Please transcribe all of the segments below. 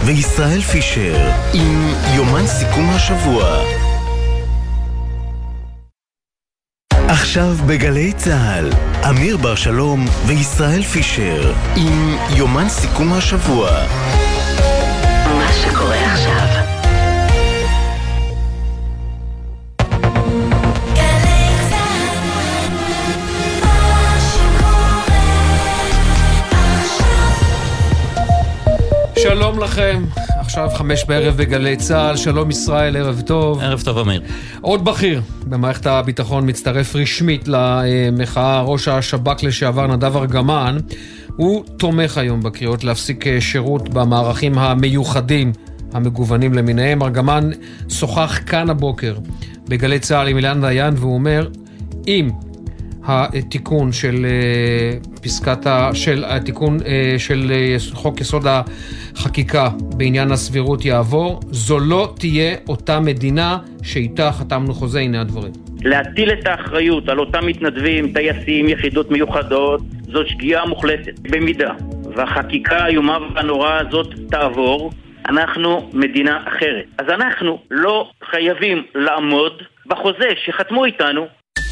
וישראל פישר עם יומן סיכום השבוע. עכשיו בגלי צהל, אמיר בר שלום וישראל פישר עם יומן סיכום השבוע. מה שקורה עכשיו. שלום לכם, עכשיו 5 בערב בגלי צהל, שלום ישראל, ערב טוב. ערב טוב אמיר. עוד בכיר במערכת הביטחון מצטרף רשמית למחאה, ראש השב"כ לשעבר נדב ארגמן, הוא תומך היום בקריאות להפסיק שירות במערכים המיוחדים המגוונים למיניהם. ארגמן שוחח כאן הבוקר בגלי צהל עם אילן דיין והוא אומר, אם התיקון של התיקון של חוק יסוד החקיקה בעניין הסבירות יעבור, זו לא תהיה אותה מדינה שאיתה חתמנו חוזה. הנה הדברים. להטיל את האחריות על אותם מתנדבים, טייסים, יחידות מיוחדות, זו שגיאה מוחלטת. במידה והחקיקה האיומה והנוראה הזאת תעבור, אנחנו מדינה אחרת. אז אנחנו לא חייבים לעמוד בחוזה שחתמו איתנו.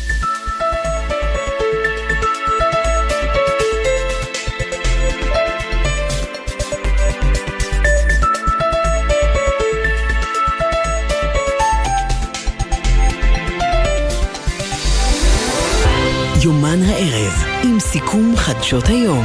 יומן הערב עם סיכום חדשות היום.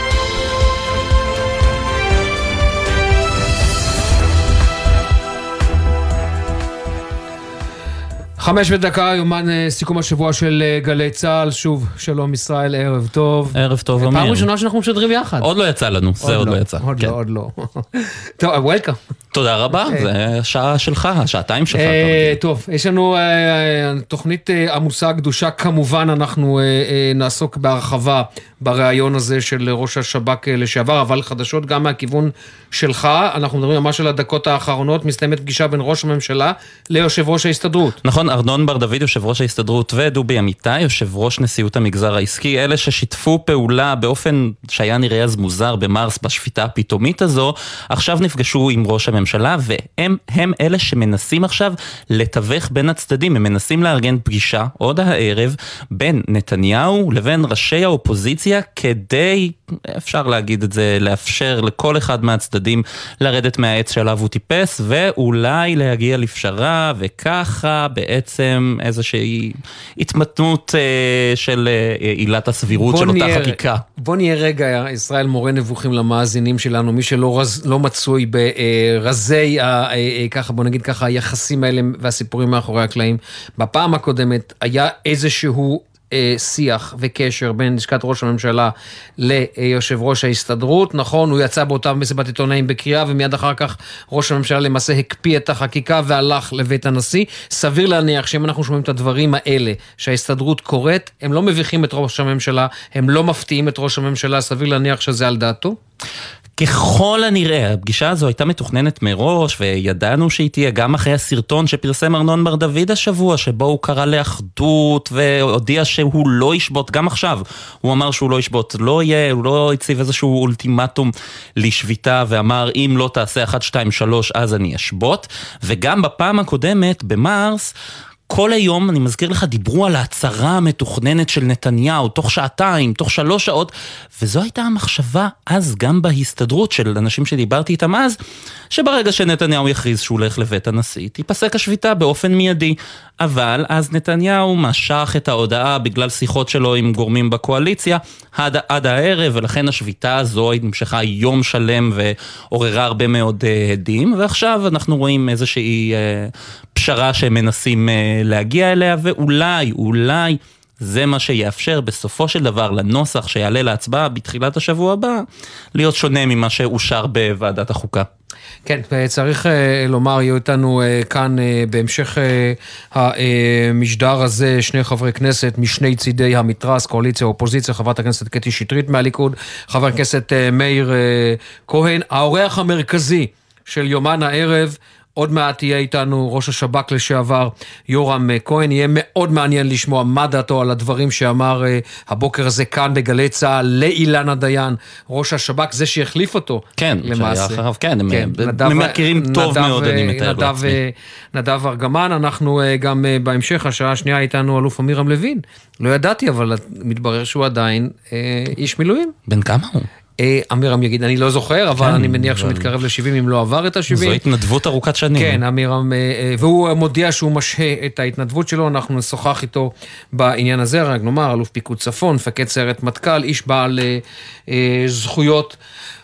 5:01, יומן סיכום השבוע של גלי צהל. שוב, שלום ישראל, ערב טוב. ערב טוב אמיר. פעם ראשונה שאנחנו משדרים יחד. עוד לא יצא לנו, זה עוד לא יצא. עוד לא. טוב, וולקאם. תודה רבה, זה השעה שלך, השעתיים שלך. טוב, יש לנו תוכנית עמוסה קדושה, כמובן אנחנו נעסוק בהרחבה ברעיון הזה של ראש השב"כ לשעבר, אבל חדשות גם מהכיוון שלך. אנחנו מדברים ממש על הדקות האחרונות, מסתיימת פגישה בין ראש הממשלה ליושב ראש ההסתדרות. נכון, ארנון בר דוד יושב ראש ההסתדרות ודובי אמיתי יושב ראש נשיאות המגזר העסקי, אלה ששיתפו פעולה באופן שהיה נראה אז מוזר במרס בשפיטה הפתאומית הזו, עכשיו נפגשו עם ראש הממשלה, והם אלה שמנסים עכשיו לתווך בין הצדדים. הם מנסים לארגן פגישה עוד הערב בין נתניהו לבין ראשי האופוזיציה, כדי, אפשר להגיד את זה, לאפשר לכל אחד מהצדדים לרדת מהעץ שעליו הוא טיפס, ואולי להגיע לפשרה, וככה בעצם איזושהי התמתנות של עילת הסבירות של אותה חקיקה. בוא נהיה רגע, ישראל, מורה נבוכים למאזינים שלנו, מי שלא מצוי ברזי, ככה בוא נגיד ככה, היחסים האלה והסיפורים מאחורי הקלעים. בפעם הקודמת היה איזשהו שיח וקשר בין לשכת ראש הממשלה ליושב ראש ההסתדרות. נכון, הוא יצא באותה מסיבת עיתונאים בקריאה, ומיד אחר כך ראש הממשלה למעשה הקפיא את החקיקה והלך לבית הנשיא. סביר להניח שאם אנחנו שומעים את הדברים האלה שההסתדרות קוראת, הם לא מביכים את ראש הממשלה, הם לא מפתיעים את ראש הממשלה, סביר להניח שזה על דעתו? ככל הנראה, הפגישה הזו הייתה מתוכננת מראש, וידענו שהיא תהיה גם אחרי הסרטון שפרסם ארנון בר דוד השבוע, שבו הוא קרא לאחדות, והודיע שהוא לא ישבות, גם עכשיו הוא אמר שהוא לא ישבות, לא יהיה, הוא לא הציב איזשהו אולטימטום לשביתה, ואמר אם לא תעשה 1, 2, 3 אז אני אשבות, וגם בפעם הקודמת, במרס, כל היום, אני מזכיר לך, דיברו על ההצהרה המתוכננת של נתניהו, תוך שעתיים, תוך 3 שעות, וזו הייתה המחשבה אז גם בהסתדרות של אנשים שדיברתי איתם אז, שברגע שנתניהו יכריז שהוא הולך לבית הנשיא, תיפסק השביתה באופן מיידי, אבל אז נתניהו משך את ההודעה בגלל שיחות שלו עם גורמים בקואליציה, עד הערב, ולכן השביתה הזו נמשכה יום שלם ועוררה הרבה מאוד עדים, ועכשיו אנחנו רואים איזושהי פשרה שהם מנסים להגיע אליה, ואולי זה מה שיאפשר בסופו של דבר לנוסח שיעלה להצבעה בתחילת השבוע הבא, להיות שונה ממה שאושר בוועדת החוקה. כן, צריך לומר, יהיו איתנו כאן בהמשך המשדר הזה 2 חברי כנסת משני צידי המתרס, קואליציה ואופוזיציה, חברת הכנסת קטי שטרית מהליכוד, חבר הכנסת מאיר כהן, האורח המרכזי של יומן הערב, עוד מעט תהיה איתנו ראש השב"כ לשעבר יורם כהן, יהיה מאוד מעניין לשמוע מה דעתו על הדברים שאמר הבוקר הזה כאן בגלי צהל לאילנה דיין, ראש השב"כ, זה שהחליף אותו. כן, למעשה. אחריו, כן, הם מכירים טוב מאוד, אני מתאר לעצמי. נדב ארגמן, אנחנו גם בהמשך, השעה השנייה איתנו אלוף אמירם לוין, לא ידעתי, אבל מתברר שהוא עדיין איש מילואים. בן כמה הוא? אמירם יגיד, אני לא זוכר, אבל אני מניח שהוא מתקרב ל-70 אם לא עבר את ה-70. זו התנדבות ארוכת שנים. כן, אמירם, והוא מודיע שהוא משהה את ההתנדבות שלו, אנחנו נשוחח איתו בעניין הזה, רק נאמר, אלוף פיקוד צפון, מפקד סיירת מטכ"ל, איש בעל זכויות.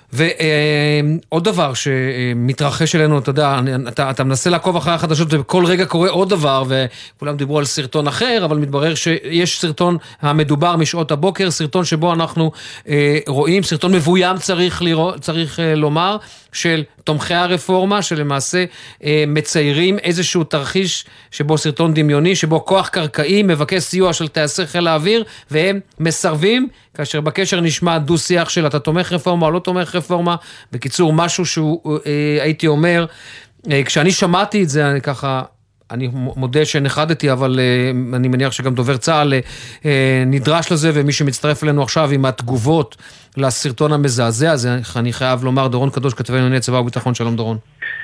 ועוד דבר שמתרחש אלינו, אתה יודע, אתה מנסה לעקוב אחרי החדשות ובכל רגע קורה עוד דבר, וכולם דיברו על סרטון אחר, אבל מתברר שיש סרטון המדובר משעות הבוקר, סרטון שבו אנחנו רואים, סרטון מבוים צריך לומר, של תומכי הרפורמה, שלמעשה מציירים איזשהו תרחיש שבו סרטון דמיוני, שבו כוח קרקעי מבקש סיוע של טייסי חיל האוויר, והם מסרבים, כאשר בקשר נשמע דו שיח של אתה תומך רפורמה או לא תומך רפורמה, בקיצור משהו שהוא, הייתי אומר, כשאני שמעתי את זה, אני ככה, אני מודה שנחדתי, אבל אני מניח שגם דובר צה"ל נדרש לזה, ומי שמצטרף אלינו עכשיו עם התגובות לסרטון המזעזע, אז אני חייב לומר, דורון קדוש, כתבי ענייני צבא וביטחון, שלום דורון.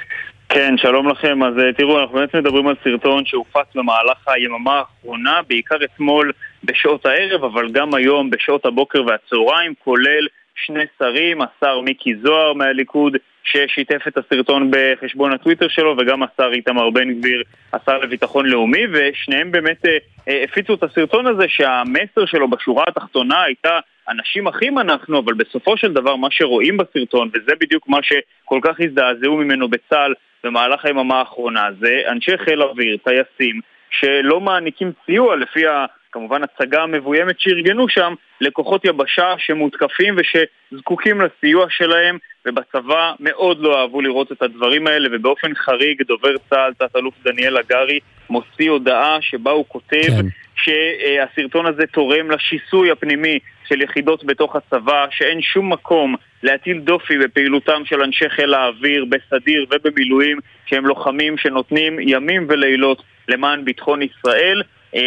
כן, שלום לכם. אז תראו, אנחנו באמת מדברים על סרטון שהופץ במהלך היממה האחרונה, בעיקר אתמול בשעות הערב, אבל גם היום בשעות הבוקר והצהריים, כולל שני שרים, השר מיקי זוהר מהליכוד, ששיתף את הסרטון בחשבון הטוויטר שלו, וגם השר איתמר בן גביר, השר לביטחון לאומי, ושניהם באמת הפיצו את הסרטון הזה, שהמסר שלו בשורה התחתונה הייתה, אנשים אחים אנחנו, אבל בסופו של דבר מה שרואים בסרטון, וזה בדיוק מה שכל כך הזדעזעו ממנו בצה"ל במהלך היממה האחרונה, זה אנשי חיל אוויר, טייסים, שלא מעניקים סיוע לפי כמובן הצגה המבוימת שארגנו שם לכוחות יבשה שמותקפים ושזקוקים לסיוע שלהם, ובצבא מאוד לא אהבו לראות את הדברים האלה, ובאופן חריג דובר צה"ל תת-אלוף דניאל הגרי מוציא הודעה שבה הוא כותב שהסרטון הזה תורם לשיסוי הפנימי של יחידות בתוך הצבא, שאין שום מקום להטיל דופי בפעילותם של אנשי חיל האוויר בסדיר ובמילואים, שהם לוחמים שנותנים ימים ולילות למען ביטחון ישראל,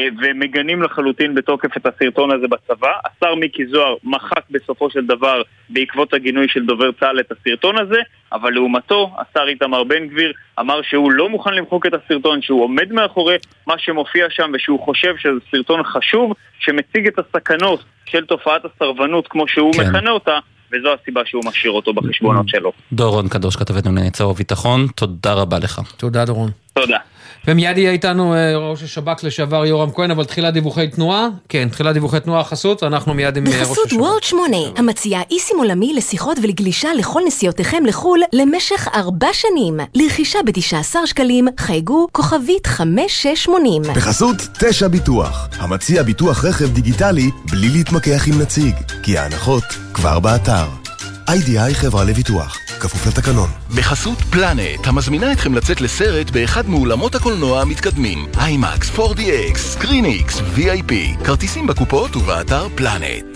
ומגנים לחלוטין בתוקף את הסרטון הזה בצבא. השר מיקי זוהר מחק בסופו של דבר בעקבות הגינוי של דובר צה"ל את הסרטון הזה, אבל לעומתו השר איתמר בן גביר אמר שהוא לא מוכן למחוק את הסרטון, שהוא עומד מאחורי מה שמופיע שם, ושהוא חושב שזה סרטון חשוב שמציג את הסכנות של תופעת הסרבנות כמו שהוא מכנה אותה, וזו הסיבה שהוא משאיר אותו בחשבונות שלו. דורון קדוש, כתבנו לענייני צבא וביטחון, תודה רבה לך. תודה דורון. תודה. ומיד יהיה איתנו ראש השב"כ לשעבר יורם כהן, אבל תחילת דיווחי תנועה, כן, תחילת דיווחי תנועה חסות, אנחנו מיד עם ראש השב"כ. בחסות וורד 8, המציעה איסים עולמי לשיחות ולגלישה לכל נסיעותיכם לחול למשך 4 שנים. לרכישה ב-19 שקלים, חייגו כוכבית 5680. בחסות 9 ביטוח, המציע ביטוח רכב דיגיטלי בלי להתמקח עם נציג, כי ההנחות כבר באתר. IDI חברה לביטוח, כפוף לתקנון. בחסות פלנט, המזמינה אתכם לצאת לסרט באחד מאולמות הקולנוע המתקדמים. IMAX, 4DX, ScreenX, VIP. כרטיסים בקופות ובאתר פלנט.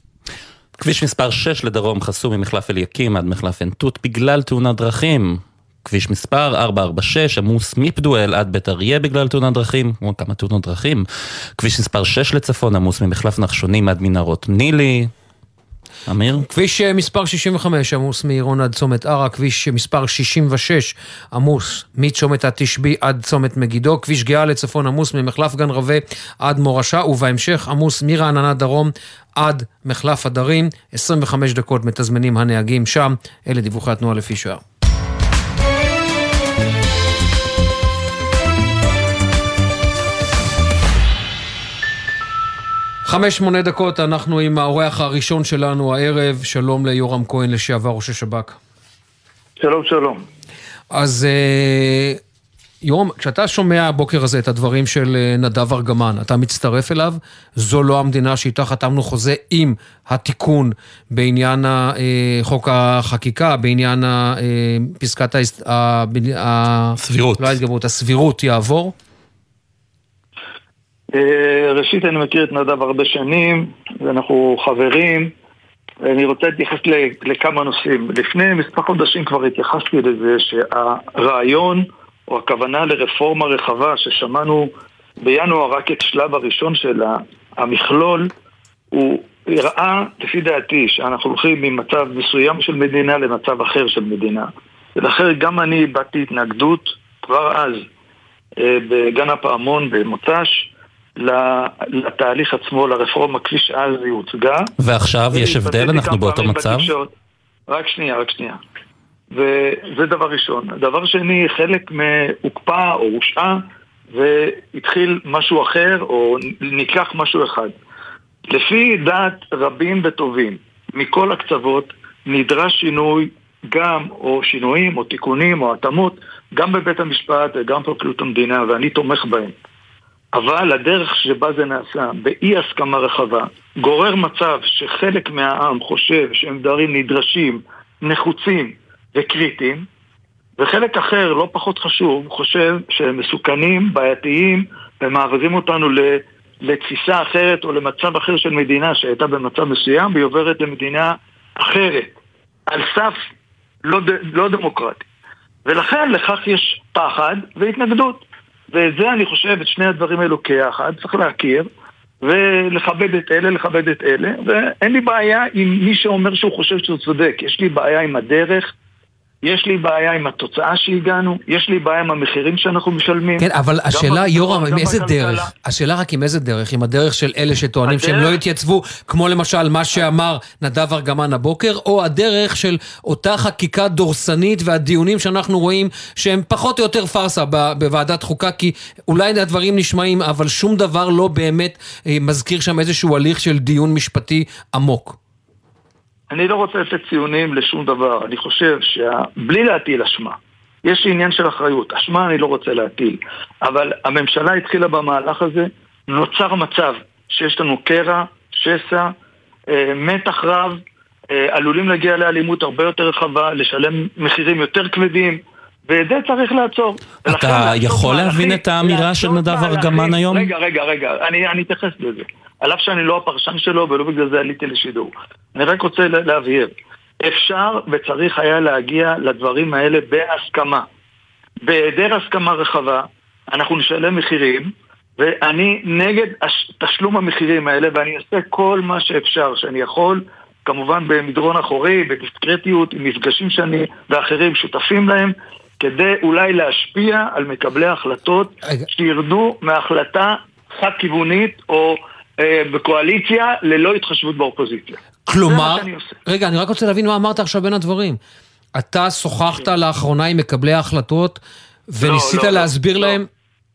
כביש מספר 6 לדרום חסום ממחלף אליקים עד מחלף עין תות בגלל תאונת דרכים. כביש מספר 446 עמוס מפדואל עד בית אריה בגלל תאונת דרכים, כמו כמה תאונות דרכים. כביש מספר 6 לצפון עמוס ממחלף נחשונים עד מנהרות נילי. אמיר? כביש מספר 65 עמוס מעירון עד צומת ערה, כביש מספר 66 עמוס מצומת התשבי עד צומת מגידו, כביש גאה לצפון עמוס ממחלף גן רווה עד מורשה, ובהמשך עמוס מרעננה דרום עד מחלף הדרים. 25 דקות מתזמנים הנהגים שם. אלה דיווחי התנועה לפי שעה. 5-8 דקות, אנחנו עם האורח הראשון שלנו הערב. שלום ליורם כהן לשעבר ראש השב"כ. שלום שלום. אז יורם, כשאתה שומע הבוקר הזה את הדברים של נדב ארגמן, אתה מצטרף אליו? זו לא המדינה שאיתה חתמנו חוזה עם התיקון בעניין חוק החקיקה, בעניין פסקת הסבירות. לא ההתגברות, הסבירות יעבור? ראשית, אני מכיר את נדב הרבה שנים, ואנחנו חברים, ואני רוצה להתייחס לכמה נושאים. לפני מספר חודשים כבר התייחסתי לזה שהרעיון או הכוונה לרפורמה רחבה ששמענו בינואר רק את שלב הראשון שלה, המכלול הוא הראה, לפי דעתי, שאנחנו הולכים ממצב מסוים של מדינה למצב אחר של מדינה. ולאחר גם אני באתי התנגדות כבר אז בגן הפעמון במוצ"ש לתהליך עצמו, לרפורמה כפי שאז היא הוצגה. ועכשיו יש הבדל, אנחנו באותו מצב? רק שנייה. וזה דבר ראשון. דבר שני, חלק מהוקפא או הושעה והתחיל משהו אחר או ניקח משהו אחד. לפי דעת רבים וטובים מכל הקצוות נדרש שינוי גם או שינויים או תיקונים או התאמות גם בבית המשפט וגם בפרקליטות המדינה, ואני תומך בהם. אבל הדרך שבה זה נעשה באי הסכמה רחבה גורר מצב שחלק מהעם חושב שהם דברים נדרשים, נחוצים וקריטיים, וחלק אחר לא פחות חשוב חושב שהם מסוכנים, בעייתיים, ומעבירים אותנו לתפיסה אחרת או למצב אחר של מדינה שהייתה במצב מסוים והיא עוברת למדינה אחרת על סף לא דמוקרטי. ולכן לכך יש פחד והתנגדות, ואת זה אני חושב את שני הדברים האלו כאחד צריך להכיר ולכבד את אלה, לכבד את אלה, ואין לי בעיה עם מי שאומר שהוא חושב שהוא צודק. יש לי בעיה עם הדרך, יש לי בעיה עם התוצאה שהגענו, יש לי בעיה עם המחירים שאנחנו משלמים. כן, אבל השאלה, יורם, עם איזה דרך? השאלה רק עם איזה דרך? עם הדרך של אלה שטוענים שהם לא התייצבו, כמו למשל מה שאמר נדב ארגמן הבוקר, או הדרך של אותה חקיקה דורסנית והדיונים שאנחנו רואים שהם פחות או יותר פרסה בוועדת חוקה, כי אולי הדברים נשמעים, אבל שום דבר לא באמת מזכיר שם איזשהו הליך של דיון משפטי עמוק. אני לא רוצה לתת ציונים לשום דבר. אני חושב בלי להטיל אשמה, יש עניין של אחריות. אשמה אני לא רוצה להטיל, אבל הממשלה התחילה במהלך הזה, נוצר מצב שיש לנו קרע, שסע, מתח רב, עלולים להגיע לאלימות הרבה יותר רחבה, לשלם מחירים יותר כבדים, ואת זה צריך לעצור. אתה יכול להבין את האמירה של נדב ארגמן היום? רגע, אני אתייחס לזה. על אף שאני לא הפרשן שלו ולא בגלל זה עליתי לשידור. אני רק רוצה להבהיר. אפשר וצריך היה להגיע לדברים האלה בהסכמה. בהיעדר הסכמה רחבה, אנחנו נשלם מחירים, ואני נגד תשלום המחירים האלה, ואני אעשה כל מה שאפשר שאני יכול, כמובן במדרון אחורי, בדיסקרטיות, עם מפגשים שאני ואחרים שותפים להם, כדי אולי להשפיע על מקבלי ההחלטות שירדו מההחלטה חד-כיוונית או בקואליציה ללא התחשבות באופוזיציה. כלומר, רגע, אני רק רוצה להבין מה אמרת עכשיו בין הדברים. אתה שוחחת לאחרונה עם מקבלי ההחלטות וניסית להסביר להם?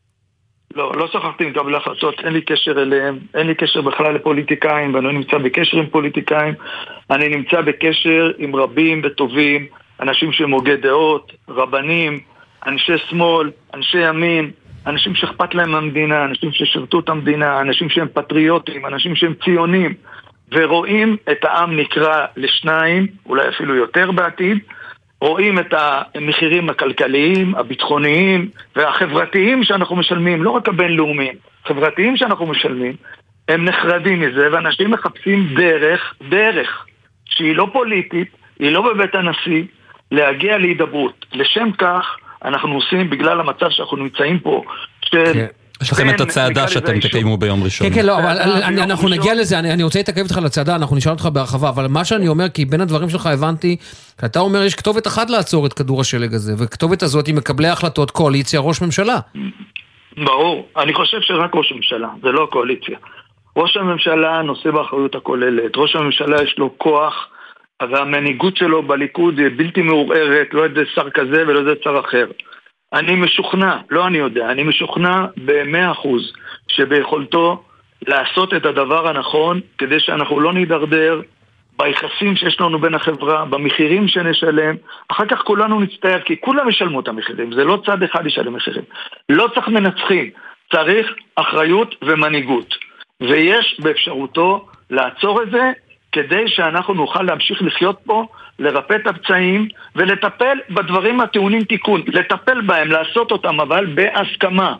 לא שוחחתי עם מקבלי ההחלטות, אין לי קשר אליהם, אין לי קשר בכלל לפוליטיקאים, ואני נמצא בקשר עם פוליטיקאים, אני נמצא בקשר עם רבים וטובים, אנשים שמוגי דעות, רבנים, אנשי שמאל, אנשי ימין, אנשים שאכפת להם מהמדינה, אנשים ששרתו את המדינה, אנשים שהם פטריוטים, אנשים שהם ציונים, ורואים את העם נקרא לשניים, אולי אפילו יותר בעתיד, רואים את המחירים הכלכליים, הביטחוניים והחברתיים שאנחנו משלמים, לא רק הבינלאומיים, חברתיים שאנחנו משלמים, הם נחרדים מזה, ואנשים מחפשים דרך שהיא לא פוליטית, היא לא בבית הנשיא, להגיע להידברות. לשם כך אנחנו עושים, בגלל המצב שאנחנו נמצאים פה, יש לכם את הצעדה שאתם תקיימו ביום ראשון. כן, לא, אבל אנחנו נגיע לזה, אני רוצה להתעכב איתך לצעדה, אנחנו נשאל אותך בהרחבה, אבל מה שאני אומר, כי בין הדברים שלך הבנתי, אתה אומר, יש כתובת אחת לעצור את כדור השלג הזה, וכתובת הזאת היא מקבלי החלטות קואליציה, ראש ממשלה. ברור, אני חושב שרק ראש ממשלה, זה לא קואליציה. ראש הממשלה נושא באחריות הכוללת, ראש הממשלה יש לו כוח, והמנהיגות שלו בליכוד היא בלתי מעורערת, לא איזה שר כזה ולא איזה שר אחר. אני משוכנע, לא אני יודע, אני משוכנע ב100% שביכולתו לעשות את הדבר הנכון כדי שאנחנו לא נידרדר ביחסים שיש לנו בין החברה, במחירים שנשלם, אחר כך כולנו נצטער, כי כולם ישלמו את המחירים, זה לא צד אחד ישלם מחירים. לא צריך מנצחים, צריך אחריות ומנהיגות. ויש באפשרותו לעצור את זה, כדי שאנחנו נוכל להמשיך לחיות פה, לרפא את הפצעים, ולטפל בדברים הטעונים תיקון, לטפל בהם, לעשות אותם, אבל בהסכמה.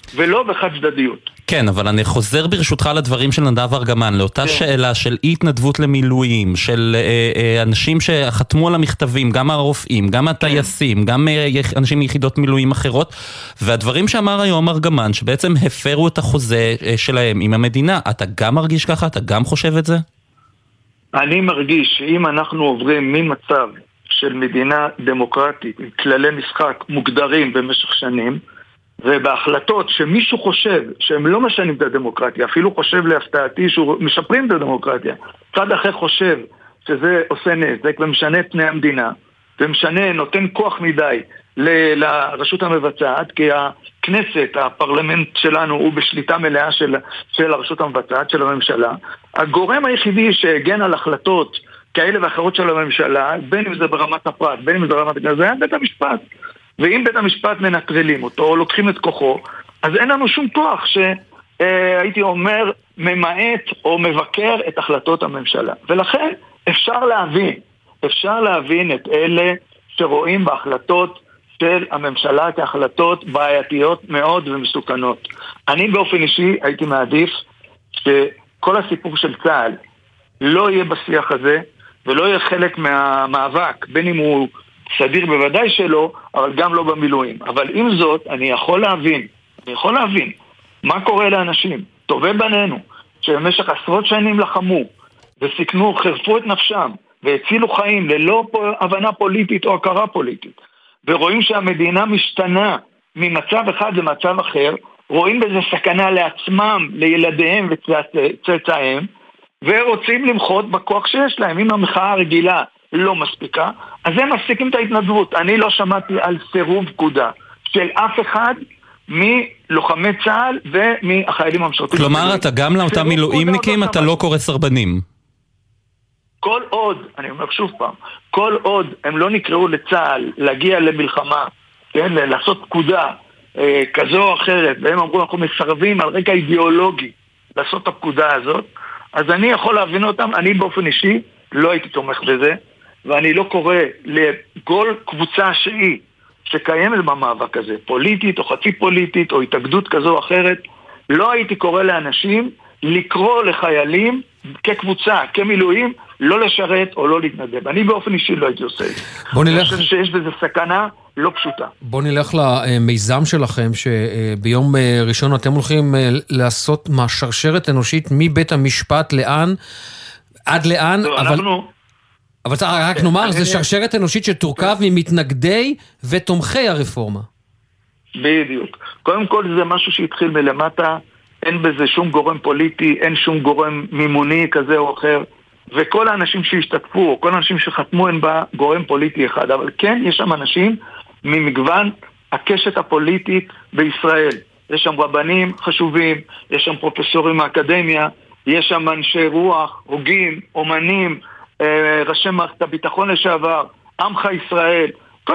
ולא בחד צדדיות. כן, אבל אני חוזר ברשותך לדברים של נדב ארגמן, לאותה שאלה של אי התנדבות למילואים, של אנשים שחתמו על המכתבים, גם הרופאים, גם הטייסים, גם אנשים מיחידות מילואים אחרות, והדברים שאמר היום ארגמן, שבעצם הפרו את החוזה שלהם עם המדינה. אתה גם מרגיש ככה? אתה גם חושב את זה? אני מרגיש שאם אנחנו עוברים ממצב של מדינה דמוקרטית עם כללי משחק מוגדרים במשך שנים, ובהחלטות שמישהו חושב שהם לא משנים את הדמוקרטיה, אפילו חושב להפתעתי שהוא משפרים את הדמוקרטיה, צד אחר חושב שזה עושה נזק ומשנה את פני המדינה, ומשנה, נותן כוח מדי לרשות המבצעת, כי הכנסת, הפרלמנט שלנו הוא בשליטה מלאה של הרשות המבצעת, של הממשלה. הגורם היחידי שהגן על החלטות כאלה ואחרות של הממשלה, בין אם זה ברמת הפרט, בין אם זה ברמת הכנסת, זה היה בית המשפט. ואם בית המשפט מנטרלים אותו, או לוקחים את כוחו, אז אין לנו שום כוח שהייתי אומר, ממעט או מבקר את החלטות הממשלה. ולכן אפשר להבין את אלה שרואים בהחלטות של הממשלה כהחלטות בעייתיות מאוד ומסוכנות. אני באופן אישי הייתי מעדיף שכל הסיפור של צה"ל לא יהיה בשיח הזה, ולא יהיה חלק מהמאבק, בין אם הוא סדיר בוודאי שלא, אבל גם לא במילואים. אבל עם זאת, אני יכול להבין מה קורה לאנשים, טובי בנינו, שבמשך עשרות שנים לחמו, וסיכנו, חרפו את נפשם, והצילו חיים ללא הבנה פוליטית או הכרה פוליטית, ורואים שהמדינה משתנה ממצב אחד למצב אחר, רואים בזה סכנה לעצמם, לילדיהם וצאצאיהם, ורוצים למחות בכוח שיש להם. אם המחאה הרגילה לא מספיקה, אז הם מפסיקים את ההתנדבות. אני לא שמעתי על סירוב פקודה של אף אחד מלוחמי צה"ל ומהחיילים המשרתים. כלומר, אתה גם לאותם מילואימניקים, אתה לא קורא סרבנים. כל עוד, אני אומר שוב פעם, כל עוד הם לא נקראו לצה"ל להגיע למלחמה, כן, לעשות פקודה כזו או אחרת, והם אמרו אנחנו מסרבים על רקע אידיאולוגי לעשות את הפקודה הזאת, אז אני יכול להבין אותם. אני באופן אישי לא הייתי תומך בזה, ואני לא קורא לכל קבוצה שקיימת במאבק הזה, פוליטית או חצי פוליטית או התאגדות כזו או אחרת, לא הייתי קורא לאנשים לקרוא לחיילים כקבוצה, כמילואים, לא לשרת או לא להתנדב. אני באופן אישי לא הייתי עושה את זה. אני חושב שיש בזה סכנה לא פשוטה. בוא נלך למיזם שלכם, שביום ראשון אתם הולכים לעשות שרשרת אנושית מבית המשפט לאן, עד לאן, אבל רק נאמר, זה שרשרת אנושית שתורכב ממתנגדי ותומכי הרפורמה. בדיוק. קודם כל זה משהו שהתחיל מלמטה, אין בזה שום גורם פוליטי, אין שום גורם מימוני כזה או אחר, וכל האנשים שהשתתפו, או כל האנשים שחתמו אין בה גורם פוליטי אחד, אבל כן יש שם אנשים ממגוון הקשת הפוליטית בישראל. יש שם רבנים חשובים, יש שם פרופסורים מהאקדמיה, יש שם אנשי רוח, הוגים, אומנים, ראשי מערכת הביטחון לשעבר, עמך ישראל,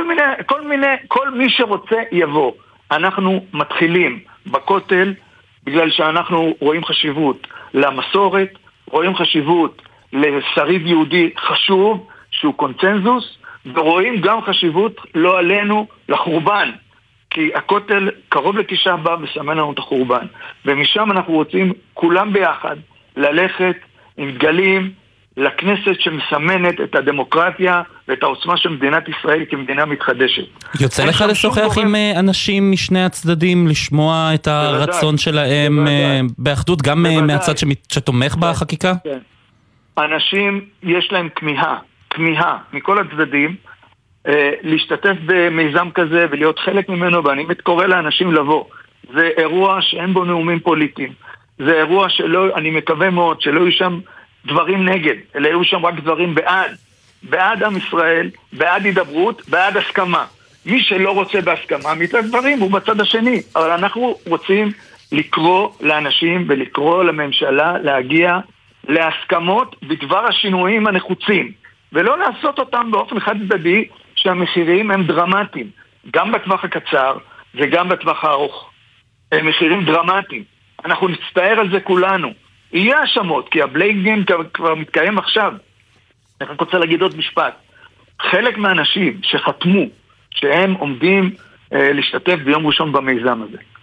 כל מי שרוצה יבוא. אנחנו מתחילים בכותל בגלל שאנחנו רואים חשיבות למסורת, רואים חשיבות לשריד יהודי חשוב שהוא קונצנזוס, ורואים גם חשיבות לא עלינו לחורבן, כי הכותל קרוב לתשעה באב מסמן לנו את החורבן, ומשם אנחנו רוצים כולם ביחד ללכת עם דגלים לכנסת שמסמנת את הדמוקרטיה ואת העוצמה של מדינת ישראל כמדינה מתחדשת. יוצא לך לשוחח עם אנשים משני הצדדים, לשמוע את הרצון שלהם באחדות, גם מהצד שתומך בחקיקה? כן. אנשים יש להם כמיהה מכל הצדדים להשתתף במיזם כזה ולהיות חלק ממנו, ואני קורא לאנשים לבוא. זה אירוע שאין בו נאומים פוליטיים, זה אירוע שלא, אני מקווה מאוד שלא יהיו שם דברים נגד, אלא יהיו שם רק דברים בעד עם ישראל, בעד הידברות, בעד הסכמה. מי שלא רוצה בהסכמה, מצד דברים הוא בצד השני, אבל אנחנו רוצים לקרוא לאנשים ולקרוא לממשלה להגיע להסכמות בדבר השינויים הנחוצים, ולא לעשות אותם באופן חד צדדי שהמחירים הם דרמטיים, גם בטווח הקצר וגם בטווח הארוך. הם מחירים דרמטיים. אנחנו נצטער על זה כולנו. יהיה האשמות, כי הבלייגים כבר מתקיים עכשיו. אני רק רוצה להגיד עוד משפט. חלק מהאנשים שחתמו שהם עומדים להשתתף ביום ראשון במיזם הזה,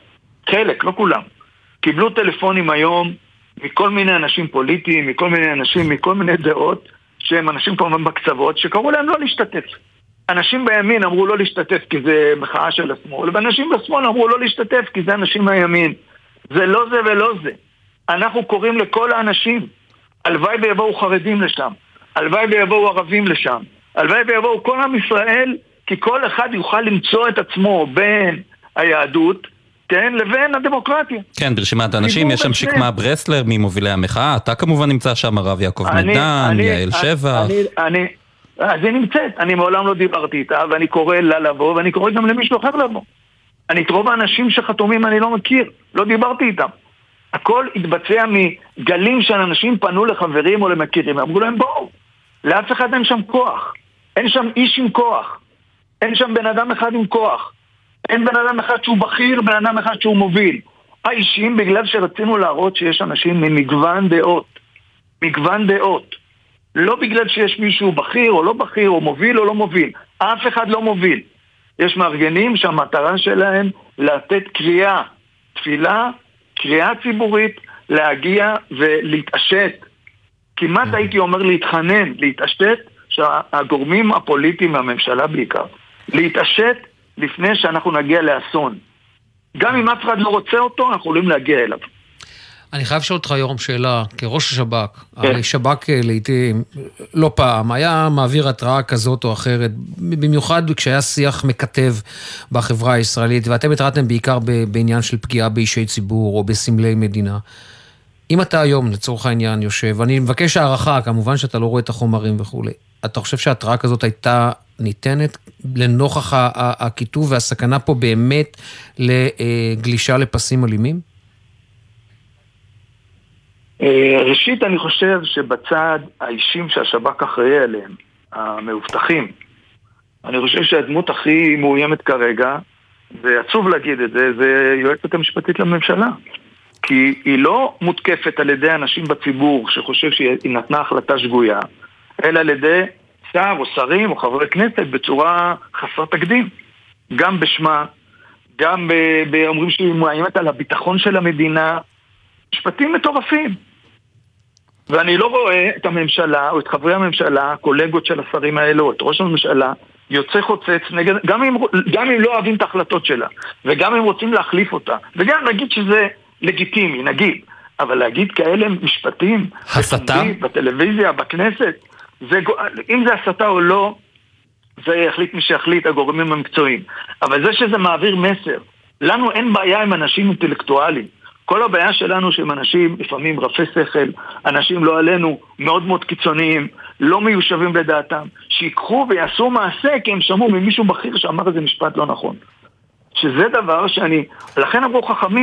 חלק, לא כולם, קיבלו טלפונים היום מכל מיני אנשים פוליטיים, מכל מיני אנשים, מכל מיני דעות, שהם אנשים כמובן בקצוות, שקראו להם לא להשתתף. אנשים בימין אמרו לא להשתתף כי זה מחאה של השמאל, ואנשים בשמאל אמרו לא להשתתף כי זה אנשים מהימין. זה לא זה ולא זה. אנחנו קוראים לכל האנשים, הלוואי ויבואו חרדים לשם, הלוואי ויבואו ערבים לשם, הלוואי ויבואו כל עם ישראל, כי כל אחד יוכל למצוא את עצמו בין היהדות, כן, לבין הדמוקרטיה. כן, ברשימת האנשים יש שם שקמה ברסלר ממובילי המחאה, אתה כמובן נמצא שם, הרב יעקב מדן, יעל שבח. אז היא נמצאת, אני מעולם לא דיברתי איתה, ואני קורא לה לבוא, ואני קורא גם למישהו אחר לבוא. אני את רוב האנשים שחתומים אני לא מכיר, לא דיברתי איתם. הכל התבצע מגלים של אנשים פנו לחברים או למכירים, אמרו להם בואו, לאף אחד אין שם כוח, אין שם איש עם כוח, אין שם בן אדם אחד עם כוח, אין בן אדם אחד שהוא בכיר, בן אדם אחד שהוא מוביל. האישים בגלל שרצינו להראות שיש אנשים ממגוון דעות, מגוון דעות. לא בגלל שיש מישהו בכיר או לא בכיר, או מוביל או לא מוביל. אף אחד לא מוביל. יש מארגנים שהמטרה שלהם לתת קריאה, תפילה, קריאה ציבורית, להגיע ולהתעשת. כמעט הייתי אומר להתחנן, להתעשת, שהגורמים הפוליטיים מהממשלה בעיקר, להתעשת לפני שאנחנו נגיע לאסון. גם אם אף אחד לא רוצה אותו, אנחנו יכולים להגיע אליו. אני חייב לשאול אותך יורם שאלה, כראש השב"כ, הרי שב"כ לעתים, לא פעם, היה מעביר התראה כזאת או אחרת, במיוחד כשהיה שיח מקטב בחברה הישראלית, ואתם התרעתם בעיקר בעניין של פגיעה באישי ציבור או בסמלי מדינה. אם אתה היום, לצורך העניין, יושב, אני מבקש הערכה, כמובן שאתה לא רואה את החומרים וכו', אתה חושב שההתראה כזאת הייתה ניתנת לנוכח הכיתוב והסכנה פה באמת לגלישה לפסים אלימים? ראשית, אני חושב שבצד האישים שהשב"כ אחראי עליהם, המאובטחים, אני חושב שהדמות הכי מאוימת כרגע, ועצוב להגיד את זה, זה יועצת המשפטית לממשלה. כי היא לא מותקפת על ידי אנשים בציבור שחושב שהיא נתנה החלטה שגויה, אלא על ידי שר או שרים או חברי כנסת בצורה חסרת תקדים. גם בשמה, גם אומרים שהיא מאוימת על הביטחון של המדינה, משפטים מטורפים. ואני לא רואה את הממשלה או את חברי הממשלה, הקולגות של השרים האלה או את ראש הממשלה, יוצא חוצץ נגד, גם אם לא אוהבים את ההחלטות שלה, וגם אם רוצים להחליף אותה, וגם נגיד שזה לגיטימי, נגיד, אבל להגיד כאלה משפטים, הסתה? בטלוויזיה, בכנסת, אם זה הסתה או לא, זה יחליט מי שיחליט, הגורמים המקצועיים. אבל זה שזה מעביר מסר, לנו אין בעיה עם אנשים אינטלקטואליים. כל הבעיה שלנו שהם אנשים לפעמים רפי שכל, אנשים לא עלינו מאוד מאוד קיצוניים, לא מיושבים לדעתם, שיקחו ויעשו מעשה כי הם שמעו ממישהו בכיר שאמר איזה משפט לא נכון. שזה דבר שאני, לכן אמרו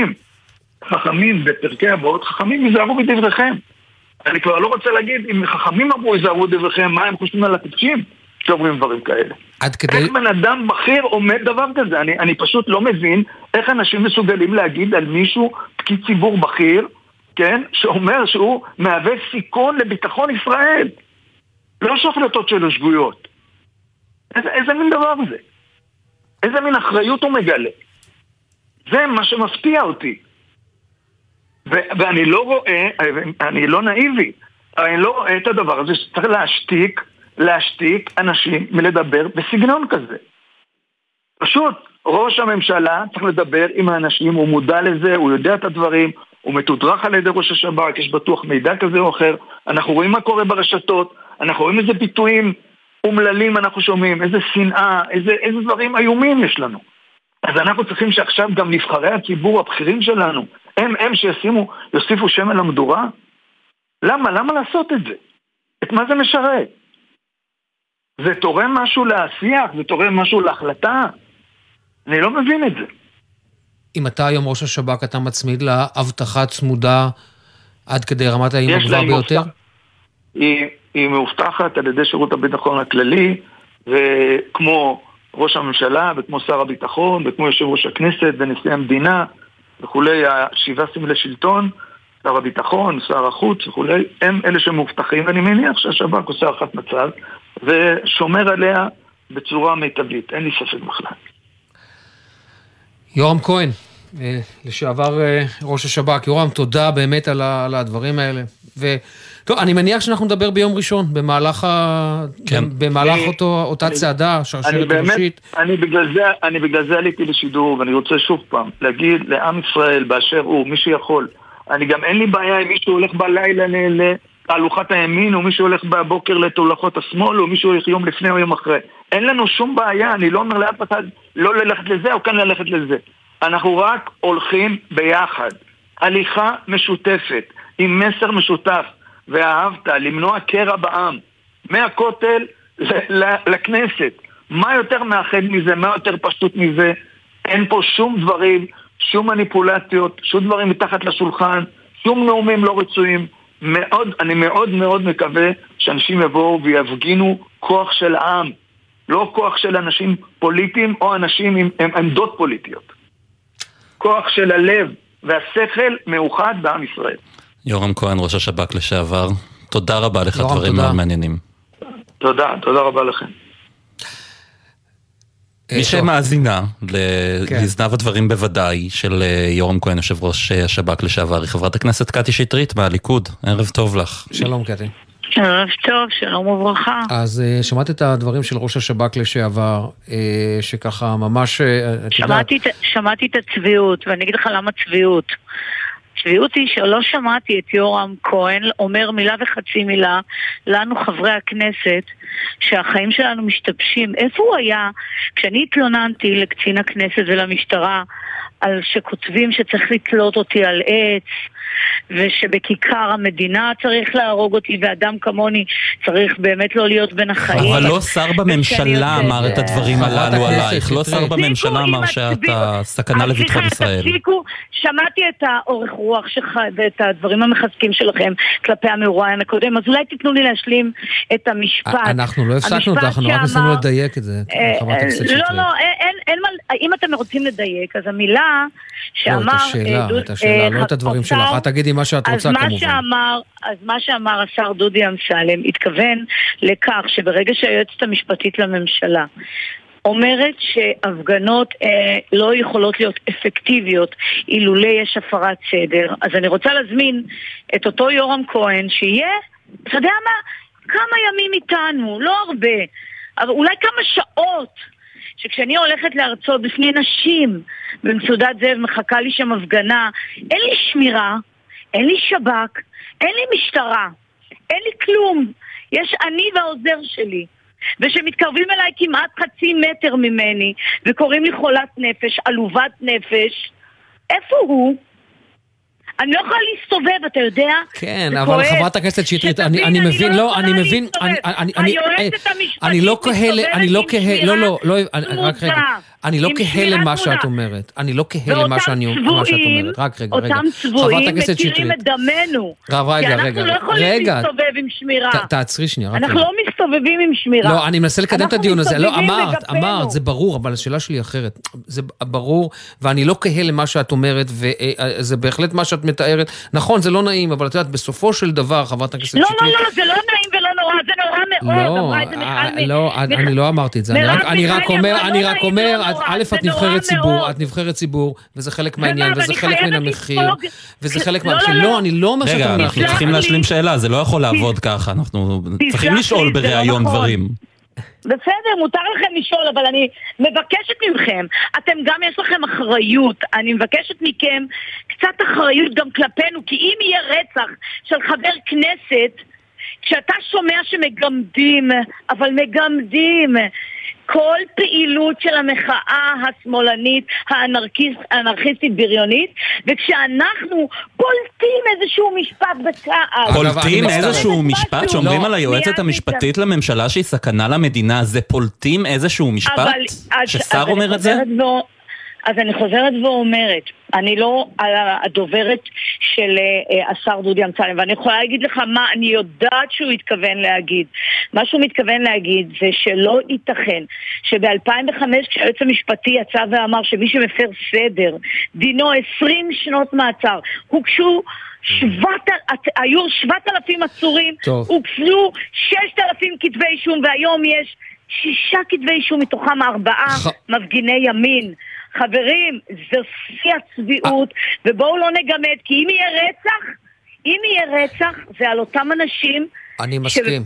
חכמים בפרקי הבאות, חכמים יזהרו בדבריכם. אני כבר לא רוצה להגיד, אם חכמים אמרו יזהרו בדבריכם, מה הם חושבים על הטיפשים? שאומרים דברים כאלה. איך בן אדם בכיר עומד דבר כזה? אני פשוט לא מבין איך אנשים מסוגלים להגיד על מישהו, פקיד ציבור בכיר, כן, שאומר שהוא מהווה סיכון לביטחון ישראל. לא שהחלטות שלו שגויות. איזה מין דבר זה? איזה מין אחריות הוא מגלה? זה מה שמפתיע אותי. ואני לא רואה, אני לא נאיבי, אני לא רואה את הדבר הזה שצריך להשתיק אנשים מלדבר בסגנון כזה. פשוט, ראש הממשלה צריך לדבר עם האנשים, הוא מודע לזה, הוא יודע את הדברים, הוא מתודרך על ידי ראש השב"כ, יש בטוח מידע כזה או אחר, אנחנו רואים מה קורה ברשתות, אנחנו רואים איזה ביטויים אומללים אנחנו שומעים, איזה שנאה, איזה דברים איומים יש לנו. אז אנחנו צריכים שעכשיו גם נבחרי הציבור הבכירים שלנו, הם שיוסיפו שם על המדורה? למה? למה לעשות את זה? את מה זה משרת? זה תורם משהו להשיח? זה תורם משהו להחלטה? אני לא מבין את זה. אם אתה היום ראש השב"כ, אתה מצמיד לה הבטחה צמודה עד כדי רמת האיום הגבוהה ביותר? היא מאובטחת על ידי שירות הביטחון הכללי, וכמו ראש הממשלה, וכמו שר הביטחון, וכמו יושב ראש הכנסת ונשיא המדינה, וכולי, השבעה סמלי שלטון, שר הביטחון, שר החוץ, וכולי, הם אלה שמובטחים, ואני מניח שהשב"כ עושה אחת מצב, ושומר עליה בצורה מיטבית, אין לי ספק בכלל. יורם כהן, לשעבר ראש השב"כ. יורם, תודה באמת על הדברים האלה. טוב, אני מניח שאנחנו נדבר ביום ראשון, במהלך אותה צעדה, שרשרת אנושית. אני בגלל זה עליתי לשידור, ואני רוצה שוב פעם להגיד לעם ישראל באשר הוא, מי שיכול. אני גם אין לי בעיה אם מישהו הולך בלילה לתהלוכת הימין, או מישהו הולך בבוקר לתהלוכות השמאל, או מישהו הולך יום לפני או יום אחרי. אין לנו שום בעיה, אני לא אומר לאף אחד לא ללכת לזה או כאן ללכת לזה. אנחנו רק הולכים ביחד. הליכה משותפת, עם מסר משותף, ואהבת, למנוע קרע בעם, מהכותל לכנסת. מה יותר מאחד מזה, מה יותר פשוט מזה? אין פה שום דברים, שום מניפולציות, שום דברים מתחת לשולחן, שום נאומים לא רצויים. אני מאוד מאוד מקווה שאנשים יבואו ויפגינו כוח של העם, לא כוח של אנשים פוליטיים או אנשים עם עמדות פוליטיות. כוח של הלב והשכל מאוחד בעם ישראל. יורם כהן, ראש השב"כ לשעבר, תודה רבה לך, דברים מאוד מעניינים. תודה רבה לכם. מי שמאזינה לזנב הדברים בוודאי של יורם כהן, יושב ראש השב"כ לשעבר, היא חברת הכנסת קטי שטרית מהליכוד. ערב טוב לך. שלום קטי. ערב טוב, שלום וברכה. אז שמעת את הדברים של ראש השב"כ לשעבר, שככה ממש... שמעתי את הצביעות, ואני אגיד לך למה צביעות. צביעות היא שלא שמעתי את יורם כהן אומר מילה וחצי מילה לנו חברי הכנסת שהחיים שלנו משתבשים. איפה הוא היה כשאני התלוננתי לקצין הכנסת ולמשטרה על שכותבים שצריך לתלות אותי על עץ ושבכיכר המדינה צריך להרוג אותי ואדם כמוני צריך באמת לא להיות בין החיים. אבל לא שר בממשלה אמר את הדברים הללו עלייך, לא שר בממשלה אמר שאתה סכנה לביטחון ישראל. שמעתי את האורך רוח שלך ואת הדברים המחזקים שלכם כלפי המאורע הקודם, אז אולי תיתנו לי להשלים את המשפט. אנחנו לא הפסקנו אותך, אנחנו רק ניסינו לדייק את זה. לא, אין מה, אם אתם רוצים לדייק, אז המילה שאמר... את השאלה, לא את הדברים שלך, תגידי מה שאת רוצה כמובן. אז מה שאמר השר דודי אמסלם התכוון לכך שברגע שהיועצת המשפטית לממשלה אומרת שהפגנות לא יכולות להיות אפקטיביות אילולא יש הפרת סדר, אז אני רוצה להזמין את אותו יורם כהן שיהיה, אתה יודע מה, כמה ימים איתנו, לא הרבה, אבל אולי כמה שעות, שכשאני הולכת להרצות בפני נשים במצודת זאב, מחכה לי שם הפגנה, אין לי שמירה, אין לי שב"כ, אין לי משטרה, אין לי כלום. יש אני והעוזר שלי. ושמתקרבים אליי כמעט חצי מטר ממני, וקוראים לי חולת נפש, עלובת נפש. איפה הוא? אני לא יכולה להסתובב, אתה יודע? כן, אבל חברת הכנסת שטרית, אני מבין, לא, אני מבין, אני לא כהה למה שאת אומרת. אני לא כהה למה שאת אומרת. רק רגע. אותם צבועים מכירים את דמנו. רגע. אנחנו לא יכולים להסתובב עם שמירה. תעצרי שנייה. אנחנו לא מסתובבים עם שמירה. לא, אני מנסה לקדם את הדיון הזה. לא, אמרת, זה ברור, אבל השאלה שלי אחרת. זה ברור, ואני לא כהה למה שאת אומרת, וזה בהחלט מה שאת מתארת. נכון, זה לא נעים, אבל את יודעת, בסופו של דבר, חברת הכנסת שטרית... לא, זה לא נעים ולא נורא, זה נורא מאוד. לא, אני לא אמרתי את זה. אני רק אומר, א', את נבחרת ציבור, וזה חלק מהעניין, וזה חלק מן המחיר, וזה חלק מהמחיר. לא, אני לא אומר שאתה... רגע, אנחנו צריכים להשלים שאלה, זה לא יכול לעבוד ככה, אנחנו צריכים לשאול בראיון דברים. בסדר, מותר לכם לשאול, אבל אני מבקשת מכם, אתם גם יש לכם אחריות, אני מבקשת מכם קצת אחריות גם כלפינו, כי אם יהיה רצח של חבר כנסת, כשאתה שומע שמגמדים, אבל מגמדים כל פעילות של המחאה השמאלנית, האנרכיסטית בריונית, וכשאנחנו פולטים איזשהו משפט בצעד. פולטים איזשהו משפט שאומרים על היועצת המשפטית לממשלה שהיא סכנה למדינה, זה פולטים איזשהו משפט? ששר אומר את זה? אז אני חוזרת ואומרת, אני לא הדוברת של השר דודי אמסלם, ואני יכולה להגיד לך מה אני יודעת שהוא התכוון להגיד. מה שהוא מתכוון להגיד זה שלא ייתכן שב-2005 כשהיועץ המשפטי יצא ואמר שמי שמפר סדר דינו 20 שנות מעצר, היו 7,000 עצורים, הוגשו 6,000 כתבי אישום, והיום יש 6 כתבי אישום, מתוכם 4 מפגיני ימין. חברים, זה שיא הצביעות, ובואו לא נגמד, כי אם יהיה רצח, זה על אותם אנשים אני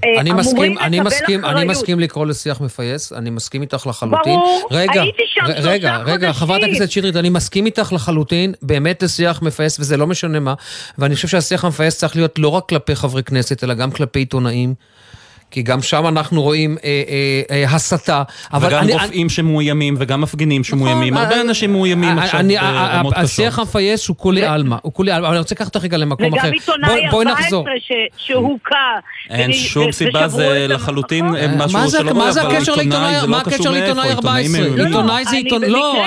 מסכים לקרוא לשיח מפייס, אני מסכים איתך לחלוטין. ברור, הייתי שם 3 חודשים. רגע, חברת הכנסת שטרית, אני מסכים איתך לחלוטין, באמת לשיח מפייס, וזה לא משנה מה, ואני חושב שהשיח המפייס צריך להיות לא רק כלפי חברי כנסת, אלא גם כלפי עיתונאים, כי גם שם אנחנו רואים הסתה. וגם רופאים שמאוימים, וגם מפגינים שמאוימים. הרבה אנשים מאוימים עכשיו ברמות קשות. השיח המפייס הוא כולי אלמה. אבל אני רוצה לקחת רגע למקום אחר. וגם עיתונאי 14 שהוקע. אין שום סיבה, זה לחלוטין משהו שלא רואה, אבל עיתונאי זה לא קשור לאיפה. 14? עיתונאי זה עיתונאי. לא,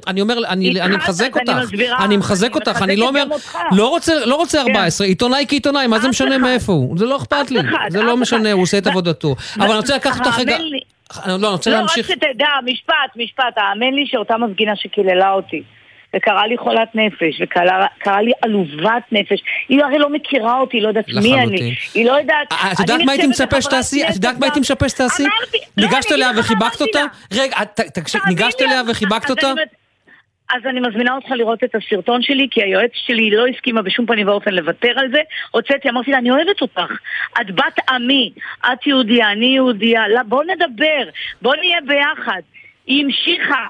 אני מחזק אותך. אני מחזק אותך. אני לא אומר, לא רוצה 14. עיתונאי כעיתונאי, מה זה משנה מאיפה הוא? זה לא אכפת לי. זה לא משנה, הוא עושה את עבודתו. אבל אני רוצה לקחת אותך רגע... לא, אני רוצה להמשיך... רק שתדע, משפט, האמן לי שאותה מפגינה שקיללה אותי, וקראה לי חולת נפש, וקראה לי עלובת נפש, היא הרי לא מכירה אותי, לא יודעת מי אני, היא לא יודעת... את יודעת מה הייתי מצפה שתעשי? ניגשת אליה וחיבקת אותה? רגע, ניגשת אליה וחיבקת אותה? אז אני מזמינה אותך לראות את הסרטון שלי, כי היועץ שלי לא הסכימה בשום פנים ואופן לוותר על זה. הוצאתי, אמרתי לה, אני אוהבת אותך. את בת עמי, את יהודיה, אני יהודיה. בוא נדבר, בוא נהיה ביחד. היא המשיכה,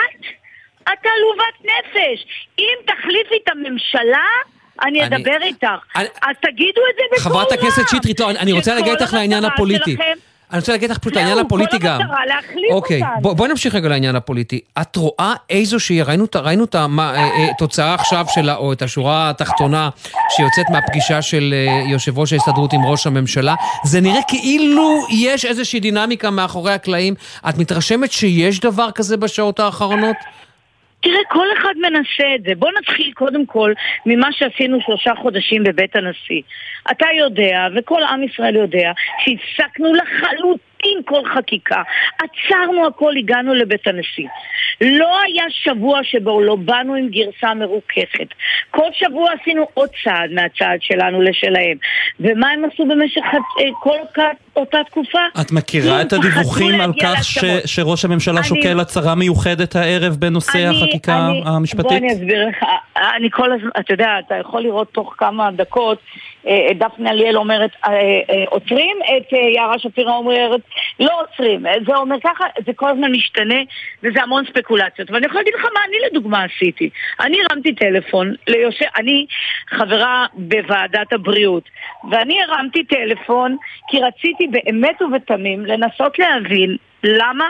את עלובת נפש. אם תחליפי את הממשלה, אני אדבר איתך. אז תגידו את זה בכל חברת הכנסת שטרית, לא, אני רוצה להגיד לך לעניין הפוליטי. אני רוצה להגיד לך פשוט העניין הפוליטי גם. אוקיי, בואי נמשיך רגע לעניין הפוליטי. את רואה איזושהי, ראינו את התוצאה עכשיו שלה, או את השורה התחתונה שיוצאת מהפגישה של יושב ראש ההסתדרות עם ראש הממשלה. זה נראה כאילו יש איזושהי דינמיקה מאחורי הקלעים. את מתרשמת שיש דבר כזה בשעות האחרונות? תראה, כל אחד מנסה את זה. בוא נתחיל קודם כל ממה שעשינו 3 חודשים בבית הנשיא. אתה יודע, וכל עם ישראל יודע, שהפסקנו לחלוטין כל חקיקה. עצרנו הכל, הגענו לבית הנשיא. לא היה שבוע שבו לא באנו עם גרסה מרוככת. כל שבוע עשינו עוד צעד מהצעד שלנו לשלהם. ומה הם עשו במשך כל אותה תקופה? את מכירה את הדיווחים על כך שראש הממשלה שוקל הצהרה מיוחדת הערב בנושא החקיקה המשפטית? בוא אני אסביר לך. אני כל הזמן, אתה יודע, אתה יכול לראות תוך כמה דקות, דפנה ליאל אומרת, עוצרים, את יערה שפירא אומרת, לא עוצרים. זה אומר ככה, זה כל הזמן משתנה, וזה המון ספקולציות. ואני יכולה להגיד לך מה אני לדוגמה עשיתי. אני הרמתי טלפון, אני חברה בוועדת הבריאות, ואני הרמתי טלפון, כי רציתי באמת ובתמים לנסות להבין למה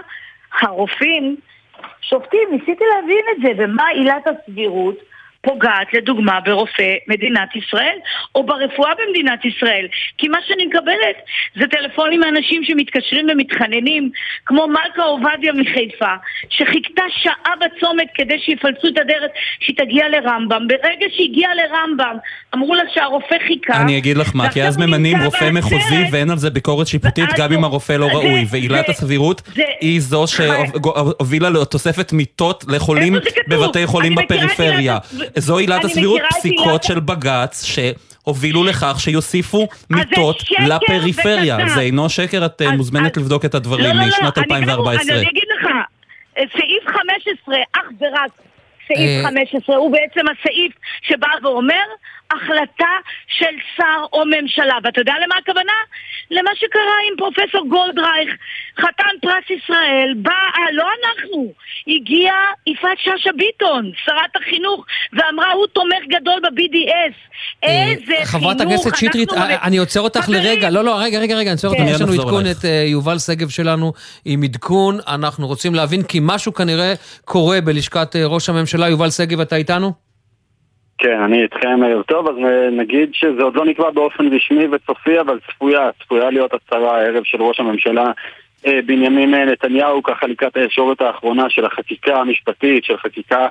הרופאים שופטים, ניסיתי להבין את זה, ומה עילת הסבירות פוגעת לדוגמה ברופא מדינת ישראל או ברפואה במדינת ישראל, כי מה שאני מקבלת זה טלפונים מאנשים שמתקשרים ומתחננים, כמו מלכה עובדיה מחיפה שחיכתה שעה בצומת כדי שיפלצו את הדרך שהיא תגיע לרמב"ם. ברגע שהגיעה לרמב"ם אמרו לה שהרופא חיכה. אני אגיד לך מה, כי אז ממנים רופא מחוזי ואין על זה ביקורת שיפוטית גם אם הרופא לא ראוי, ועילת הסבירות היא זו שהובילה לתוספת מיטות לחולים בבתי חולים בפריפריה. זו עילת הסבירות, פסיקות של בג"ץ שהובילו לכך שיוסיפו מיטות לפריפריה. זה אינו שקר, את מוזמנת לבדוק את הדברים משנת 2014. אני אגיד לך, סעיף 15, אך ורק סעיף 15, הוא בעצם הסעיף שבא ואומר החלטה של שר או ממשלה. ואתה יודע למה הכוונה? למה שקרה עם פרופסור גולדרייך, חתן פרס ישראל, באה, לא אנחנו, הגיעה יפעת שאשא ביטון, שרת החינוך, ואמרה הוא תומך גדול ב-BDS. איזה חינוך. חברת הכנסת שטרית, אני עוצר אותך לרגע, רגע, אני עוצר אותך, יש לנו עדכון את יובל סגב שלנו עם עדכון, אנחנו רוצים להבין כי משהו כנראה קורה בלשכת ראש הממשלה. יובל סגב, אתה איתנו? כן, אני איתכם ערב טוב, אז נגיד שזה עוד לא נקבע באופן רשמי וצופי, אבל צפויה להיות הצהרה הערב של ראש הממשלה בנימין נתניהו, ככה לקראת הישורת האחרונה של החקיקה המשפטית, של חקיקה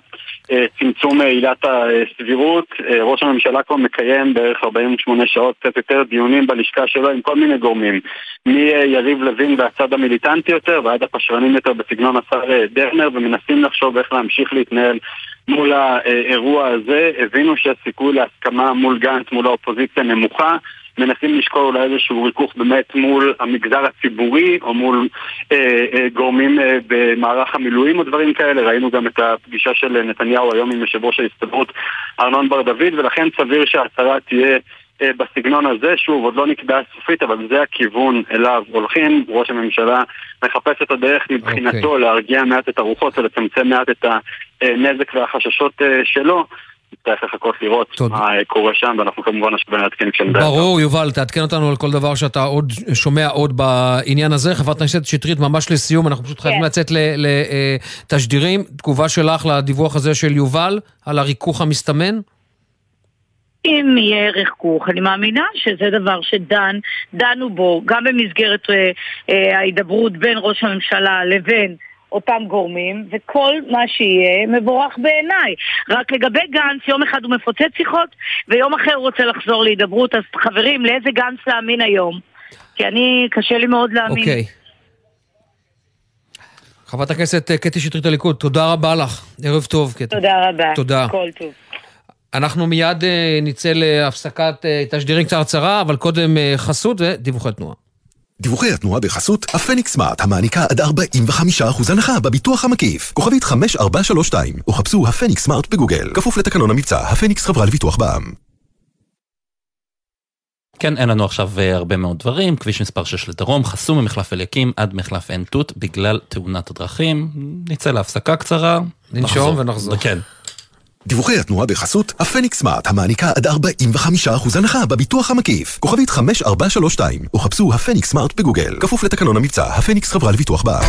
צמצום עילת הסבירות. ראש הממשלה כבר מקיים בערך 48 שעות קצת יותר דיונים בלשכה שלו עם כל מיני גורמים, מיריב לוין והצד המיליטנטי יותר ועד הפשרנים יותר בסגנון השר דרמר, ומנסים לחשוב איך להמשיך להתנהל מול האירוע הזה. הבינו שהסיכוי להסכמה מול גנץ, מול האופוזיציה נמוכה, מנסים לשקול אולי איזשהו ריכוך באמת מול המגזר הציבורי, או מול גורמים במערך המילואים או דברים כאלה. ראינו גם את הפגישה של נתניהו היום עם יושב ראש ההסתדרות ארנון בר דוד, ולכן סביר שההצהרה תהיה בסגנון הזה. שוב, עוד לא נקבעה סופית, אבל זה הכיוון אליו הולכים. ראש הממשלה מחפש את הדרך מבחינתו להרגיע מעט את הרוחות ולצמצם מעט את הנזק והחששות שלו. צריך לחכות לראות מה קורה שם, ואנחנו כמובן נשווה לעדכן כשנדע. ברור, יובל, תעדכן אותנו על כל דבר שאתה עוד שומע עוד בעניין הזה. חברת הכנסת שטרית, ממש לסיום, אנחנו פשוט חייבים לצאת לתשדירים. תגובה שלך לדיווח הזה של יובל על הריכוך המסתמן? אם יהיה ריכוך, אני מאמינה שזה דבר שדנו בו, גם במסגרת ההידברות בין ראש הממשלה לבין אותם גורמים, וכל מה שיהיה מבורך בעיניי. רק לגבי גנץ, יום אחד הוא מפוצץ שיחות, ויום אחר הוא רוצה לחזור להידברות. אז חברים, לאיזה גנץ להאמין היום? כי קשה לי מאוד להאמין. אוקיי. חברת הכנסת קטי שטרית הליכוד, תודה רבה לך. ערב טוב, קטי. תודה רבה. תודה. כל טוב. אנחנו מיד נצא להפסקת תשדירים קצרצרה, אבל קודם חסות ודיווחי תנועה. דיווחי התנועה בחסות הפניקס סמארט, המעניקה עד 45% הנחה בביטוח המקיף. כוכבית 5432, או חפשו הפניקס סמארט בגוגל. כפוף לתקנון המבצע, הפניקס חברה לביטוח בע"מ. כן, אין לנו עכשיו הרבה מאוד דברים. כביש מספר 6 לדרום, חסום ממחלף אליקים עד מחלף עין תות בגלל תאונת הדרכים. נצא להפסקה קצרה. ננשום ונחזור. כן. דיווחי התנועה בחסות הפניקס סמארט, המעניקה עד 45% הנחה בביטוח המקיף. כוכבית 5432, או חפשו הפניקס סמארט בגוגל. כפוף לתקנון המבצע, הפניקס חברה לביטוח בע"מ.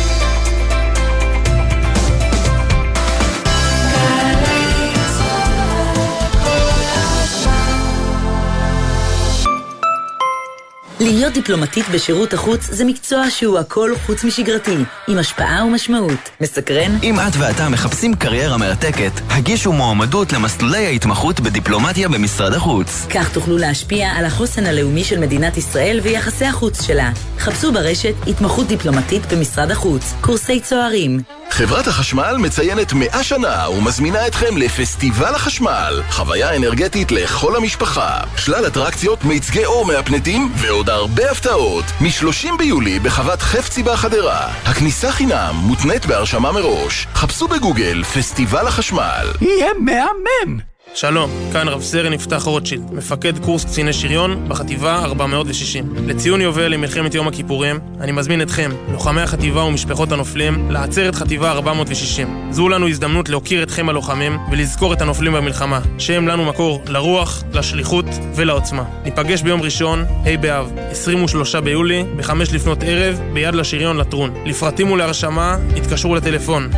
להיות דיפלומטית בשירות החוץ זה מקצוע שהוא הכל חוץ משגרתי, עם השפעה ומשמעות. מסקרן? אם את ואתה מחפשים קריירה מרתקת, הגישו מועמדות למסלולי ההתמחות בדיפלומטיה במשרד החוץ. כך תוכלו להשפיע על החוסן הלאומי של מדינת ישראל ויחסי החוץ שלה. חפשו ברשת התמחות דיפלומטית במשרד החוץ, קורסי צוערים. חברת החשמל מציינת 100 שנה ומזמינה אתכם לפסטיבל החשמל, חוויה אנרגטית לכל המשפחה, שלל אטרקציות, מיצגי אור מהפנטים ועוד הרבה הפתעות. מ-30 ביולי בחוות חפצי בחדרה. הכניסה חינם, מותנית בהרשמה מראש. חפשו בגוגל פסטיבל החשמל. יהיה מהמם! שלום, כאן רב סרן יפתח רוטשילד, מפקד קורס קציני שריון בחטיבה 460. לציון יובל למלחמת יום הכיפורים, אני מזמין אתכם, לוחמי החטיבה ומשפחות הנופלים, לעצרת חטיבה 460. זו לנו הזדמנות להוקיר אתכם הלוחמים ולזכור את הנופלים במלחמה, שהם לנו מקור לרוח, לשליחות ולעוצמה. ניפגש ביום ראשון, ה' באב, 23 ביולי, ב-5 לפנות ערב, ביד לשריון לטרון. לפרטים ולהרשמה, התקשרו לטלפון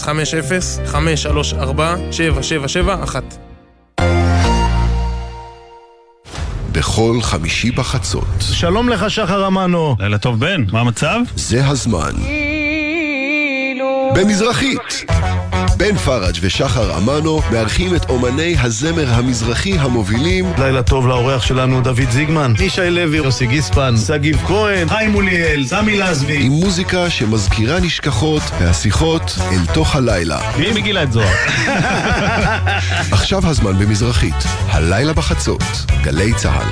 050-534-7771. בכל חמישי בחצות. שלום לך שחר אמנו. לילה טוב בן, מה המצב? זה הזמן. במזרחית. בן פרג' ושחר אמנו מארחים את אומני הזמר המזרחי המובילים. לילה טוב לאורח שלנו דוד זיגמן, ישי לוי, יוסי גיספן, סגיב כהן, חיים מוליאל, סמי לזבי. עם מוזיקה שמזכירה נשכחות והשיחות אל תוך הלילה. מי מגילה את זוהר? עכשיו הזמן במזרחית. הלילה בחצות. גלי צהל.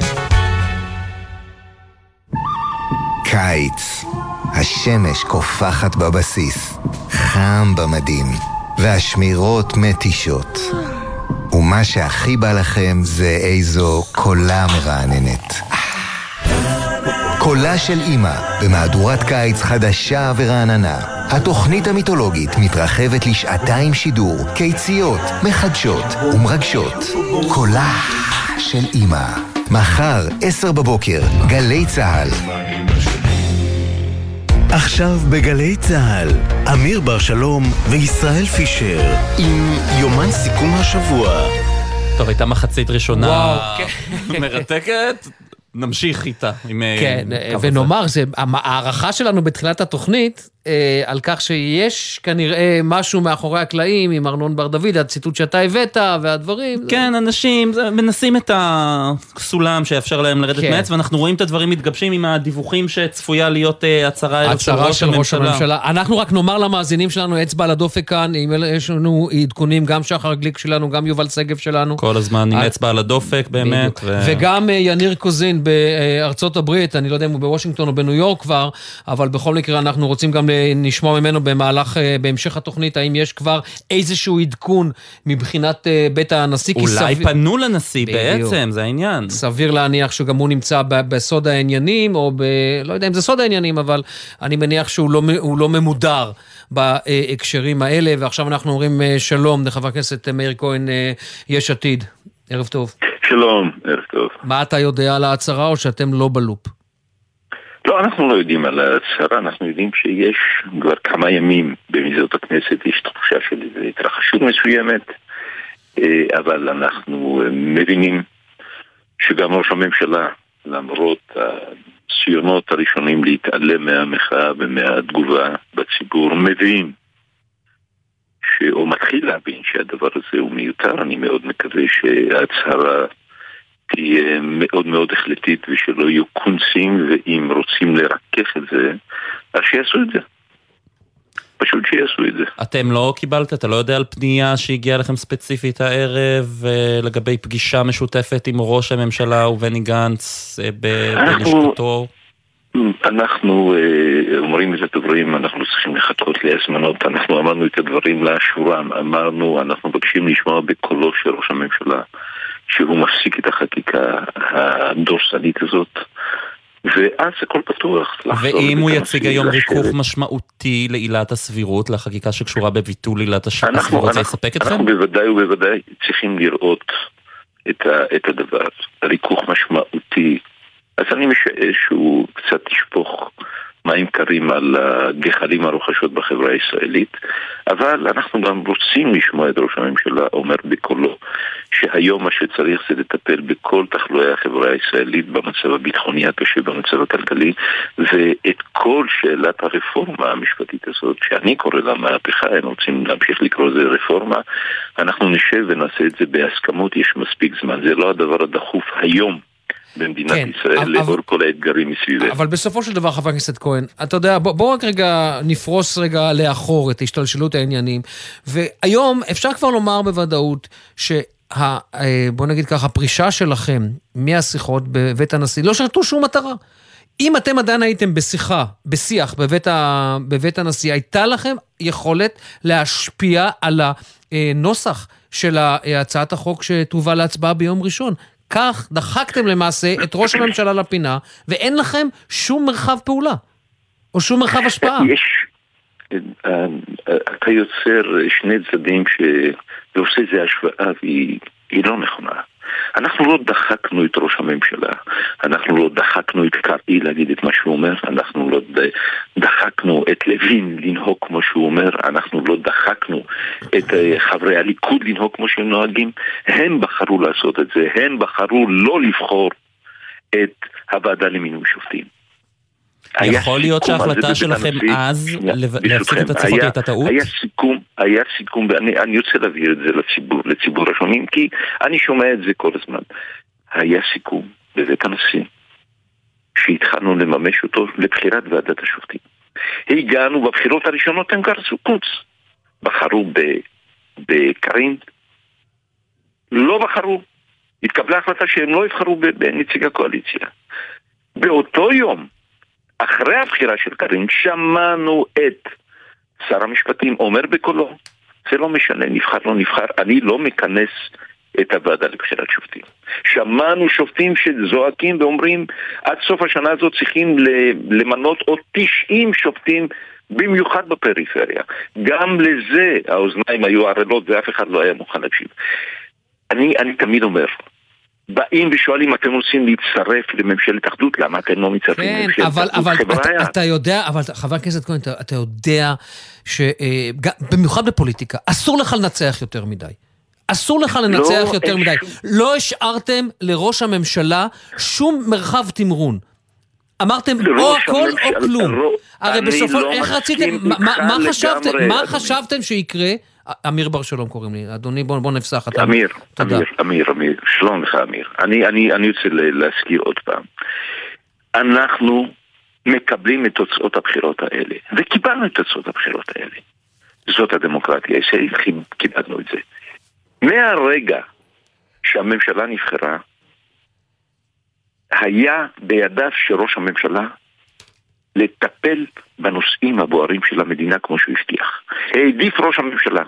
קיץ. השמש קופחת בבסיס. חם במדים. והשמירות מתישות. ומה שהכי בא לכם זה איזו קולה מרעננת. קולה של אמא, במהדורת קיץ חדשה ורעננה. התוכנית המיתולוגית מתרחבת לשעתיים שידור, קיציות, מחדשות ומרגשות. קולה של אמא. מחר, 10 בבוקר, גלי צהל. עכשיו בגלי צהל, אמיר בר שלום וישראל פישר עם יומן סיכום השבוע. טוב, הייתה מחצית ראשונה מרתקת, נמשיך איתה. כן, ונאמר, הערכה שלנו בתחילת התוכנית על כך שיש כנראה משהו מאחורי הקלעים עם ארנון בר דוד, הציטוט שאתה הבאת והדברים. כן, אנשים מנסים את הסולם שיאפשר להם לרדת מעץ, ואנחנו רואים את הדברים מתגבשים עם הדיווחים שצפויה להיות הצהרה של ראש הממשלה. אנחנו רק נאמר למאזינים שלנו אצבע על הדופק כאן, אם יש לנו עדכונים, גם שחר גליק שלנו, גם יובל סגב שלנו. כל הזמן עם אצבע על הדופק באמת. וגם יניר קוזין בארצות הברית, אני לא יודע אם הוא בוושינגטון או בניו יורק כבר, אבל בכל מקרה אנחנו רוצים גם נשמוע ממנו בהמשך התוכנית, האם יש כבר איזשהו עדכון מבחינת בית הנשיא. אולי פנו לנשיא בעצם, זה העניין. סביר להניח שגם הוא נמצא בסוד העניינים, או לא יודע אם זה סוד העניינים, אבל אני מניח שהוא לא ממודר בהקשרים האלה, ועכשיו אנחנו אומרים שלום לחבר הכנסת מאיר כהן, יש עתיד. ערב טוב. שלום, ערב טוב. מה אתה יודע על ההצהרה, או שאתם לא בלופ? לא, אנחנו לא יודעים על ההצהרה, אנחנו יודעים שיש כבר כמה ימים במסדרונות הכנסת, יש תחושה של התרחשות מסוימת, אבל אנחנו מבינים שגם ראש הממשלה, למרות הציונות הראשונים להתעלם מהמחאה ומהתגובה בציבור, מבין או מתחיל להבין שהדבר הזה הוא מיותר. אני מאוד מקווה שההצהרה תהיה מאוד מאוד החלטית ושלא יהיו קונסים, ואם רוצים לרכך את זה, אז שיעשו את זה. פשוט שיעשו את זה. אתם לא קיבלת, אתה לא יודע על פנייה שהגיעה לכם ספציפית הערב לגבי פגישה משותפת עם ראש הממשלה ובני גנץ בלשכתו? אנחנו אומרים את הדברים, אנחנו צריכים לחכות להזמנות, אנחנו אמרנו את הדברים לאשורם, אמרנו, אנחנו מבקשים לשמוע בקולו של ראש הממשלה שהוא מפסיק את החקיקה הדורסנית הזאת, ואז הכל פתוח. ואם הוא יציג היום ריכוך משמעותי לעילת הסבירות, לחקיקה שקשורה בביטול עילת הסבירות, זה יספק אתכם? אנחנו בוודאי ובוודאי צריכים לראות את הדבר, ריכוך משמעותי. אז אני משער שהוא קצת ישפוך מים קרים על הגחלים הרוחשות בחברה הישראלית, אבל אנחנו גם רוצים לשמוע את ראש הממשלה אומר בקולו שהיום מה שצריך זה לטפל בכל תחלואי החברה הישראלית, במצב הביטחוני הקשה, במצב הכלכלי, ואת כל שאלת הרפורמה המשפטית הזאת, שאני קורא לה מהפכה, הם רוצים להמשיך לקרוא לזה רפורמה, אנחנו נשב ונעשה את זה בהסכמות, יש מספיק זמן, זה לא הדבר הדחוף היום במדינת ישראל, לאור כל האתגרים מסביבנו. אבל בסופו של דבר, חבר הכנסת כהן, אתה יודע, בוא רק רגע נפרוס רגע לאחור את השתלשלות העניינים, והיום אפשר כבר לומר בוודאות בוא נגיד ככה, הפרישה שלכם מהשיחות בבית הנשיא לא שרתו שום מטרה. אם אתם עדיין הייתם בשיח בבית הנשיא, הייתה לכם יכולת להשפיע על הנוסח של הצעת החוק שתובא להצבעה ביום ראשון. כך דחקתם למעשה את ראש הממשלה לפינה, ואין לכם שום מרחב פעולה, או שום מרחב השפעה. אתה יוצר שני צדדים ועושה זה השוואה, והיא לא נכונה. אנחנו לא דחקנו את ראש הממשלה, אנחנו לא דחקנו את קראי להגיד את מה שהוא אומר, אנחנו לא דחקנו את לוין לנהוג כמו שהוא אומר, אנחנו לא דחקנו את חברי הליכוד לנהוג כמו שהם נוהגים. הם בחרו לעשות את זה, הם בחרו לא לבחור את הוועדה למינוי שופטים. יכול להיות שההחלטה שלכם אז להפסיק את השיחות הייתה טעות? היה סיכום, ואני רוצה להבהיר את זה לציבור השונים, כי אני שומע את זה כל הזמן. היה סיכום בבית הנשיא, שהתחלנו לממש אותו לבחירת ועדת השופטים. הגענו בבחירות הראשונות, הם גרסו קוץ. בחרו בקרין, לא בחרו. התקבלה החלטה שהם לא יבחרו בנציג הקואליציה. באותו יום, אחרי הבחירה של קרין, שמענו את שר המשפטים אומר בקולו, זה לא משנה, נבחר לא נבחר, אני לא מכנס את הוועדה לבחירת שופטים. שמענו שופטים שזועקים ואומרים, עד סוף השנה הזאת צריכים למנות עוד 90 שופטים, במיוחד בפריפריה. גם לזה האוזניים היו ערלות ואף אחד לא היה מוכן להקשיב. אני תמיד אומר, באים ושואלים, אתם רוצים להצטרף לממשלת אחדות, למה אתם לא מצטרפים לממשלת אחדות? אבל אתה יודע, אבל חבר הכנסת כהן, אתה יודע שבמיוחד בפוליטיקה, אסור לך לנצח יותר מדי. אסור לך לנצח יותר מדי. לא השארתם לראש הממשלה שום מרחב תמרון. אמרתם או הכל או כלום. הרי בסופו, איך רציתם, מה חשבתם שיקרה? אמיר בר שלום קוראים לי, אדוני בוא נפסח. אמיר, שלום לך אמיר. אני רוצה להזכיר עוד פעם. אנחנו מקבלים את תוצאות הבחירות האלה, וקיבלנו את תוצאות הבחירות האלה. זאת הדמוקרטיה הישראלית, קיבלנו את זה. מהרגע שהממשלה נבחרה, היה בידיו של ראש הממשלה לטפל בנושאים הבוערים של המדינה כמו שהוא הבטיח. העדיף ראש הממשלה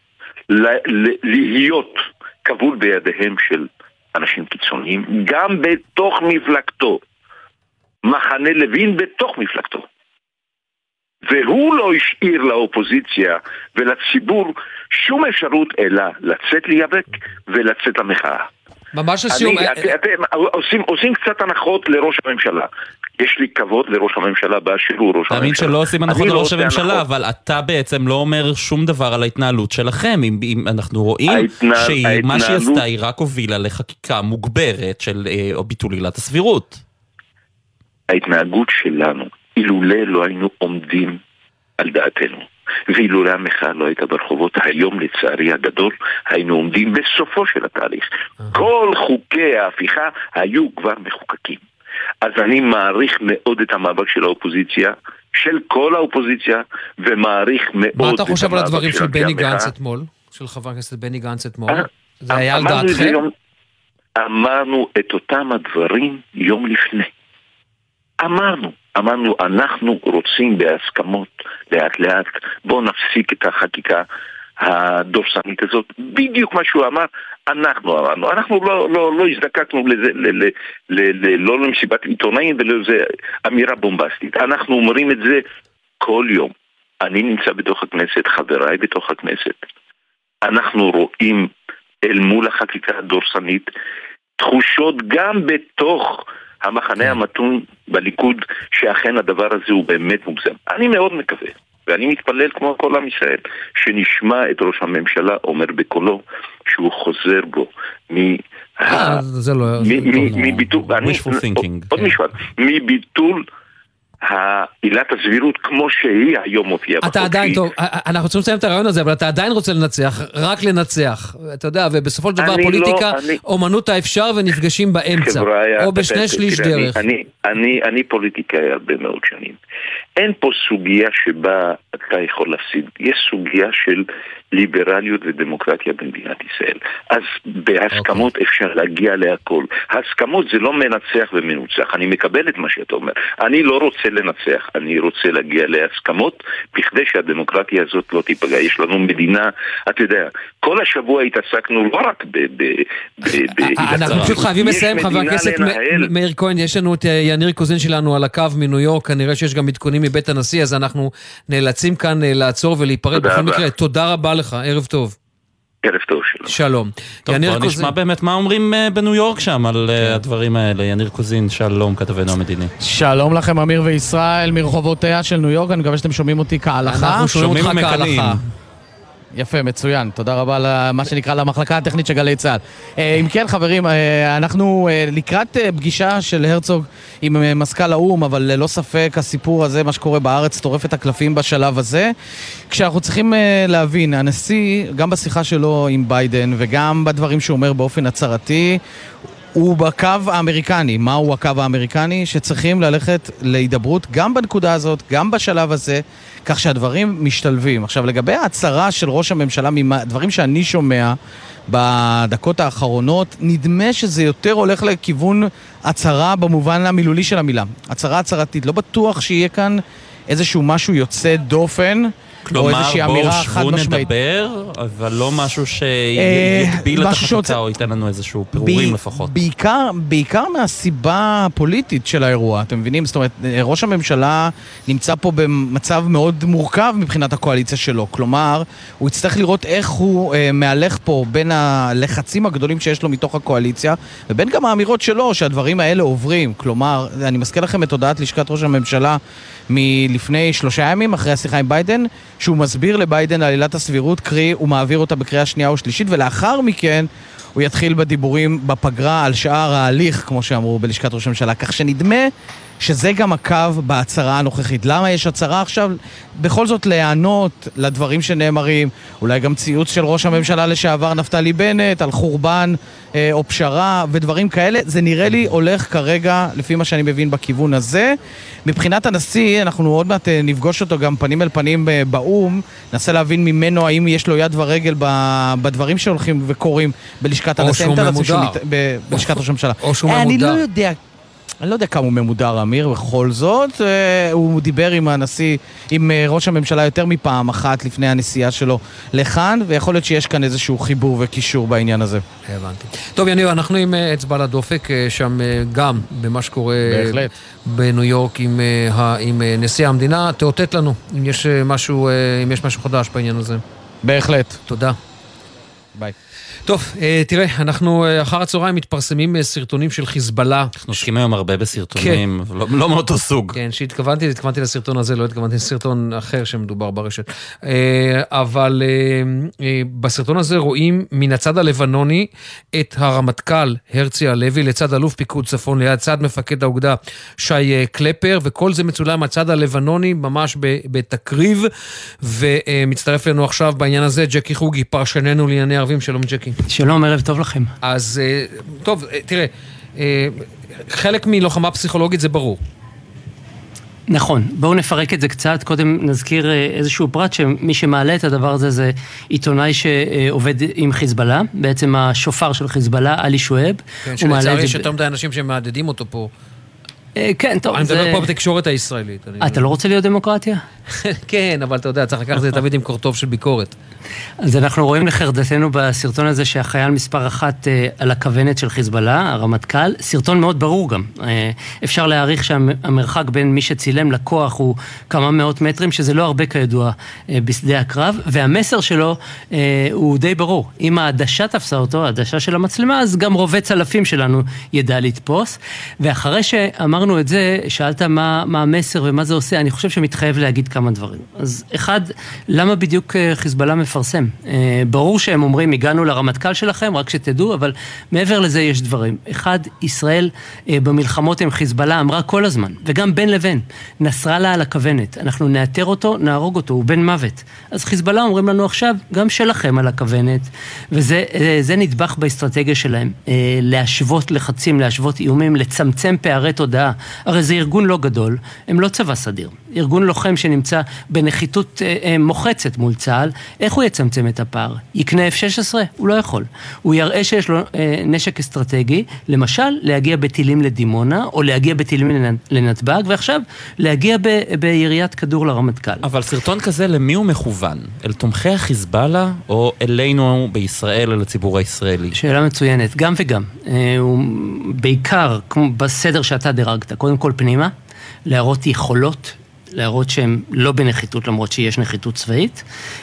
להיות כבול בידיהם של אנשים קיצוניים, גם בתוך מפלגתו, מחנה לוין בתוך מפלגתו. והוא לא השאיר לאופוזיציה ולציבור שום אפשרות אלא לצאת להיאבק ולצאת למחאה. ממש לסיום. עושים קצת הנחות לראש הממשלה. יש לי כבוד לראש הממשלה באשר הוא ראש הממשלה. תאמין שלא עושים הנחות לראש הממשלה, אבל אתה בעצם לא אומר שום דבר על ההתנהלות שלכם. אם אנחנו רואים שמה שהיא עשתה היא רק הובילה לחקיקה מוגברת של ביטול עילת הסבירות. ההתנהגות שלנו, אילולא לא היינו עומדים על דעתנו, ואילולא המחאה לא הייתה ברחובות, היום לצערי הגדול היינו עומדים בסופו של התהליך. כל חוקי ההפיכה היו כבר מחוקקים. אז אני מעריך מאוד את המאבק של האופוזיציה, של כל האופוזיציה, ומעריך מאוד את המאבק של מה אתה חושב על הדברים של בני גנץ אתמול? של חבר הכנסת בני גנץ אתמול? זה היה על דעתכם? אמרנו את אותם הדברים יום לפני. אמרנו, אנחנו רוצים בהסכמות לאט לאט, בואו נפסיק את החקיקה הדורסנית הזאת. בדיוק מה שהוא אמר, אנחנו לא הזדקקנו לזה, לא למסיבת עיתונאים ולזה אמירה בומבסטית. אנחנו אומרים את זה כל יום. אני נמצא בתוך הכנסת, חבריי בתוך הכנסת. אנחנו רואים אל מול החקיקה הדורסנית תחושות גם בתוך המחנה המתון בליכוד שאכן הדבר הזה הוא באמת מוגזם. אני מאוד מקווה, ואני מתפלל כמו כל עם ישראל, שנשמע את ראש הממשלה אומר בקולו שהוא חוזר בו מביטול העילת הסבירות כמו שהיא היום מופיעה בחוק. אתה עדיין, טוב, אנחנו רוצים לסיים את הרעיון הזה, אבל אתה עדיין רוצה לנצח, רק לנצח. אתה יודע, ובסופו של דבר פוליטיקה, אומנות האפשר ונפגשים באמצע, או בשני שליש דרך. אני פוליטיקאי הרבה מאוד שנים. אין פה סוגיה שבה אתה יכול להפסיד. יש סוגיה של ליברליות ודמוקרטיה במדינת ישראל. אז בהסכמות אפשר להגיע להכל. הסכמות זה לא מנצח ומנוצח. אני מקבל את מה שאתה אומר. אני לא רוצה לנצח, אני רוצה להגיע להסכמות בכדי שהדמוקרטיה הזאת לא תיפגע. יש לנו מדינה, אתה יודע, כל השבוע התעסקנו לא רק אנחנו פשוט חייבים לסיים, חבר הכנסת מאיר כהן, יש לנו את יניר קוזין שלנו על הקו מניו יורק, כנראה שיש גם עדכונים מבית הנשיא, אז אנחנו נאלצים כאן לעצור ולהיפרד בכל מקרה. תודה רבה לך, ערב טוב. ערב טוב, שלום. טוב, בוא נשמע באמת מה אומרים בניו יורק שם על הדברים האלה. יניר קוזין, שלום, כתבנו המדיני. שלום לכם, אמיר וישראל, מרחובותיה של ניו יורק, אני מקווה שאתם שומעים אותי כהלכה. אנחנו שומעים אותך כהלכה. יפה, מצוין. תודה רבה למה שנקרא למחלקה הטכנית של גלי צה"ל. אם כן, חברים, אנחנו לקראת פגישה של הרצוג עם מזכ"ל האו"ם, אבל ללא ספק הסיפור הזה, מה שקורה בארץ, טורף את הקלפים בשלב הזה. כשאנחנו צריכים להבין, הנשיא, גם בשיחה שלו עם ביידן, וגם בדברים שהוא אומר באופן הצהרתי, הוא בקו האמריקני. מהו הקו האמריקני? שצריכים ללכת להידברות גם בנקודה הזאת, גם בשלב הזה, כך שהדברים משתלבים. עכשיו, לגבי ההצהרה של ראש הממשלה, דברים שאני שומע בדקות האחרונות, נדמה שזה יותר הולך לכיוון הצהרה במובן המילולי של המילה. הצהרתית. לא בטוח שיהיה כאן איזשהו משהו יוצא דופן, כלומר, בואו שבו נדבר, אבל לא משהו שיגביל את החקיקה או ייתן לנו איזשהו פירורים לפחות. בעיקר מהסיבה הפוליטית של האירוע, אתם מבינים? זאת אומרת, ראש הממשלה נמצא פה במצב מאוד מורכב מבחינת הקואליציה שלו. כלומר, הוא יצטרך לראות איך הוא מהלך פה בין הלחצים הגדולים שיש לו מתוך הקואליציה, ובין גם האמירות שלו שהדברים האלה עוברים. כלומר, אני מזכיר לכם את הודעת לשכת ראש הממשלה מלפני 3 ימים, אחרי השיחה עם ביידן, שהוא מסביר לביידן על עילת הסבירות, קרי, הוא מעביר אותה בקריאה שנייה או שלישית, ולאחר מכן הוא יתחיל בדיבורים בפגרה על שאר ההליך, כמו שאמרו בלשכת ראש הממשלה. כך שנדמה שזה גם הקו בהצהרה הנוכחית. למה יש הצהרה עכשיו? בכל זאת להיענות לדברים שנאמרים, אולי גם ציוץ של ראש הממשלה לשעבר נפתלי בנט על חורבן או פשרה ודברים כאלה. זה נראה לי הולך כרגע, לפי מה שאני מבין, בכיוון הזה. מבחינת הנשיא, אנחנו עוד מעט נפגוש אותו גם פנים אל פנים באום, ננסה להבין ממנו האם יש לו יד ורגל בדברים שהולכים וקורים בלשכת הנשיא. או שהוא ממודר. בלשכת ראש הממשלה. או שהוא ממודר. אני לא יודע כמה הוא ממודר, אמיר, בכל זאת. הוא דיבר עם הנשיא, עם ראש הממשלה יותר מפעם אחת לפני הנסיעה שלו לכאן, ויכול להיות שיש כאן איזשהו חיבור וקישור בעניין הזה. הבנתי. טוב, יניב, אנחנו עם אצבע לדופק, שם גם במה שקורה בניו יורק עם נשיא המדינה. תאותת לנו אם יש משהו חדש בעניין הזה. בהחלט. תודה. ביי. טוב, תראה, אנחנו אחר הצהריים מתפרסמים סרטונים של חיזבאללה. אנחנו עוסקים היום הרבה בסרטונים, לא מאותו סוג. כן, שהתכוונתי לסרטון הזה, לא התכוונתי לסרטון אחר שמדובר ברשת. אבל בסרטון הזה רואים מן הצד הלבנוני את הרמטכ"ל הרצי הלוי, לצד אלוף פיקוד צפון, לצד מפקד האוגדה שי קלפר, וכל זה מצולם מהצד הלבנוני, ממש בתקריב, ומצטרף לנו עכשיו בעניין הזה ג'קי חוגי, פרשננו לענייני ערבים. שלום ג'קי. שלום, ערב טוב לכם. אז טוב, תראה, חלק מלוחמה פסיכולוגית זה ברור. נכון, בואו נפרק את זה קצת. קודם נזכיר איזשהו פרט שמי שמעלה את הדבר הזה זה עיתונאי שעובד עם חיזבאללה, בעצם השופר של חיזבאללה, עלי שואב. כן, שלצערי יש יותר מדי אנשים שמעדדים אותו פה. כן, טוב. אני מדבר פה בתקשורת הישראלית. אתה לא רוצה להיות דמוקרטיה? כן, אבל אתה יודע, צריך לקחת זה תמיד עם קורטוב של ביקורת. אז אנחנו רואים לחרדתנו בסרטון הזה שהחייל מספר 1 על הכוונת של חיזבאללה, הרמטכ"ל, סרטון מאוד ברור גם. אפשר להעריך שהמרחק בין מי שצילם לכוח הוא כמה מאות מטרים, שזה לא הרבה כידוע בשדה הקרב, והמסר שלו הוא די ברור. אם העדשה תפסה אותו, העדשה של המצלמה, אז גם רובה צלפים שלנו ידע לתפוס. ואחרי שאמרנו את זה, שאלת מה המסר ומה זה עושה, אני חושב שמתחייב להגיד כמה דברים. אז אחד, למה בדיוק חיזבאללה מפרסם? ברור שהם אומרים, הגענו לרמטכ"ל שלכם, רק שתדעו, אבל מעבר לזה יש דברים. אחד, ישראל במלחמות עם חיזבאללה אמרה כל הזמן, וגם בין לבין, נסראללה על הכוונת. אנחנו נאתר אותו, נהרוג אותו, הוא בן מוות. אז חיזבאללה אומרים לנו עכשיו, גם שלכם על הכוונת, וזה נדבך באסטרטגיה שלהם. להשוות לחצים, להשוות איומים, לצמצם פערי תודעה. הרי זה ארגון לא גדול, הם לא צבא סדיר. ארגון לוחם שנמצא בנחיתות מוחצת מול צה"ל, איך הוא יצמצם את הפער? יקנה F-16? הוא לא יכול. הוא יראה שיש לו נשק אסטרטגי, למשל, להגיע בטילים לדימונה, או להגיע בטילים לנתב"ג, ועכשיו להגיע ביריית כדור לרמטכ"ל. אבל סרטון כזה למי הוא מכוון? אל תומכי החיזבאללה, או אלינו בישראל, אל הציבור הישראלי? שאלה מצוינת, גם וגם. הוא בעיקר, כמו בסדר שאתה דירגת, קודם כל פנימה, להראות יכולות, להראות שהם לא בנחיתות, למרות שיש נחיתות צבאית,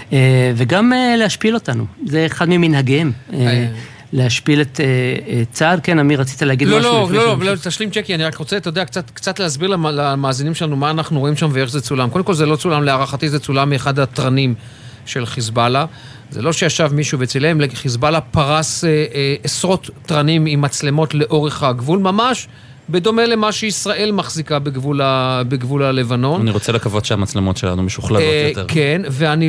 וגם להשפיל אותנו. זה אחד ממנהגיהם. להשפיל את צה"ל. כן, אמיר, רצית להגיד משהו? לא, תשלים צ'קי, אני רק רוצה, אתה יודע, קצת להסביר למאזינים שלנו מה אנחנו רואים שם ואיך זה צולם. קודם כל זה לא צולם, להערכתי זה צולם מאחד הטרנים של חיזבאללה. זה לא שישב מישהו וצילם, חיזבאללה פרס עשרות טרנים עם מצלמות לאורך הגבול, ממש בדומה למה שישראל מחזיקה בגבול הלבנון. אני רוצה לקוות שהמצלמות שלנו משוכללות יותר. כן, ואני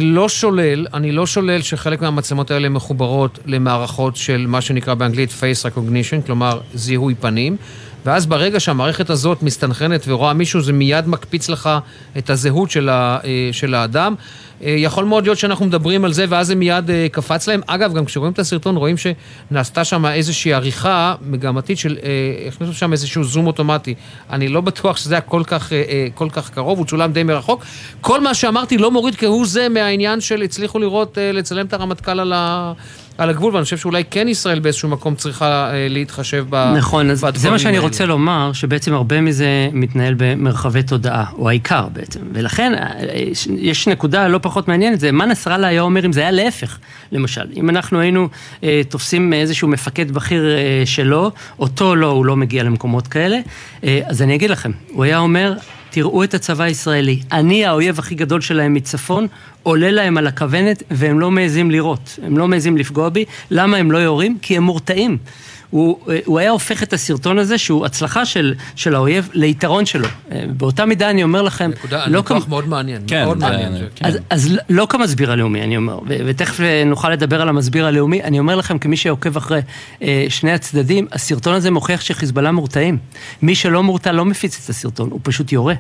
לא שולל שחלק מהמצלמות האלה מחוברות למערכות של מה שנקרא באנגלית face recognition, כלומר זיהוי פנים, ואז ברגע שהמערכת הזאת מסתנכרנת ורואה מישהו, זה מיד מקפיץ לך את הזהות של האדם. יכול מאוד להיות שאנחנו מדברים על זה, ואז זה מיד קפץ להם. אגב, גם כשרואים את הסרטון, רואים שנעשתה שם איזושהי עריכה מגמתית של, הכניסו שם איזשהו זום אוטומטי. אני לא בטוח שזה היה כל כך קרוב, הוא צולם די מרחוק. כל מה שאמרתי לא מוריד כהוא זה מהעניין של הצליחו לראות, לצלם את הרמטכ"ל על הגבול, ואני חושב שאולי כן ישראל באיזשהו מקום צריכה להתחשב בדברים. נכון, אז זה מה שאני רוצה לומר, שבעצם הרבה מזה מתנהל במרחבי תודעה, או העיקר בעצם. ולכן יש נקודה לא פחות מעניינת, זה מה נסראללה היה אומר אם זה היה להפך, למשל. אם אנחנו היינו תופסים איזשהו מפקד בכיר שלו, אותו לא, הוא לא מגיע למקומות כאלה, אז אני אגיד לכם, הוא היה אומר, תראו את הצבא הישראלי, אני האויב הכי גדול שלהם מצפון עולה להם על הכוונת והם לא מעזים לראות, הם לא מעזים לפגוע בי. למה הם לא יורים? כי הם מורתעים. הוא היה הופך את הסרטון הזה, שהוא הצלחה של האויב, ליתרון שלו. באותה מידה אני אומר לכם... ניתוח מאוד מעניין. מאוד מעניין. אז לא כמסביר הלאומי, אני אומר, ותכף נוכל לדבר על המסביר הלאומי, אני אומר לכם, כמי שעוקב אחרי שני הצדדים, הסרטון הזה מוכיח שחיזבאללה מורתעים. מי שלא מורתע לא מפיץ את הסרטון, הוא פשוט יורה.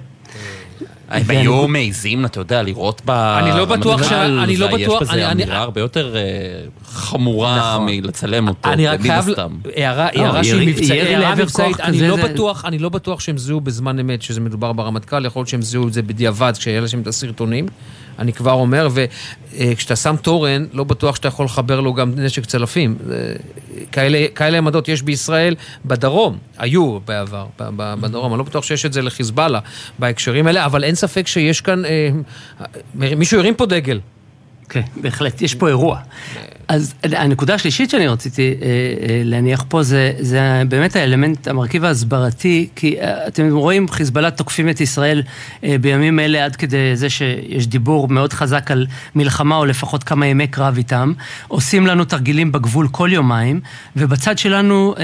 הם היו מעיזים, אתה יודע, לראות אני לא בטוח יש בזה אמירה הרבה יותר חמורה מלצלם אותו. אני רק חייב, הערה שהיא מבצעית, אני לא בטוח שהם זיהו בזמן אמת שזה מדובר ברמטכ"ל, יכול להיות שהם זיהו את זה בדיעבד כשהיה להם את הסרטונים, אני כבר אומר, וכשאתה שם תורן, לא בטוח שאתה יכול לחבר לו גם נשק צלפים. כאלה עמדות יש בישראל בדרום, היו בעבר בדרום, אני לא בטוח שיש את זה לחיזבאללה בהקשרים האלה, אבל אין ספק שיש כאן, מישהו ירים פה דגל. כן, בהחלט, יש פה אירוע. אז הנקודה השלישית שאני רציתי להניח פה זה באמת האלמנט, המרכיב ההסברתי, כי אתם רואים חיזבאללה תוקפים את ישראל בימים אלה עד כדי זה שיש דיבור מאוד חזק על מלחמה או לפחות כמה ימי קרב איתם, עושים לנו תרגילים בגבול כל יומיים, ובצד שלנו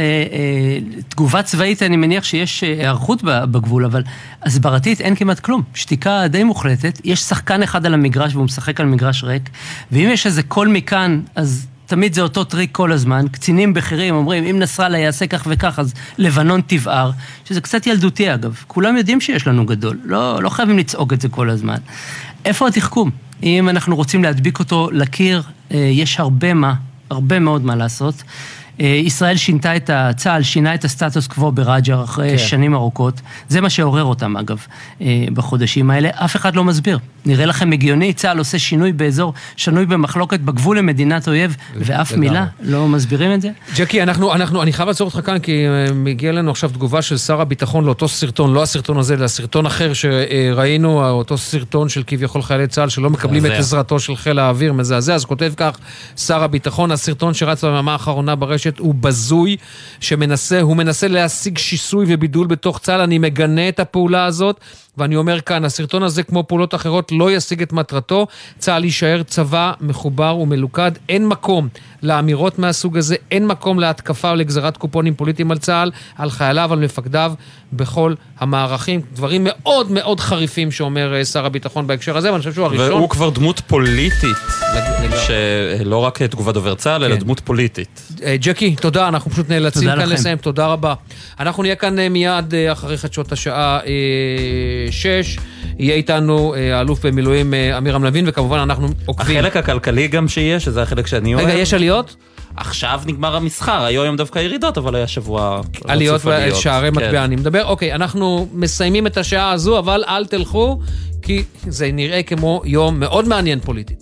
תגובה צבאית, אני מניח שיש הערכות בגבול, אבל הסברתית אין כמעט כלום, שתיקה די מוחלטת, יש שחקן אחד על המגרש והוא משחק על מגרש ריק, ואם יש איזה קול מכאן, אז תמיד זה אותו טריק כל הזמן, קצינים בכירים אומרים, אם נסראללה יעשה כך וכך, אז לבנון תבער, שזה קצת ילדותי אגב, כולם יודעים שיש לנו גדול, לא חייבים לצעוק את זה כל הזמן. איפה התחכום? אם אנחנו רוצים להדביק אותו לקיר, יש הרבה מאוד מה לעשות. ישראל שינתה את הצה"ל, שינה את הסטטוס קוו ברג'ר אחרי שנים ארוכות. זה מה שעורר אותם אגב בחודשים האלה. אף אחד לא מסביר. נראה לכם הגיוני, צה"ל עושה שינוי באזור, שנוי במחלוקת בגבול למדינת אויב, ואף מילה לא מסבירים את זה. ג'קי, אני חייב לעצור אותך כאן, כי מגיע לנו עכשיו תגובה של שר הביטחון לאותו סרטון, לא הסרטון הזה, אלא סרטון אחר שראינו, אותו סרטון של כביכול חיילי צה"ל, שלא מקבלים את עזרתו של חיל האוויר, מזעזע. אז כותב כך שר הביטחון, הסרטון שרץ ביממה האחרונה ברשת הוא בזוי, הוא מנסה להשיג שיסוי ובידול בתוך צה"ל. אני מגנה את הפעולה הזאת, ואני אומר כאן, הסרטון הזה כמו פעולות אחרות לא ישיג את מטרתו, צה"ל יישאר צבא מחובר ומלוכד, אין מקום לאמירות מהסוג הזה, אין מקום להתקפה או לגזרת קופונים פוליטיים על צה"ל, על חייליו, על מפקדיו, בכל המערכים, דברים מאוד מאוד חריפים שאומר שר הביטחון בהקשר הזה, ואני חושב שהוא הראשון. והוא כבר דמות פוליטית, שלא רק תגובה דובר צה"ל, אלא דמות פוליטית. ג'קי, תודה, אנחנו פשוט נאלצים כאן לסיים, תודה רבה. אנחנו נהיה כאן מיד אחרי חדשות השעה 6, יהיה איתנו האלוף במילואים אמיר המלבין, וכמובן אנחנו עוקבים. החלק הכלכלי גם שיש, שזה החלק שאני אוהב. רגע, יש עליות? עכשיו נגמר המסחר, היום דווקא ירידות, אבל היה שבוע... עליות ושערי מטבע, אני מדבר. אוקיי, אנחנו מסיימים את השעה הזו, אבל אל תלכו, כי זה נראה כמו יום מאוד מעניין פוליטית.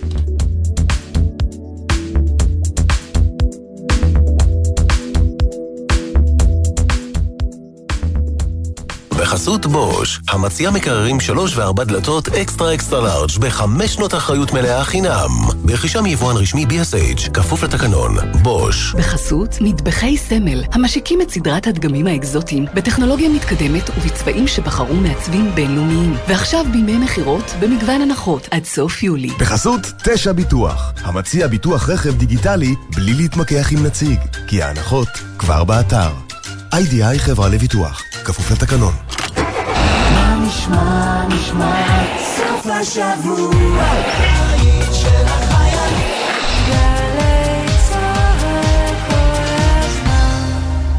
בחסות בוש, המציע מקררים 3 ו4 דלתות אקסטרה לארג' ב5 שנות אחריות מלאה חינם. ברכישה מיבואן רשמי BSH, כפוף לתקנון. בוש. בחסות מטבחי סמל, המשיקים את סדרת הדגמים האקזוטיים בטכנולוגיה מתקדמת ובצבעים שבחרו מעצבים בינלאומיים. ועכשיו בימי מחירות במגוון הנחות עד סוף יולי. בחסות 9 ביטוח, המציע ביטוח רכב דיגיטלי בלי להתמקח עם נציג, כי ההנחות כבר באתר. IDI חברה לביטוח, כפוף לתקנון. מה נשמע, סוף השבוע, היית של החיילים, גלי צהל כל הזמן.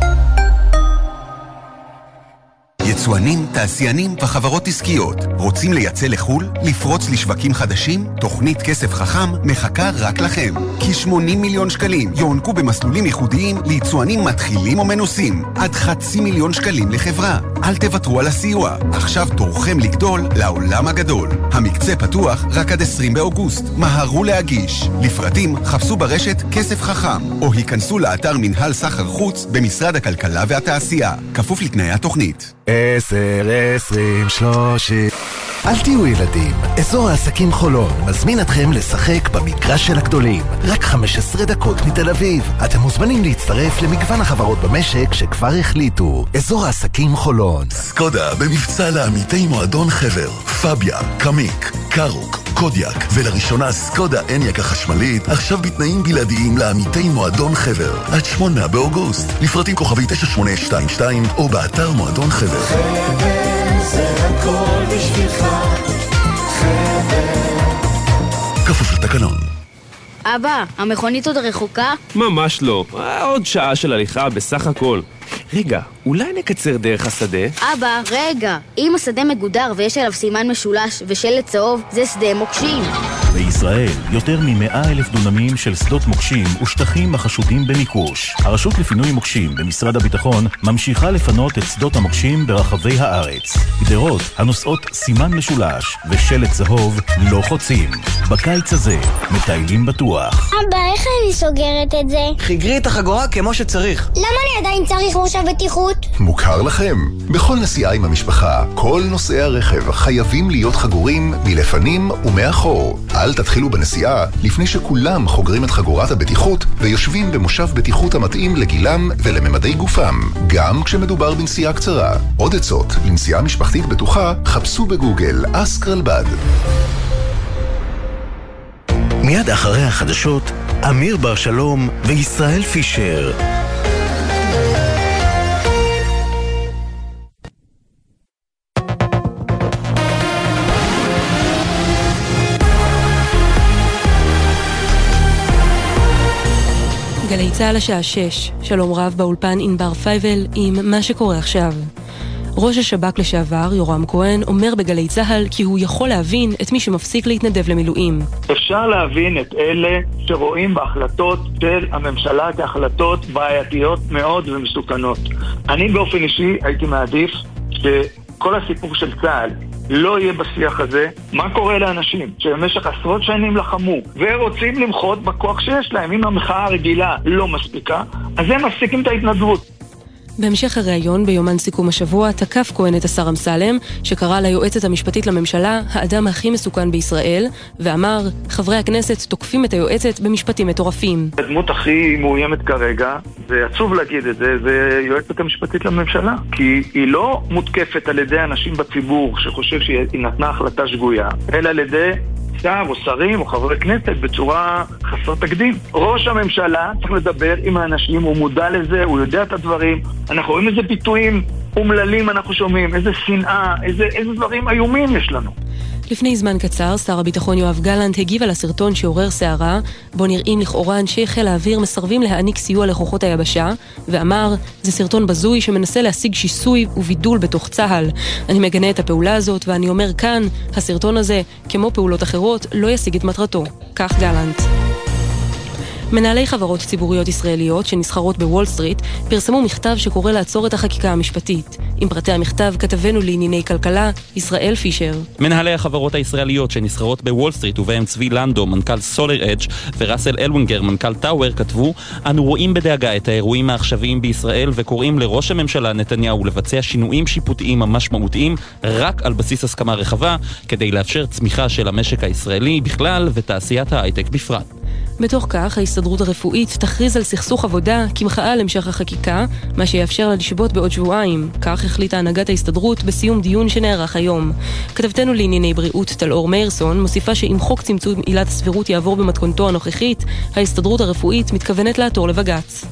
יצואנים, תעשיינים וחברות עסקיות רוצים לייצא לחול? לפרוץ לשווקים חדשים? תוכנית כסף חכם מחכה רק לכם. כ-80 מיליון שקלים יוענקו במסלולים ייחודיים ליצואנים מתחילים או מנוסים. עד 500,000 שקלים לחברה. אל תוותרו על הסיוע. עכשיו תורכם לגדול לעולם הגדול. המקצה פתוח רק עד 20 באוגוסט. מהרו להגיש. לפרטים חפשו ברשת כסף חכם, או היכנסו לאתר מנהל סחר חוץ במשרד הכלכלה והתעשייה. כפוף לתנאי התוכנית. 10, 20, 30 אל תהיו ילדים. אזור העסקים חולון מזמין אתכם לשחק במגרש של הגדולים. רק 15 דקות מתל אביב. אתם מוזמנים להצטרף למגוון החברות במשק שכבר החליטו. אזור העסקים חולון. סקודה במבצע לעמיתי מועדון חבר, פביה, קמיק, קרוק, קודיאק, ולראשונה סקודה אניאק החשמלית, עכשיו בתנאים בלעדיים לעמיתי מועדון חבר. עד 8 באוגוסט. לפרטים כוכבי 9822 או באתר מועדון חבר. חבר זה הכל בשבילך. חבר. כפוף לתקנון. אבא, המכונית עוד רחוקה? ממש לא. עוד שעה של הליכה בסך הכל. רגע, אולי נקצר דרך השדה? אבא, רגע. אם השדה מגודר ויש עליו סימן משולש ושלט צהוב, זה שדה מוקשים. בישראל, יותר מ100,000 דונמים של שדות מוקשים ושטחים החשודים במיקוש. הרשות לפינוי מוקשים במשרד הביטחון ממשיכה לפנות את שדות המוקשים ברחבי הארץ. גדרות הנושאות סימן משולש ושלט צהוב לא חוצים. בקיץ הזה, מטיילים בטוח. אבא, איך אני סוגרת את זה? חיגרי את החגורה כמו שצריך. למה אני עדיין צריך מושב בטיחות? מוכר לכם? בכל נסיעה עם המשפחה, כל נוסעי הרכב חייבים להיות חגורים מלפנים ומאחור. אל תתחילו בנסיעה לפני שכולם חוגרים את חגורת הבטיחות ויושבים במושב בטיחות המתאים לגילם ולממדי גופם, גם כשמדובר בנסיעה קצרה. עוד עצות לנסיעה משפחתית בטוחה, חפשו בגוגל אסקרלבד. מיד אחרי החדשות, אמיר בר שלום וישראל פישר. גלי צהל השעה 6, שלום רב באולפן ענבר פייבל עם מה שקורה עכשיו. ראש השב"כ לשעבר, יורם כהן, אומר בגלי צהל כי הוא יכול להבין את מי שמפסיק להתנדב למילואים. אפשר להבין את אלה שרואים בהחלטות של הממשלה כהחלטות בעייתיות מאוד ומסוכנות. אני באופן אישי הייתי מעדיף שכל הסיפור של צה"ל לא יהיה בשיח הזה. מה קורה לאנשים שבמשך עשרות שנים לחמו ורוצים למחות בכוח שיש להם? אם המחאה הרגילה לא מספיקה, אז הם מפסיקים את ההתנדבות. בהמשך הראיון ביומן סיכום השבוע תקף כהן את השר אמסלם, שקרא ליועצת המשפטית לממשלה האדם הכי מסוכן בישראל, ואמר, חברי הכנסת תוקפים את היועצת במשפטים מטורפים. הדמות הכי מאוימת כרגע, זה עצוב להגיד את זה, זה יועצת המשפטית לממשלה. כי היא לא מותקפת על ידי אנשים בציבור שחושב שהיא נתנה החלטה שגויה, אלא על ידי שר או שרים או חברי כנסת בצורה חסר תקדים. ראש הממשלה צריך לדבר עם האנשים, הוא מודע לזה, הוא יודע את הדברים. אנחנו רואים איזה ביטויים אומללים אנחנו שומעים, איזה שנאה, איזה דברים איומים יש לנו. לפני זמן קצר, שר הביטחון יואב גלנט הגיב על הסרטון שעורר סערה, בו נראים לכאורה אנשי חיל האוויר מסרבים להעניק סיוע לכוחות היבשה, ואמר, זה סרטון בזוי שמנסה להשיג שיסוי ובידול בתוך צה"ל. אני מגנה את הפעולה הזאת, ואני אומר כאן, הסרטון הזה, כמו פעולות אחרות, לא ישיג את מטרתו. כך גלנט. מנהלי חברות ציבוריות ישראליות שנסחרות בוול סטריט פרסמו מכתב שקורא לעצור את החקיקה המשפטית. עם פרטי המכתב כתבנו לענייני כלכלה, ישראל פישר. מנהלי החברות הישראליות שנסחרות בוול סטריט ובהם צבי לנדו, מנכ"ל סולר אדג' וראסל אלווינגר, מנכ"ל טאוור, כתבו, אנו רואים בדאגה את האירועים העכשוויים בישראל וקוראים לראש הממשלה נתניהו לבצע שינויים שיפוטיים המשמעותיים רק על בסיס הסכמה רחבה כדי לאפשר צמיחה של המשק הישראלי בכלל ותעשיית ההייטק בפרט. בתוך כך, ההסתדרות הרפואית תכריז על סכסוך עבודה כמחאה על המשך החקיקה, מה שיאפשר לה לשבות בעוד שבועיים. כך החליטה הנהגת ההסתדרות בסיום דיון שנערך היום. כתבתנו לענייני בריאות טלאור מאירסון מוסיפה שאם חוק צמצום עילת הסבירות יעבור במתכונתו הנוכחית, ההסתדרות הרפואית מתכוונת לעתור לבג"ץ.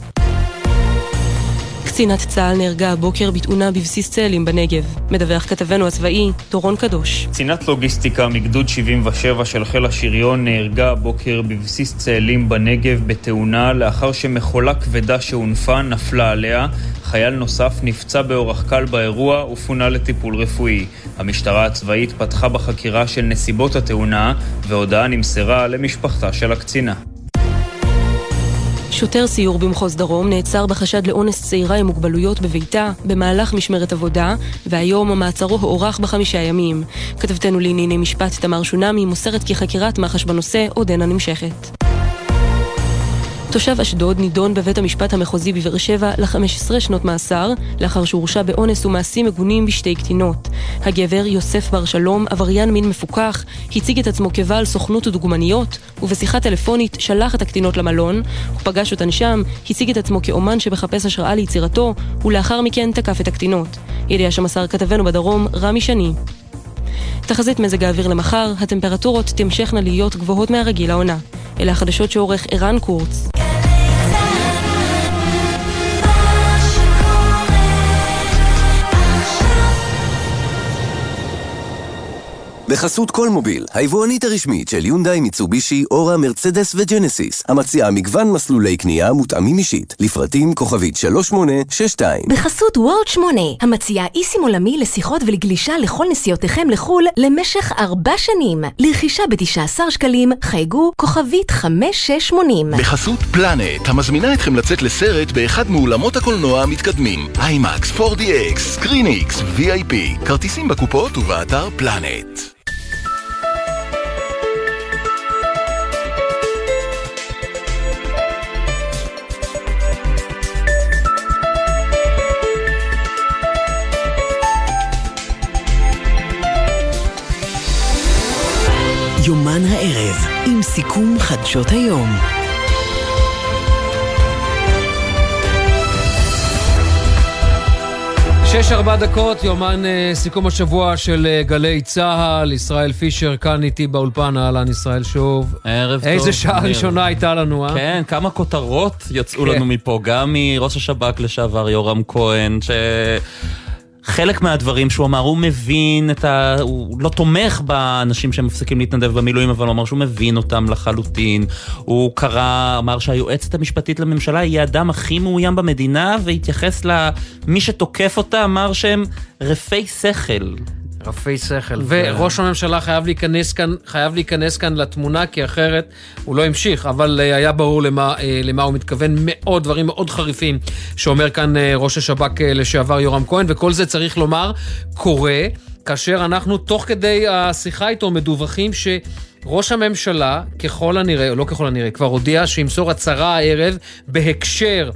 קצינת צה"ל נהרגה הבוקר בתאונה בבסיס צאלים בנגב. מדווח כתבנו הצבאי, דורון קדוש. קצינת לוגיסטיקה מגדוד 77 של חיל השריון נהרגה הבוקר בבסיס צאלים בנגב בתאונה לאחר שמכולה כבדה שהונפה נפלה עליה. חייל נוסף נפצע באורח קל באירוע ופונה לטיפול רפואי. המשטרה הצבאית פתחה בחקירה של נסיבות התאונה והודעה נמסרה למשפחתה של הקצינה. שוטר סיור במחוז דרום נעצר בחשד לאונס צעירה עם מוגבלויות בביתה במהלך משמרת עבודה, והיום המעצרו הוארך ב5 ימים. כתבתנו לענייני משפט תמר שונמי מוסרת כי חקירת מח"ש בנושא עודנה נמשכת. תושב אשדוד נידון בבית המשפט המחוזי בבאר שבע ל-15 שנות מאסר, לאחר שהורשע באונס ומעשים מגונים בשתי קטינות. הגבר יוסף בר שלום, עבריין מין מפוקח, הציג את עצמו כבעל סוכנות ודוגמניות, ובשיחה טלפונית שלח את הקטינות למלון. הוא פגש אותן שם, הציג את עצמו כאומן שמחפש השראה ליצירתו, ולאחר מכן תקף את הקטינות. ידיעה שמסר כתבנו בדרום, רמי שני. תחזית מזג האוויר למחר, הטמפרטורות תמשכנה להיות גבוהות מהרגיל העונה. אלה החדשות שעורך ערן קורץ. בחסות כל מוביל, היבואנית הרשמית של יונדאי, מיצובישי, אורה, מרצדס וג'נסיס, המציעה מגוון מסלולי קנייה מותאמים אישית, לפרטים כוכבית 3862. בחסות וורד 8, המציעה איסים עולמי לשיחות ולגלישה לכל נסיעותיכם לחול למשך 4 שנים. לרכישה ב-19 שקלים, חייגו כוכבית 5680. בחסות פלנט, המזמינה אתכם לצאת לסרט באחד מאולמות הקולנוע המתקדמים. IMAX, 4DX, ScreenX, VIP. כרטיסים בקופות ובאתר פלנט. יומן הערב עם סיכום חדשות היום. שש 4 דקות, יומן סיכום השבוע של גלי צהל. ישראל פישר כאן איתי באולפן. אהלן ישראל שוב. ערב טוב. איזה שעה ראשונה הייתה לנו, אה? כן, כמה כותרות יצאו לנו מפה, גם מראש השב"כ לשעבר יורם כהן, חלק מהדברים שהוא אמר, הוא מבין הוא לא תומך באנשים שמפסיקים להתנדב במילואים, אבל הוא אמר שהוא מבין אותם לחלוטין. הוא אמר שהיועצת המשפטית לממשלה היא האדם הכי מאוים במדינה, והתייחס למי שתוקף אותה, אמר שהם רפי שכל. רפי שכל. וראש הממשלה חייב להיכנס כאן לתמונה, כי אחרת הוא לא המשיך, אבל היה ברור למה הוא מתכוון. מאוד דברים מאוד חריפים שאומר כאן ראש השב"כ לשעבר יורם כהן, וכל זה צריך לומר קורה כאשר אנחנו תוך כדי השיחה איתו מדווחים ראש הממשלה, ככל הנראה, או לא ככל הנראה, כבר הודיע שימסור הצהרה הערב בהקשר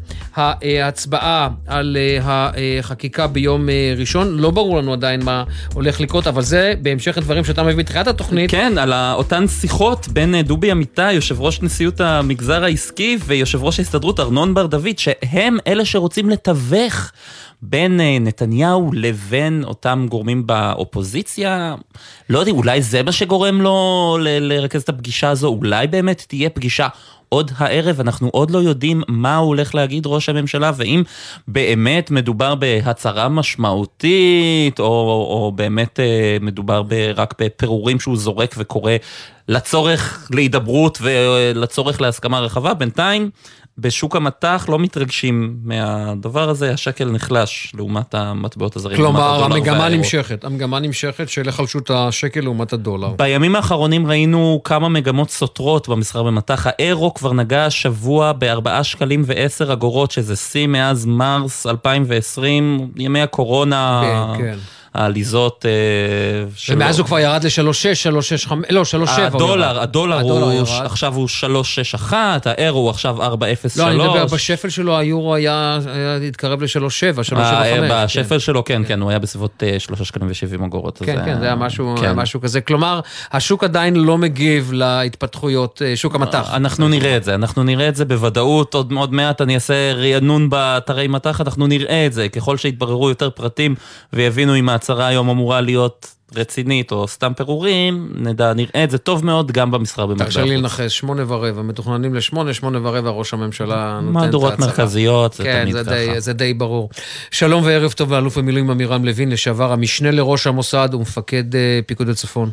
ההצבעה על החקיקה ביום ראשון. לא ברור לנו עדיין מה הולך לקרות, אבל זה בהמשך הדברים שאתה מביא בתחילת התוכנית. כן, על אותן שיחות בין דובי אמיתי, יושב ראש נשיאות המגזר העסקי, ויושב ראש ההסתדרות ארנון בר דוד, שהם אלה שרוצים לתווך בין נתניהו לבין אותם גורמים באופוזיציה. לא יודע, אולי זה מה שגורם לו לרכז את הפגישה הזו, אולי באמת תהיה פגישה עוד הערב, אנחנו עוד לא יודעים מה הוא הולך להגיד ראש הממשלה, ואם באמת מדובר בהצהרה משמעותית, או באמת מדובר רק בפירורים שהוא זורק וקורא לצורך להידברות ולצורך להסכמה רחבה. בינתיים בשוק המטח לא מתרגשים מהדבר הזה, השקל נחלש לעומת המטבעות הזרים. כלומר, המגמה נמשכת של החלשות השקל לעומת הדולר. בימים האחרונים ראינו כמה מגמות סותרות במסחר במטח. האירו כבר נגע השבוע ב4 שקלים ו10 אגורות, שזה שיא מאז מרס 2020, ימי הקורונה. כן. העליזות שלו. ומאז הוא כבר ירד ל-3.6, 3.6, לא, 3.7. הדולר הוא עכשיו הוא 3.61, האירו הוא עכשיו 4.03. לא, אני מדבר, בשפל שלו היורו היה התקרב ל-3.7, 3.5. בשפל שלו, כן, הוא היה בסביבות 3 שקלים ו70 אגורות. כן, זה היה משהו כזה. כלומר, השוק עדיין לא מגיב להתפתחויות, שוק המטח. אנחנו נראה את זה בוודאות, עוד מעט אני אעשה רענון באתרי מטח, אנחנו נראה את זה, ככל שהתבררו יותר פרטים ויבינו אם ההצהרה היום אמורה להיות רצינית או סתם פירורים, נראה את זה טוב מאוד גם במסחר במטבע החוץ. תרשה לי לנחש, 8:15, מתוכננים ל8, 8:15 ראש הממשלה נותן את ההצהרה. מהדורות מרכזיות, זה כן, תמיד ככה. זה די ברור. שלום וערב טוב לאלוף במילואים עמירם לוין, לשעבר המשנה לראש המוסד ומפקד פיקוד הצפון.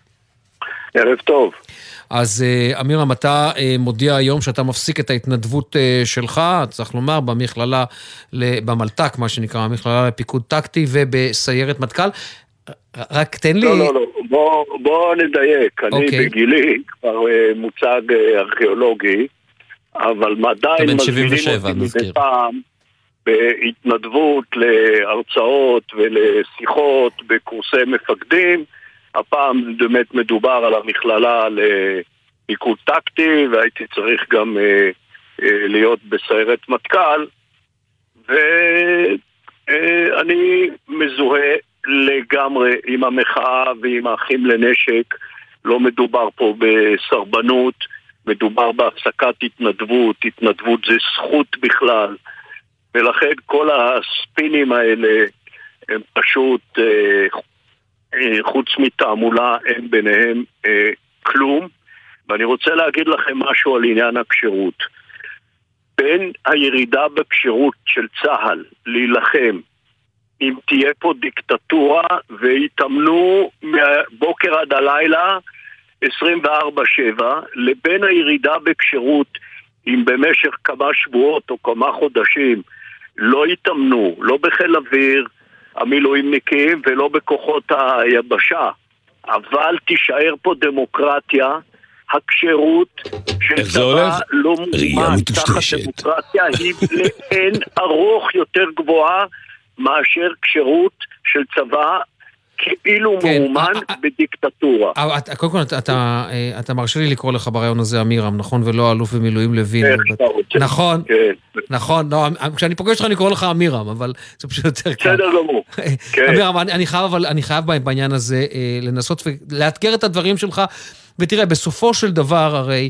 ערב טוב. אז אמירם, אתה מודיע היום שאתה מפסיק את ההתנדבות שלך, צריך לומר, במכללה, במלתק, מה שנקרא, המכללה לפיקוד טקטי ובסיירת מטכ"ל. רק תן לי... לא, בוא נדייק. אני בגילי כבר מוצג ארכיאולוגי, אבל עדיין מזמינים אותי מדי פעם בהתנדבות להרצאות ולשיחות בקורסי מפקדים. הפעם באמת מדובר על המכללה לפיקוד טקטי, והייתי צריך גם להיות בסיירת מטכ"ל, ואני מזוהה לגמרי עם המחאה ועם האחים לנשק. לא מדובר פה בסרבנות, מדובר בהפסקת התנדבות. התנדבות זה זכות בכלל, ולכן כל הספינים האלה הם פשוט חוץ מתעמולה אין ביניהם כלום. ואני רוצה להגיד לכם משהו על עניין הקשירות. בין הירידה בקשירות של צה"ל להילחם אם תהיה פה דיקטטורה והתאמנו מבוקר עד הלילה 24/7, לבין הירידה בקשירות אם במשך כמה שבועות או כמה חודשים לא התאמנו, לא בחיל אוויר המילואימניקים ולא בכוחות היבשה, אבל תישאר פה דמוקרטיה. הקשירות של צבא לא מובן תחת דמוקרטיה היא לאין ארוך יותר גבוהה מאשר קשירות של צבא כאילו מאומן בדיקטטורה. קודם כל, אתה מרשה לי לקרוא לך ברעיון הזה אמירם, נכון? ולא אלוף במילואים לוין. נכון, נכון. כשאני פוגש לך אני קורא לך אמירם, אבל זה פשוט יותר קל. בסדר גמור. אמירם, אני חייב בעניין הזה לנסות ולאתגר את הדברים שלך, ותראה, בסופו של דבר הרי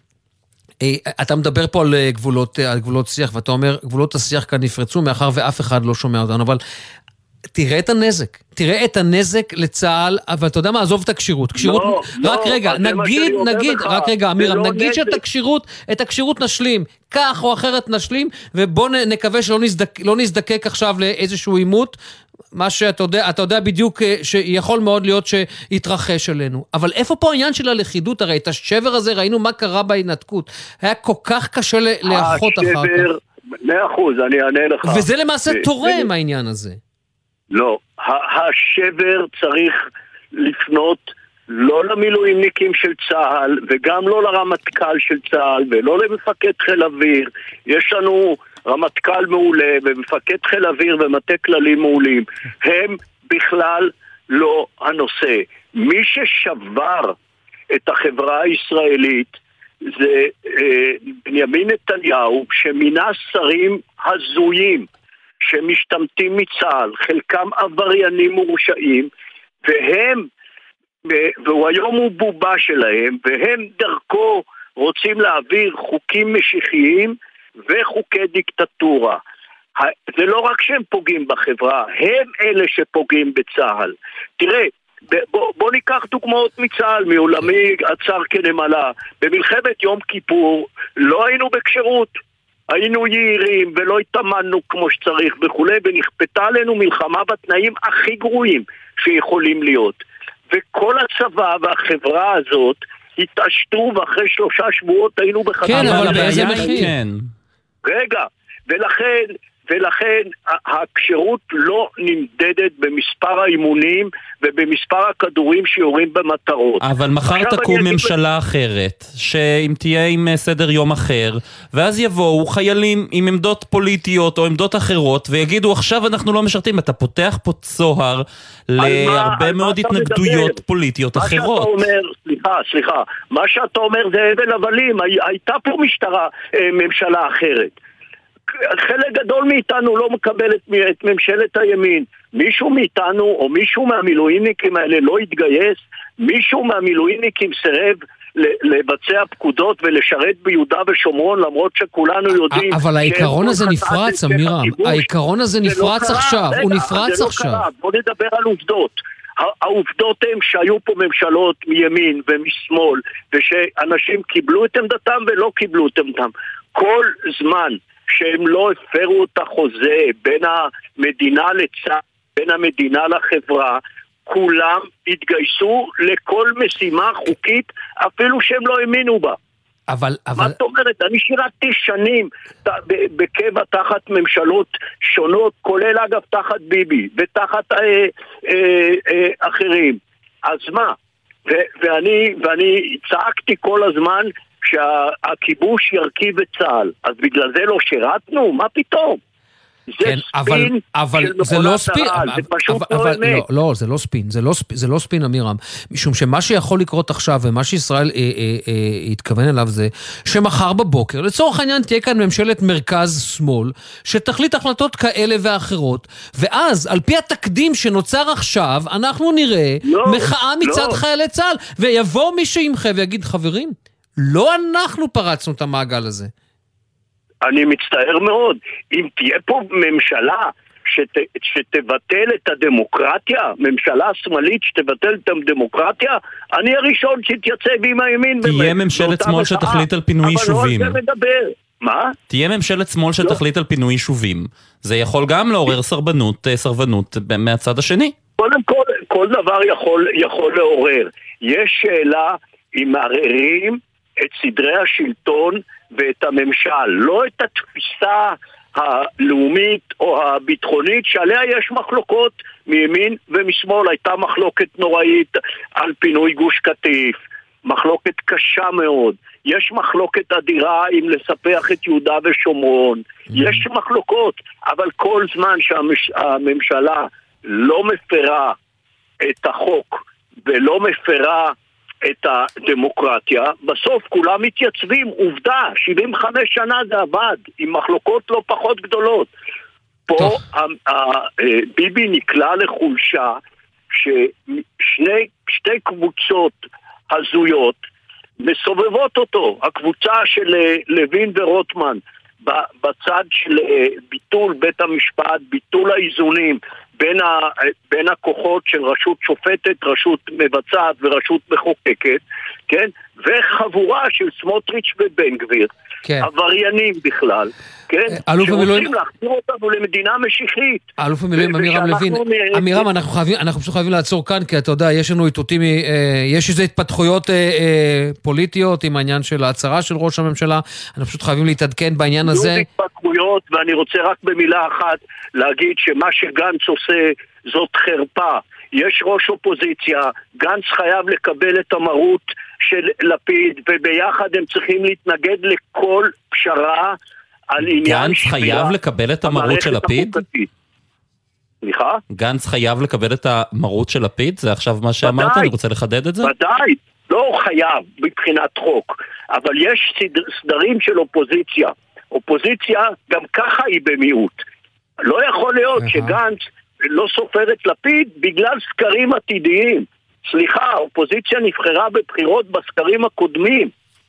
אתה מדבר פה על גבולות שיח, ואתה אומר, גבולות השיח כאן נפרצו, מאחר ואף אחד לא שומע אותנו, אבל תראה את הנזק לצה"ל, אבל אתה יודע מה, עזוב את הקשירות. רק רגע, אמירם, נגיד שאת הקשירות נשלים, כך או אחרת נשלים, ובוא נקווה שלא נזדקק עכשיו לאיזשהו עימות, מה שאתה יודע בדיוק שיכול מאוד להיות שיתרחש עלינו. אבל איפה פה העניין של הלכידות? הרי את השבר הזה ראינו מה קרה בהתנתקות. היה כל כך קשה לאחות אחר כך. 100%, אני אענה לך. וזה למעשה תורם העניין הזה. לא, השבר צריך לפנות לא למילואימניקים של צה"ל, וגם לא לרמטכ"ל של צה"ל, ולא למפקד חיל אוויר. יש לנו רמטכ"ל מעולה, ומפקד חיל אוויר ומטה כללים מעולים. הם בכלל לא הנושא. מי ששבר את החברה הישראלית זה בנימין נתניהו, שמינה שרים הזויים, שמשתמטים מצה"ל, חלקם עבריינים מורשעים, והוא היום הוא בובה שלהם, והם דרכו רוצים להעביר חוקים משיחיים וחוקי דיקטטורה. זה לא רק שהם פוגעים בחברה, הם אלה שפוגעים בצה"ל. תראה, בוא ניקח דוגמאות מצה"ל, מעולמי עצר כנמלה. במלחמת יום כיפור לא היינו בקשירות, היינו יעירים ולא התאמנו כמו שצריך וכו', ונכפתה עלינו מלחמה בתנאים הכי גרועים שיכולים להיות. וכל הצבא והחברה הזאת התעשתו, ואחרי 3 שבועות היינו בחזרה. כן, אבל באיזה מחיר? רגע, ולכן הקשירות לא נמדדת במספר האימונים ובמספר הכדורים שיורים במטרות. אבל מחר תקום ממשלה אחרת, שאם תהיה עם סדר יום אחר, ואז יבואו חיילים עם עמדות פוליטיות או עמדות אחרות, ויגידו עכשיו אנחנו לא משרתים. אתה פותח פה צוהר להרבה מאוד התנגדויות פוליטיות אחרות. סליחה, מה שאתה אומר זה הבל הבלים. הייתה פה ממשלה אחרת. חלק גדול מאיתנו לא מקבל את ממשלת הימין. מישהו מאיתנו או מישהו מהמילואימניקים האלה לא התגייס, מישהו מהמילואימניקים סירב לבצע פקודות ולשרת ביהודה ושומרון, למרות שכולנו יודעים... אבל העיקרון הזה נפרץ, אמירם. העיקרון הזה נפרץ עכשיו. הוא נפרץ עכשיו. בוא נדבר על עובדות. העובדות הן שהיו פה ממשלות מימין ומשמאל, ושאנשים קיבלו את עמדתם ולא קיבלו את עמדתם. כל זמן שהם לא הפרו את החוזה בין המדינה לצה"ל, בין המדינה לחברה, כולם התגייסו לכל משימה חוקית, אפילו שהם לא האמינו בה. מה זאת אומרת? אני שירתי שנים בקבע תחת ממשלות שונות, כולל אגב תחת ביבי ותחת אחרים. אז מה? ואני צעקתי כל הזמן שהכיבוש ירכיב את צה"ל. אז בגלל זה לא שירתנו? מה פתאום? זה ספין של מכונת הרעל, זה פשוט לא אמת. לא, זה לא ספין, זה לא ספין, אמירם, משום שמה שיכול לקרות עכשיו, ומה שישראל התכוון אליו זה, שמחר בבוקר, לצורך העניין תהיה כאן ממשלת מרכז-שמאל, שתחליט החלטות כאלה ואחרות, ואז, על פי התקדים שנוצר עכשיו, אנחנו נראה מחאה מצד חיילי צה"ל, ויבוא מי שימחה ויגיד, חברים, לא אנחנו פרצנו את המעגל הזה. אני מצטער מאוד. אם תהיה פה ממשלה שתבטל את הדמוקרטיה, ממשלה שמאלית שתבטל את הדמוקרטיה, אני הראשון שתייצב עם הימין. תהיה ממשלת שמאל שתחליט על פינוי יישובים. אבל לא על זה מדבר. מה? תהיה ממשלת שמאל שתחליט על פינוי יישובים. זה יכול גם לעורר סרבנות מהצד השני. קודם כל דבר יכול לעורר. יש שאלה אם מערערים את סדרי השלטון ואת הממשל, לא את התפיסה הלאומית או הביטחונית שעליה יש מחלוקות מימין ומשמאל. הייתה מחלוקת נוראית על פינוי גוש קטיף, מחלוקת קשה מאוד. יש מחלוקת אדירה אם לספח את יהודה ושומרון, יש מחלוקות, אבל כל זמן שהממשלה לא מפרה את החוק ולא מפרה את הדמוקרטיה, בסוף כולם מתייצבים. עובדה, 75 שנה זה עבד, עם מחלוקות לא פחות גדולות. פה ביבי נקלע לחולשה ששתי קבוצות הזויות מסובבות אותו. הקבוצה של לוין ורוטמן בצד של ביטול בית המשפט, ביטול האיזונים בין הכוחות של רשות שופטת, רשות מבצעת ורשות מחוקקת, כן? וחבורה של סמוטריץ' ובן גביר, כן. עבריינים בכלל, כן? שרוצים להחזיר אותנו למדינה משיחית. אלוף המילואים אמירם לוין, אמירם, אנחנו פשוט חייבים לעצור כאן, כי אתה יודע, יש לנו איתותים, יש איזה התפתחויות פוליטיות עם העניין של ההצהרה של ראש הממשלה, אנחנו פשוט חייבים להתעדכן בעניין הזה. יש התפתחויות, ואני רוצה רק במילה אחת להגיד שמה שגנץ עושה זאת חרפה. יש ראש אופוזיציה, גנץ חייב לקבל את המרות של לפיד, וביחד הם צריכים להתנגד לכל פשרה על עניין גנץ חייב לקבל את המרות של לפיד? סליחה? גנץ חייב לקבל את המרות של לפיד? זה עכשיו מה שאמרת? אני רוצה לחדד את זה? ודאי, לא חייב מבחינת חוק, אבל יש סדרים של אופוזיציה. אופוזיציה גם ככה היא במיעוט. לא יכול להיות שגנץ לא סופר את לפיד בגלל סקרים עתידיים. סליחה, האופוזיציה נבחרה בבחירות בסקרים הקודמים.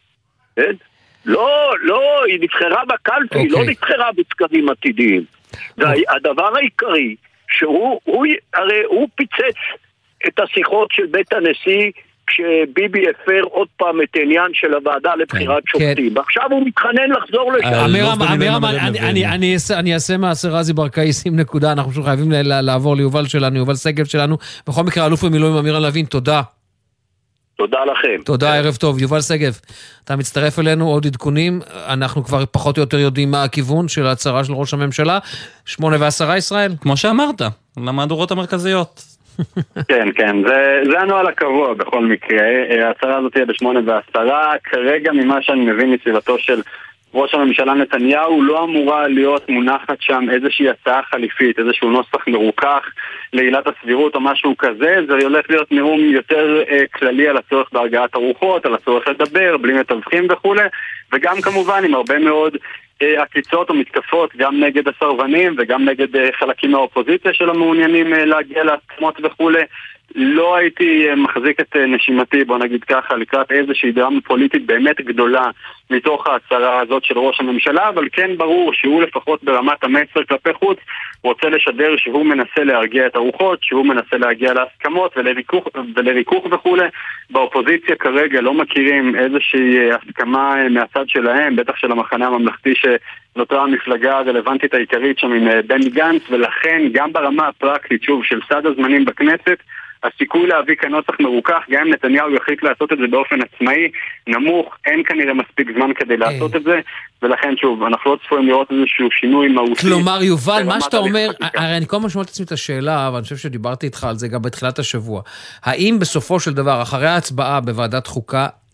לא, היא נבחרה בקלפי, לא נבחרה בסקרים עתידיים. והדבר העיקרי, הרי הוא פיצץ את השיחות של בית הנשיא, כשביבי הפר עוד פעם את העניין של הוועדה לבחירת שופטים. עכשיו הוא מתחנן לחזור לשם. אמירם, אני אעשה מעשה רזי ברקאי, שים נקודה, אנחנו פשוט חייבים לעבור ליובל שלנו, יובל סגב שלנו. בכל מקרה, אלוף המילואים אמירם לוין, תודה. תודה לכם. תודה, ערב טוב. יובל סגב, אתה מצטרף אלינו, עוד עדכונים, אנחנו כבר פחות או יותר יודעים מה הכיוון של ההצהרה של ראש הממשלה. 8:10 ישראל? כמו שאמרת, למהדורות המרכזיות. כן, כן, זה הנוהל הקבוע בכל מקרה. ההצהרה הזאת תהיה ב8:10. כרגע ממה שאני מבין מסביבתו של ראש הממשלה נתניהו לא אמורה להיות מונחת שם איזושהי הצעה חליפית, איזשהו נוסח מרוכך לעילת הסבירות או משהו כזה. זה הולך להיות נאום יותר כללי על הצורך בהרגעת הרוחות, על הצורך לדבר, בלי מתווכים וכו', וגם כמובן עם הרבה מאוד עקיצות או מתקפות גם נגד הסרבנים וגם נגד חלקים מהאופוזיציה של המעוניינים להגיע להסכמות וכו'. לא הייתי מחזיק את נשימתי, בוא נגיד ככה, לקראת איזושהי דרמה פוליטית באמת גדולה מתוך ההצהרה הזאת של ראש הממשלה, אבל כן ברור שהוא לפחות ברמת המסר כלפי חוץ רוצה לשדר שהוא מנסה להרגיע את הרוחות, שהוא מנסה להגיע להסכמות ולריכוך וכו'. באופוזיציה כרגע לא מכירים איזושהי הסכמה מהצד שלהם, בטח של המחנה הממלכתי שנותרה המפלגה הרלוונטית העיקרית שם עם בני גנץ, ולכן גם ברמה הפרקטית, שוב, של סד הזמנים בכנסת, הסיכוי להביא כאן נוסח מרוכך, גם אם נתניהו יחליט לעשות את זה באופן עצמאי, נמוך, אין כנראה מספיק זמן כדי לעשות את זה, ולכן שוב, אנחנו לא צפויים לראות איזשהו שינוי מהותי. כלומר, יובל, מה שאתה אומר, הרי אני כל הזמן שומעת עצמי את השאלה, אבל אני חושב שדיברתי איתך על זה גם בתחילת השבוע. האם בסופו של דבר, אחרי ההצבעה בוועדת חוקה,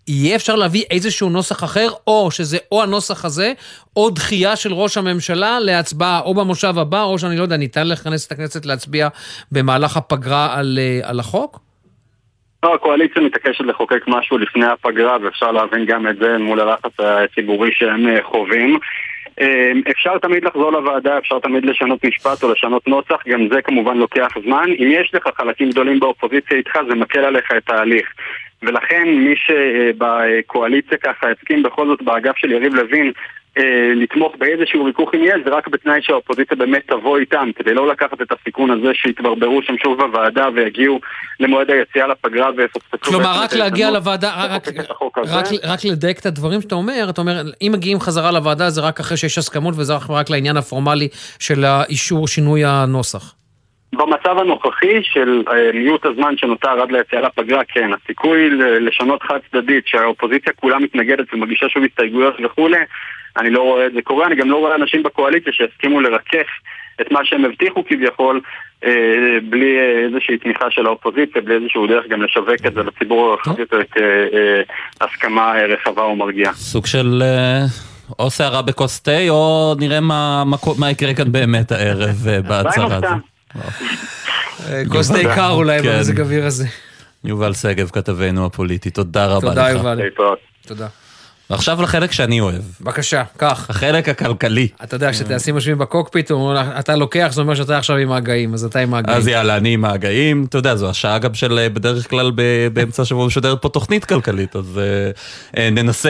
יהיה אפשר להביא איזשהו נוסח אחר, או שזה או הנוסח הזה, או דחייה של ראש הממשלה להצבעה, או במושב הבא, או שאני לא יודע, ניתן לכנס את הכנסת להצביע במהלך הפגרה על החוק? לא, הקואליציה מתעקשת לחוקק משהו לפני הפגרה, ואפשר להבין גם את זה מול הלחץ הציבורי שהם חווים. אפשר תמיד לחזור לוועדה, אפשר תמיד לשנות משפט או לשנות נוסח, גם זה כמובן לוקח זמן. אם יש לך חלקים גדולים באופוזיציה איתך, זה מקל עליך את ההליך. ולכן מי שבקואליציה ככה הסכים בכל זאת באגף של יריב לוין לתמוך באיזשהו ריכוך עם יד, זה רק בתנאי שהאופוזיציה באמת תבוא איתם, כדי לא לקחת את הסיכון הזה שיתברברו שם שוב בוועדה ויגיעו למועד היציאה לפגרה ויפספסו. כלומר, רק להגיע לוועדה, רק לדייק את הדברים שאתה אומר, אתה אומר, אם מגיעים חזרה לוועדה זה רק אחרי שיש הסכמות, וזה רק לעניין הפורמלי של האישור שינוי הנוסח. במצב הנוכחי של מיעוט הזמן שנותר עד ליציאה לפגרה, כן, הסיכוי לשנות חד צדדית שהאופוזיציה כולה מתנגדת ומגישה שוב הסתייגויות וכו', אני לא רואה את זה קורה, אני גם לא רואה אנשים בקואליציה שהסכימו לרכך את מה שהם הבטיחו כביכול, בלי איזושהי תמיכה של האופוזיציה, בלי איזשהו דרך גם לשווק את זה לציבור הרחב יותר כהסכמה רחבה ומרגיעה. סוג של או שערה בכוס תה, או נראה מה יקרה כאן באמת הערב בהצהרה הזו. כוס תה קר אולי במזג האוויר הזה. יובל סגב, כתבנו הפוליטי, תודה רבה לך. תודה יובל. תודה. ועכשיו לחלק שאני אוהב. בבקשה, כך. החלק הכלכלי. אתה יודע, כשאתה עושים משהו בקוקפיט, אתה לוקח, זאת אומרת שאתה עכשיו עם ההגאים, אז אתה עם ההגאים. אז יאללה, אני עם ההגאים. אתה יודע, זו השעה גם של בדרך כלל באמצע השבוע משודרת פה תוכנית כלכלית, אז ננסה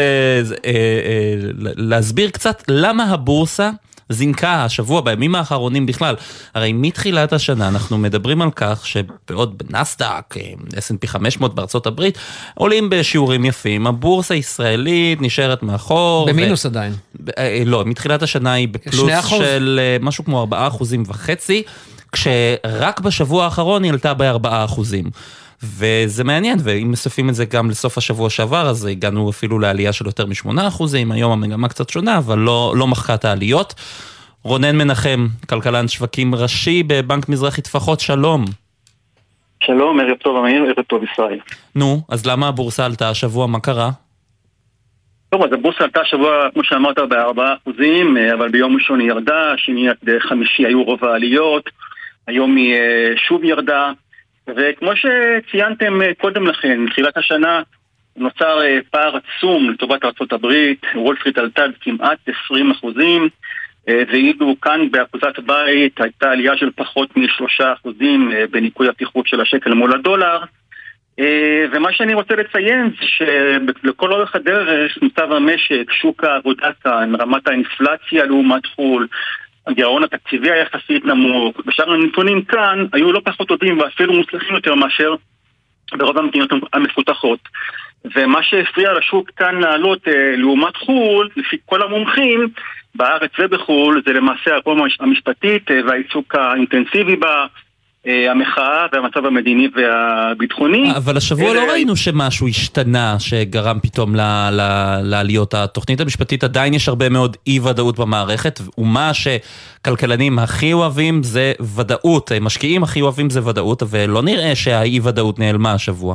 להסביר קצת למה הבורסה זינקה השבוע, בימים האחרונים בכלל. הרי מתחילת השנה אנחנו מדברים על כך שבעוד בנסדק, S&P 500 בארצות הברית, עולים בשיעורים יפים. הבורסה הישראלית נשארת מאחור. במינוס עדיין. לא, מתחילת השנה היא בפלוס של משהו כמו 4.5%, כשרק בשבוע האחרון היא עלתה ב4%. וזה מעניין, ואם מסופים את זה גם לסוף השבוע שעבר, אז הגענו אפילו לעלייה של יותר מ8%, היום המגמה קצת שונה, אבל לא מחקת העליות. רונן מנחם, כלכלן שווקים ראשי בבנק מזרחי טפחות, שלום. שלום, ערב טוב אמיר, ערב טוב ישראל. נו, אז למה הבורסה עלתה השבוע, מה קרה? טוב, אז הבורסה עלתה השבוע, כמו שאמרת, ב4%, אבל ביום ראשון היא ירדה, שני עד חמישי היו רוב העליות, היום היא שוב ירדה, וכמו שציינתם קודם לכן, מתחילת השנה נוצר פער עצום לטובת ארצות הברית, וול סטריט עלתה כמעט 20%, ואילו כאן באחוזת בית הייתה עלייה של פחות מ3% בניקוי הפתיחות של השקל מול הדולר, ומה שאני רוצה לציין זה שלכל אורך הדרך מצב המשק, שוק העבודה כאן, רמת האינפלציה לעומת חול, הגירעון התקציבי היחסית נמוך, בשאר הנתונים כאן היו לא פחות טובים ואפילו מוצלחים יותר מאשר ברוב המדינות המפותחות. ומה שהפריע לשוק כאן לעלות לעומת חול, לפי כל המומחים בארץ ובחול, זה למעשה הרפורמה המשפטית והעיסוק האינטנסיבי בה, המחאה והמצב המדיני והביטחוני. אבל השבוע לא ראינו שמשהו השתנה שגרם פתאום לעליות. התוכנית המשפטית עדיין יש הרבה מאוד אי ודאות במערכת, ומה שכלכלנים הכי אוהבים זה ודאות, משקיעים הכי אוהבים זה ודאות, ולא נראה שהאי ודאות נעלמה השבוע.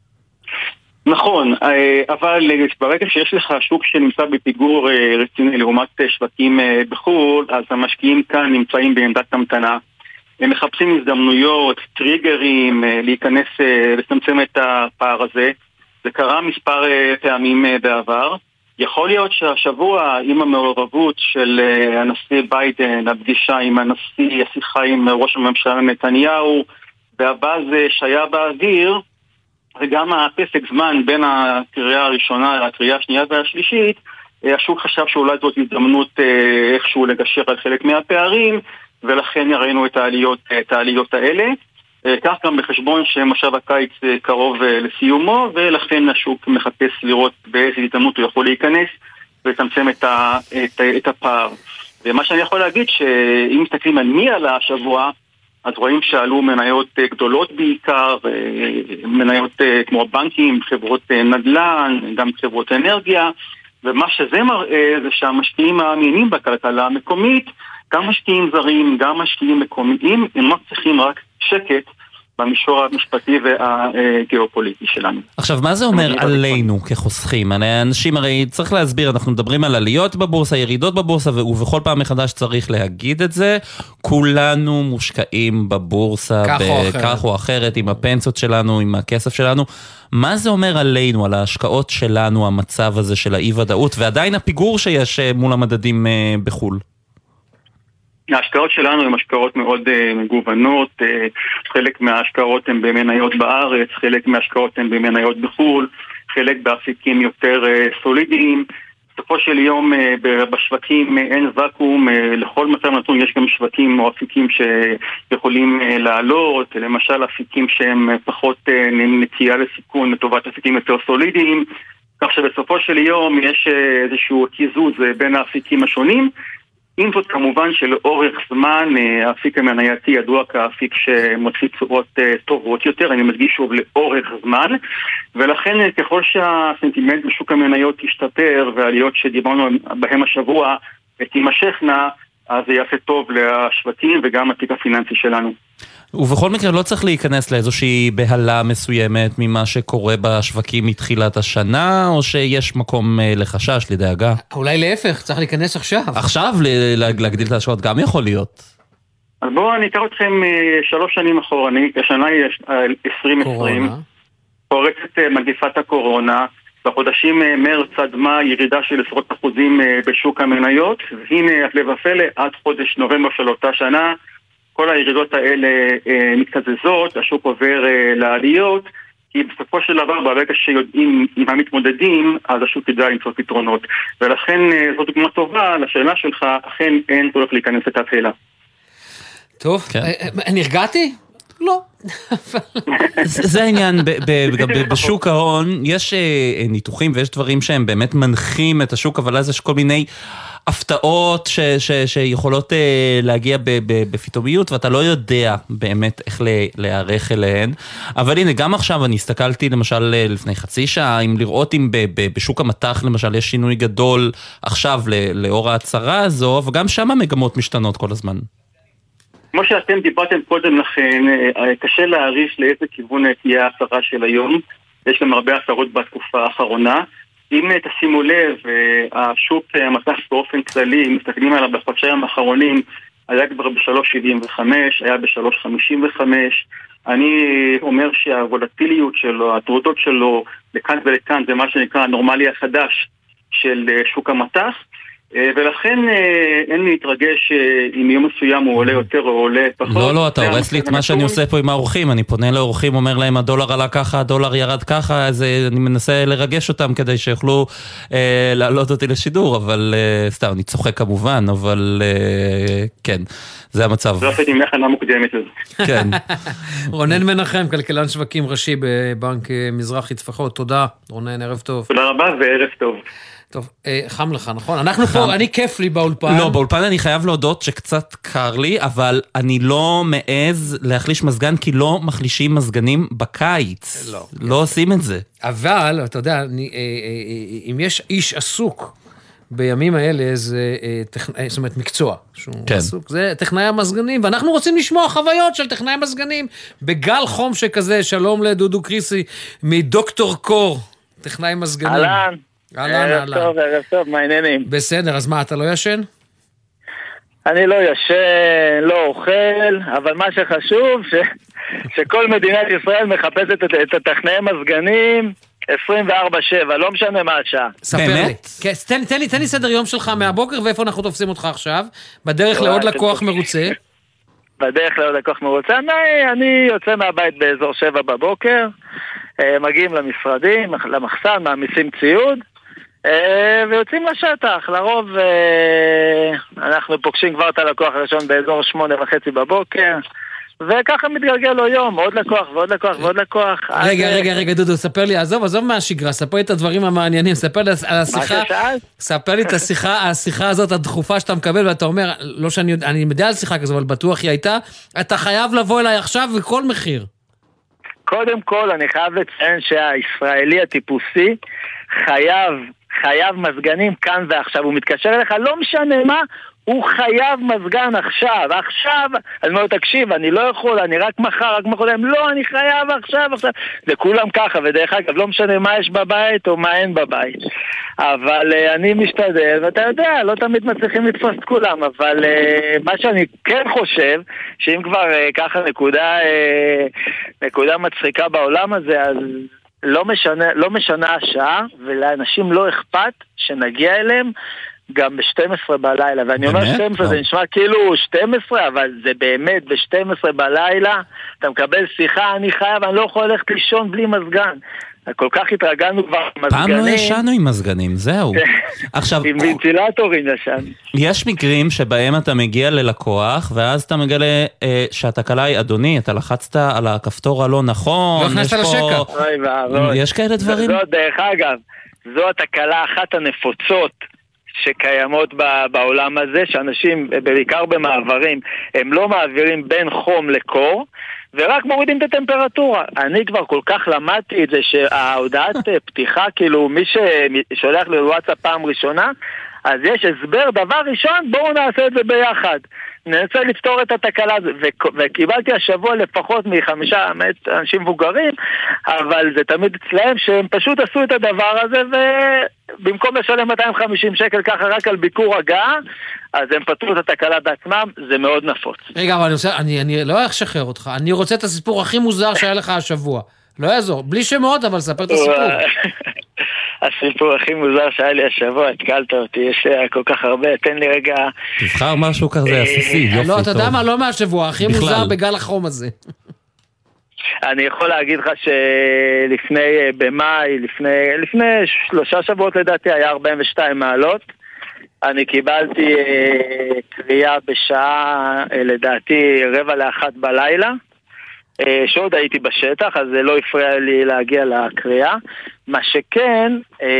נכון, אבל ברגע שיש לך שוק שנמצא בפיגור רציני לעומת שווקים בחו"ל, אז המשקיעים כאן נמצאים בעמדת המתנה. הם מחפשים הזדמנויות, טריגרים, להיכנס, לצמצם את הפער הזה. זה קרה מספר פעמים בעבר. יכול להיות שהשבוע, עם המעורבות של הנשיא ביידן, הפגישה עם הנשיא, השיחה עם ראש הממשלה נתניהו, והבאז שהיה באוויר, וגם הפסק זמן בין הקריאה הראשונה לקריאה השנייה והשלישית, השוק חשב שאולי זאת הזדמנות איכשהו לגשר על חלק מהפערים, ולכן ראינו את העליות האלה. כך גם בחשבון שמושב הקיץ קרוב לסיומו, ולכן השוק מחפש לראות באיזה הזדמנות הוא יכול להיכנס ולצמצם את הפער. ומה שאני יכול להגיד שאם מסתכלים על מי עלה השבוע, אז רואים שעלו מניות גדולות בעיקר, מניות כמו הבנקים, חברות נדל"ן, גם חברות אנרגיה, ומה שזה מראה זה שהמשקיעים מאמינים בכלכלה המקומית, גם משקיעים זרים, גם משקיעים מקומיים, הם לא צריכים רק שקט במישור המשפטי והגיאופוליטי שלנו. עכשיו, מה זה אומר עלינו כחוסכים? אנשים הרי צריך להסביר, אנחנו מדברים על עליות בבורסה, ירידות בבורסה, ובכל פעם מחדש צריך להגיד את זה, כולנו מושקעים בבורסה בכך או אחרת, עם הפנסיות שלנו, עם הכסף שלנו. מה זה אומר עלינו, על ההשקעות שלנו, המצב הזה של האי-ודאות, ועדיין הפיגור שיש מול המדדים בחול? ההשקעות שלנו הן השקעות מאוד מגוונות, חלק מההשקעות הן במניות בארץ, חלק מההשקעות הן במניות בחול, חלק באפיקים יותר סולידיים. בסופו של יום בשווקים אין וקום, לכל מצב נתון יש גם שווקים או אפיקים שיכולים לעלות, למשל אפיקים שהם פחות נטייה לסיכון לטובת אפיקים יותר סולידיים, כך שבסופו של יום יש איזשהו קיזוז בין האפיקים השונים. עם זאת כמובן שלאורך זמן האפיק המנייתי ידוע כאפיק שמוציא תשואות טובות יותר, אני מדגיש שוב לאורך זמן, ולכן ככל שהסנטימנט בשוק המניות ישתפר והעליות שדיברנו בהם השבוע תימשכנה, אז זה יעשה טוב לשווקים וגם התיק הפיננסי שלנו. ובכל מקרה לא צריך להיכנס לאיזושהי בהלה מסוימת ממה שקורה בשווקים מתחילת השנה, או שיש מקום לחשש, לדאגה? אולי להפך, צריך להיכנס עכשיו. עכשיו להגדיל את ההשקעות גם יכול להיות. אז בואו אני אקח אתכם 3 שנים אחורנית, השנה היא 2020, פורצת מגפת הקורונה, בחודשים מרץ עד מאי ירידה של עשרות אחוזים בשוק המניות, והנה הפלא ופלא עד חודש נובמבר של אותה שנה, כל הירידות האלה מתקזזות, השוק עובר לעליות, כי בסופו של דבר ברגע שיודעים עם המתמודדים, אז השוק ידע למצוא פתרונות. ולכן זאת דוגמה טובה לשאלה שלך, אכן אין צורך להיכנס לתבהלה. טוב, נרגעתי? לא. זה העניין, גם בשוק ההון יש ניתוחים ויש דברים שהם באמת מנחים את השוק, אבל אז יש כל מיני הפתעות שיכולות להגיע בפתאומיות, ואתה לא יודע באמת איך להיערך אליהן. אבל הנה, גם עכשיו אני הסתכלתי למשל לפני חצי שעה, אם לראות אם בשוק המתח למשל יש שינוי גדול עכשיו לאור ההצהרה הזו, וגם שם המגמות משתנות כל הזמן. כמו שאתם דיברתם קודם לכן, קשה להעריך לאיזה כיוון תהיה ההצהרה של היום. יש גם הרבה הצהרות בתקופה האחרונה. אם תשימו לב, השוק המתח באופן כללי, מסתכלים עליו בחודשיים האחרונים, היה כבר ב-3.75, היה ב-3.55. אני אומר שהוולטיליות שלו, התרודות שלו, לכאן ולכאן, זה מה שנקרא הנורמלי החדש של שוק המתח. ולכן אין לי להתרגש אם יום מסוים הוא עולה יותר או עולה פחות. לא, אתה הורס לי את מה שאני עושה פה עם האורחים, אני פונה לאורחים, אומר להם הדולר עלה ככה, הדולר ירד ככה, אז אני מנסה לרגש אותם כדי שיוכלו להעלות אותי לשידור, אבל סתם, אני צוחק כמובן, אבל כן, זה המצב. לא עשיתי מהכנה מוקדמת לזה. כן. רונן מנחם, כלכלן שווקים ראשי בבנק מזרחי טפחות, תודה רונן, ערב טוב. תודה רבה וערב טוב. טוב, חם לך, נכון? אנחנו פה, אני כיף לי באולפן. לא, באולפן אני חייב להודות שקצת קר לי, אבל אני לא מעז להחליש מזגן, כי לא מחלישים מזגנים בקיץ. לא עושים את זה. אבל, אתה יודע, אם יש איש עסוק בימים האלה, זה זאת אומרת, מקצוע שהוא עסוק, זה טכנאי המזגנים, ואנחנו רוצים לשמוע חוויות של טכנאי המזגנים, בגל חום שכזה. שלום לדודו קריסי, מדוקטור קור, טכנאי מזגנים. אהלן. ערב טוב, מה העניינים? בסדר, אז מה, אתה לא ישן? אני לא ישן, לא אוכל, אבל מה שחשוב, שכל מדינת ישראל מחפשת את הטכנאי מזגנים 24/7, לא משנה מה השעה. ספר לי. תן לי סדר יום שלך מהבוקר, ואיפה אנחנו תופסים אותך עכשיו? בדרך לעוד לקוח מרוצה? בדרך לעוד לקוח מרוצה, אני יוצא מהבית באזור 7 בבוקר, מגיעים למשרדים, למחסן, מעמיסים ציוד, ויוצאים לשטח. לרוב אנחנו פוגשים כבר את הלקוח הראשון באזור 8:30 בבוקר, וככה מתגלגל לו יום, עוד לקוח ועוד לקוח ועוד לקוח. רגע, דודו, ספר לי, עזוב מהשגרה, ספר לי את הדברים המעניינים, ספר לי על השיחה, ספר לי את השיחה הזאת הדחופה שאתה מקבל, ואתה אומר, לא שאני יודע על שיחה כזו, אבל בטוח היא הייתה, אתה חייב לבוא אליי עכשיו וכל מחיר. קודם כל, אני חייב לציין שהישראלי הטיפוסי חייב מזגנים כאן ועכשיו. הוא מתקשר אליך, לא משנה מה, הוא חייב מזגן עכשיו, אני אומר, תקשיב, אני לא יכול, אני רק מחר, לא, אני חייב עכשיו, וכולם ככה, ודרך אגב, לא משנה מה יש בבית או מה אין בבית, אבל אני משתדל, ואתה יודע, לא תמיד מצליחים לתפוס את כולם, אבל מה שאני כן חושב, שאם כבר ככה נקודה מצחיקה בעולם הזה, אז לא משנה השעה, ולאנשים לא אכפת שנגיע אליהם, גם ב-12 בלילה, ואני אומר 12, זה נשמע כאילו 12, אבל זה באמת ב-12 בלילה, אתה מקבל שיחה, אני חייב, אני לא יכול ללכת לישון בלי מזגן. כל כך התרגלנו כבר עם מזגנים. פעם לא ישנו עם מזגנים, זהו. עכשיו, עם וינטילטורים ישן. יש מקרים שבהם אתה מגיע ללקוח, ואז אתה מגלה שהתקלה היא, אדוני, אתה לחצת על הכפתור הלא נכון. לא הכנסת לשקע. יש כאלה דברים? זאת, דרך אגב, זו התקלה אחת הנפוצות שקיימות בעולם הזה, שאנשים, בעיקר במעברים, הם לא מעבירים בין חום לקור, ורק מורידים את הטמפרטורה. אני כבר כל כך למדתי את זה, שההודעת פתיחה, כאילו מי ששולח לי וואטסאפ פעם ראשונה, אז יש הסבר, דבר ראשון, בואו נעשה את זה ביחד. ננסה לפתור את התקלה, וקיבלתי השבוע לפחות מ5 אנשים מבוגרים, אבל זה תמיד אצלהם שהם פשוט עשו את הדבר הזה, ובמקום לשלם 250 שקל ככה רק על ביקור הגעה, אז הם פתרו את התקלה בעצמם, זה מאוד נפוץ. רגע, אבל אני לא אשחרר אותך, אני רוצה את הסיפור הכי מוזר שהיה לך השבוע. לא יעזור, בלי שמות, אבל ספר את הסיפור. הסיפור הכי מוזר שהיה לי השבוע, התקלת אותי, יש כל כך הרבה, תן לי רגע... תבחר משהו כזה, עסיסי, יופי טוב. לא, אתה יודע מה, לא מהשבוע, הכי מוזר בגל החום הזה. אני יכול להגיד לך שלפני, במאי, לפני 3 שבועות לדעתי, היה 42 מעלות. אני קיבלתי קריאה בשעה, לדעתי, 12:45 בלילה. שעוד הייתי בשטח, אז זה לא הפריע לי להגיע לקריאה. מה שכן,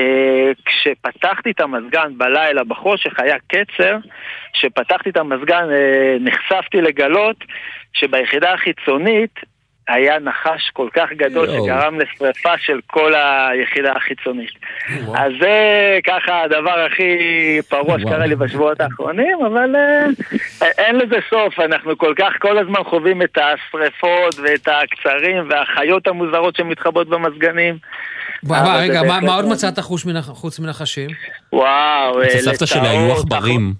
כשפתחתי את המזגן בלילה בחושך, היה קצר, כשפתחתי את המזגן נחשפתי לגלות שביחידה החיצונית היה נחש כל כך גדול שגרם לשריפה של כל היחידה החיצונית. אז זה ככה הדבר הכי פרוע שקרה לי בשבועות האחרונים, אבל אין לזה סוף. אנחנו כל הזמן חווים את השריפות ואת הקצרים והחיות המוזרות שמתחבות במזגנים. רגע, מה עוד מצאת חוץ מנחשים? וואו, הסבתא שלה היו עכברים.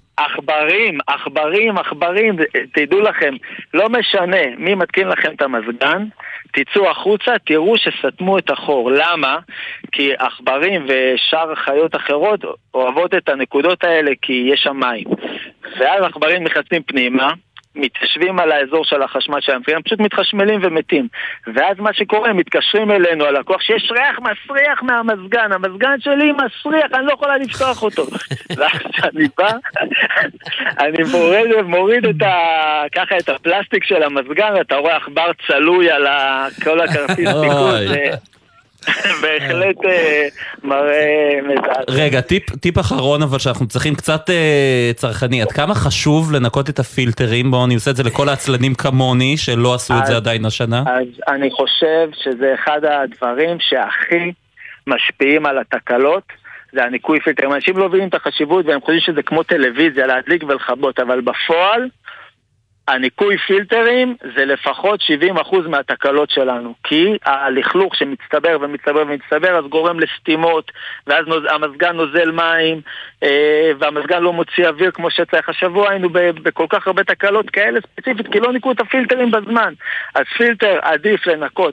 עכברים, תדעו לכם, לא משנה מי מתקין לכם את המזגן, תצאו החוצה, תראו שסתמו את החור. למה? כי עכברים ושאר חיות אחרות אוהבות את הנקודות האלה כי יש שם מים. ואז עכברים נכנסים פנימה, מתיישבים על האזור של החשמל שלהם, והם פשוט מתחשמלים ומתים. ואז מה שקורה, מתקשרים אלינו על הכוח שיש ריח מסריח מהמזגן, המזגן שלי מסריח, אני לא יכולה לפתוח אותו. ואז אני בא, אני מוריד ככה את הפלסטיק של המזגן, ואתה רואה עכבר צלוי על כל הכרטיס תיקון, בהחלט מראה מזעזע. רגע, טיפ אחרון אבל שאנחנו צריכים קצת צרכני, עד כמה חשוב לנקות את הפילטרים? בואו אני עושה את זה לכל העצלנים כמוני שלא עשו את זה עדיין השנה. אז אני חושב שזה אחד הדברים שהכי משפיעים על התקלות, זה הניקוי פילטרים. אנשים לא מבינים את החשיבות והם חושבים שזה כמו טלוויזיה, להדליק ולכבות, אבל בפועל הניקוי פילטרים זה לפחות 70% מהתקלות שלנו, כי הלכלוך שמצטבר ומצטבר ומצטבר אז גורם לסתימות, ואז המזגן נוזל מים והמזגן לא מוציא אוויר כמו שצריך. השבוע היינו בכל כך הרבה תקלות כאלה ספציפית כי לא ניקו את הפילטרים בזמן. אז פילטר עדיף לנקות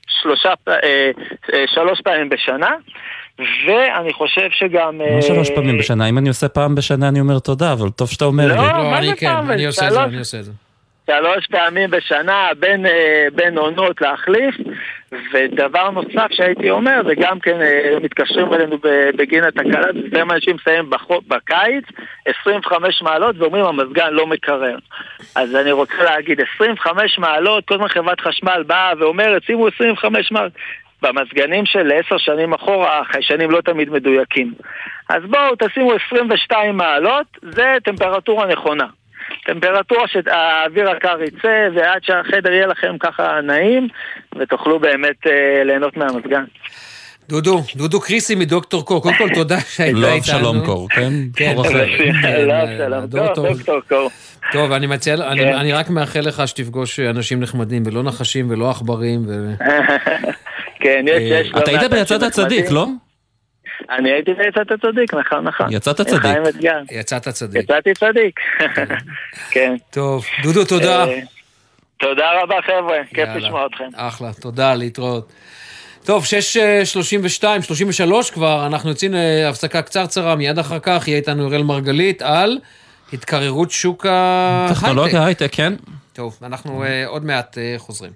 3 פעמים בשנה, ואני חושב שגם... לא 3 פעמים בשנה, אם אני עושה פעם בשנה אני אומר תודה, אבל טוב שאתה אומר לי. לא, מה זה פעם? אני עושה את זה. 3 פעמים בשנה בין עונות להחליף. ודבר נוסף שהייתי אומר, זה גם כן מתקשרים אלינו בגין התקלה, זה מה אנשים מסיים בקיץ 25 מעלות ואומרים המזגן לא מקרר. אז אני רוצה להגיד 25 מעלות, כל הזמן חברת חשמל באה ואומרת שימו 25 מעלות. במזגנים של 10 שנים אחורה החיישנים לא תמיד מדויקים. אז בואו תשימו 22 מעלות, זה טמפרטורה נכונה. טמפרטורה שהאוויר הקר יצא ועד שהחדר יהיה לכם ככה נעים ותוכלו באמת ליהנות מהמזגן. דודו קריסי מדוקטור קור, קודם כל תודה שהיית איתנו. לא שלום קור, כן? לא שלום, דוקטור קור. טוב, אני רק מאחל לך שתפגוש אנשים נחמדים, ולא נחשים ולא עכברים. כן, יש. אתה היית ביצאת הצדיק, לא? אני הייתי ביצאת הצדיק, נכון. יצאת צדיק. יצאת צדיק. יצאתי צדיק. כן. טוב, דודו, תודה. תודה רבה חבר'ה, כיף לשמוע אתכם. אחלה, תודה, להתראות. טוב, 6:32, 33 כבר, אנחנו יוצאים להפסקה קצרצרה, מיד אחר כך יהיה איתנו אראל מרגלית על התקררות שוק ההייטק. טכנולוגיה הייטק, כן. טוב, אנחנו עוד מעט חוזרים.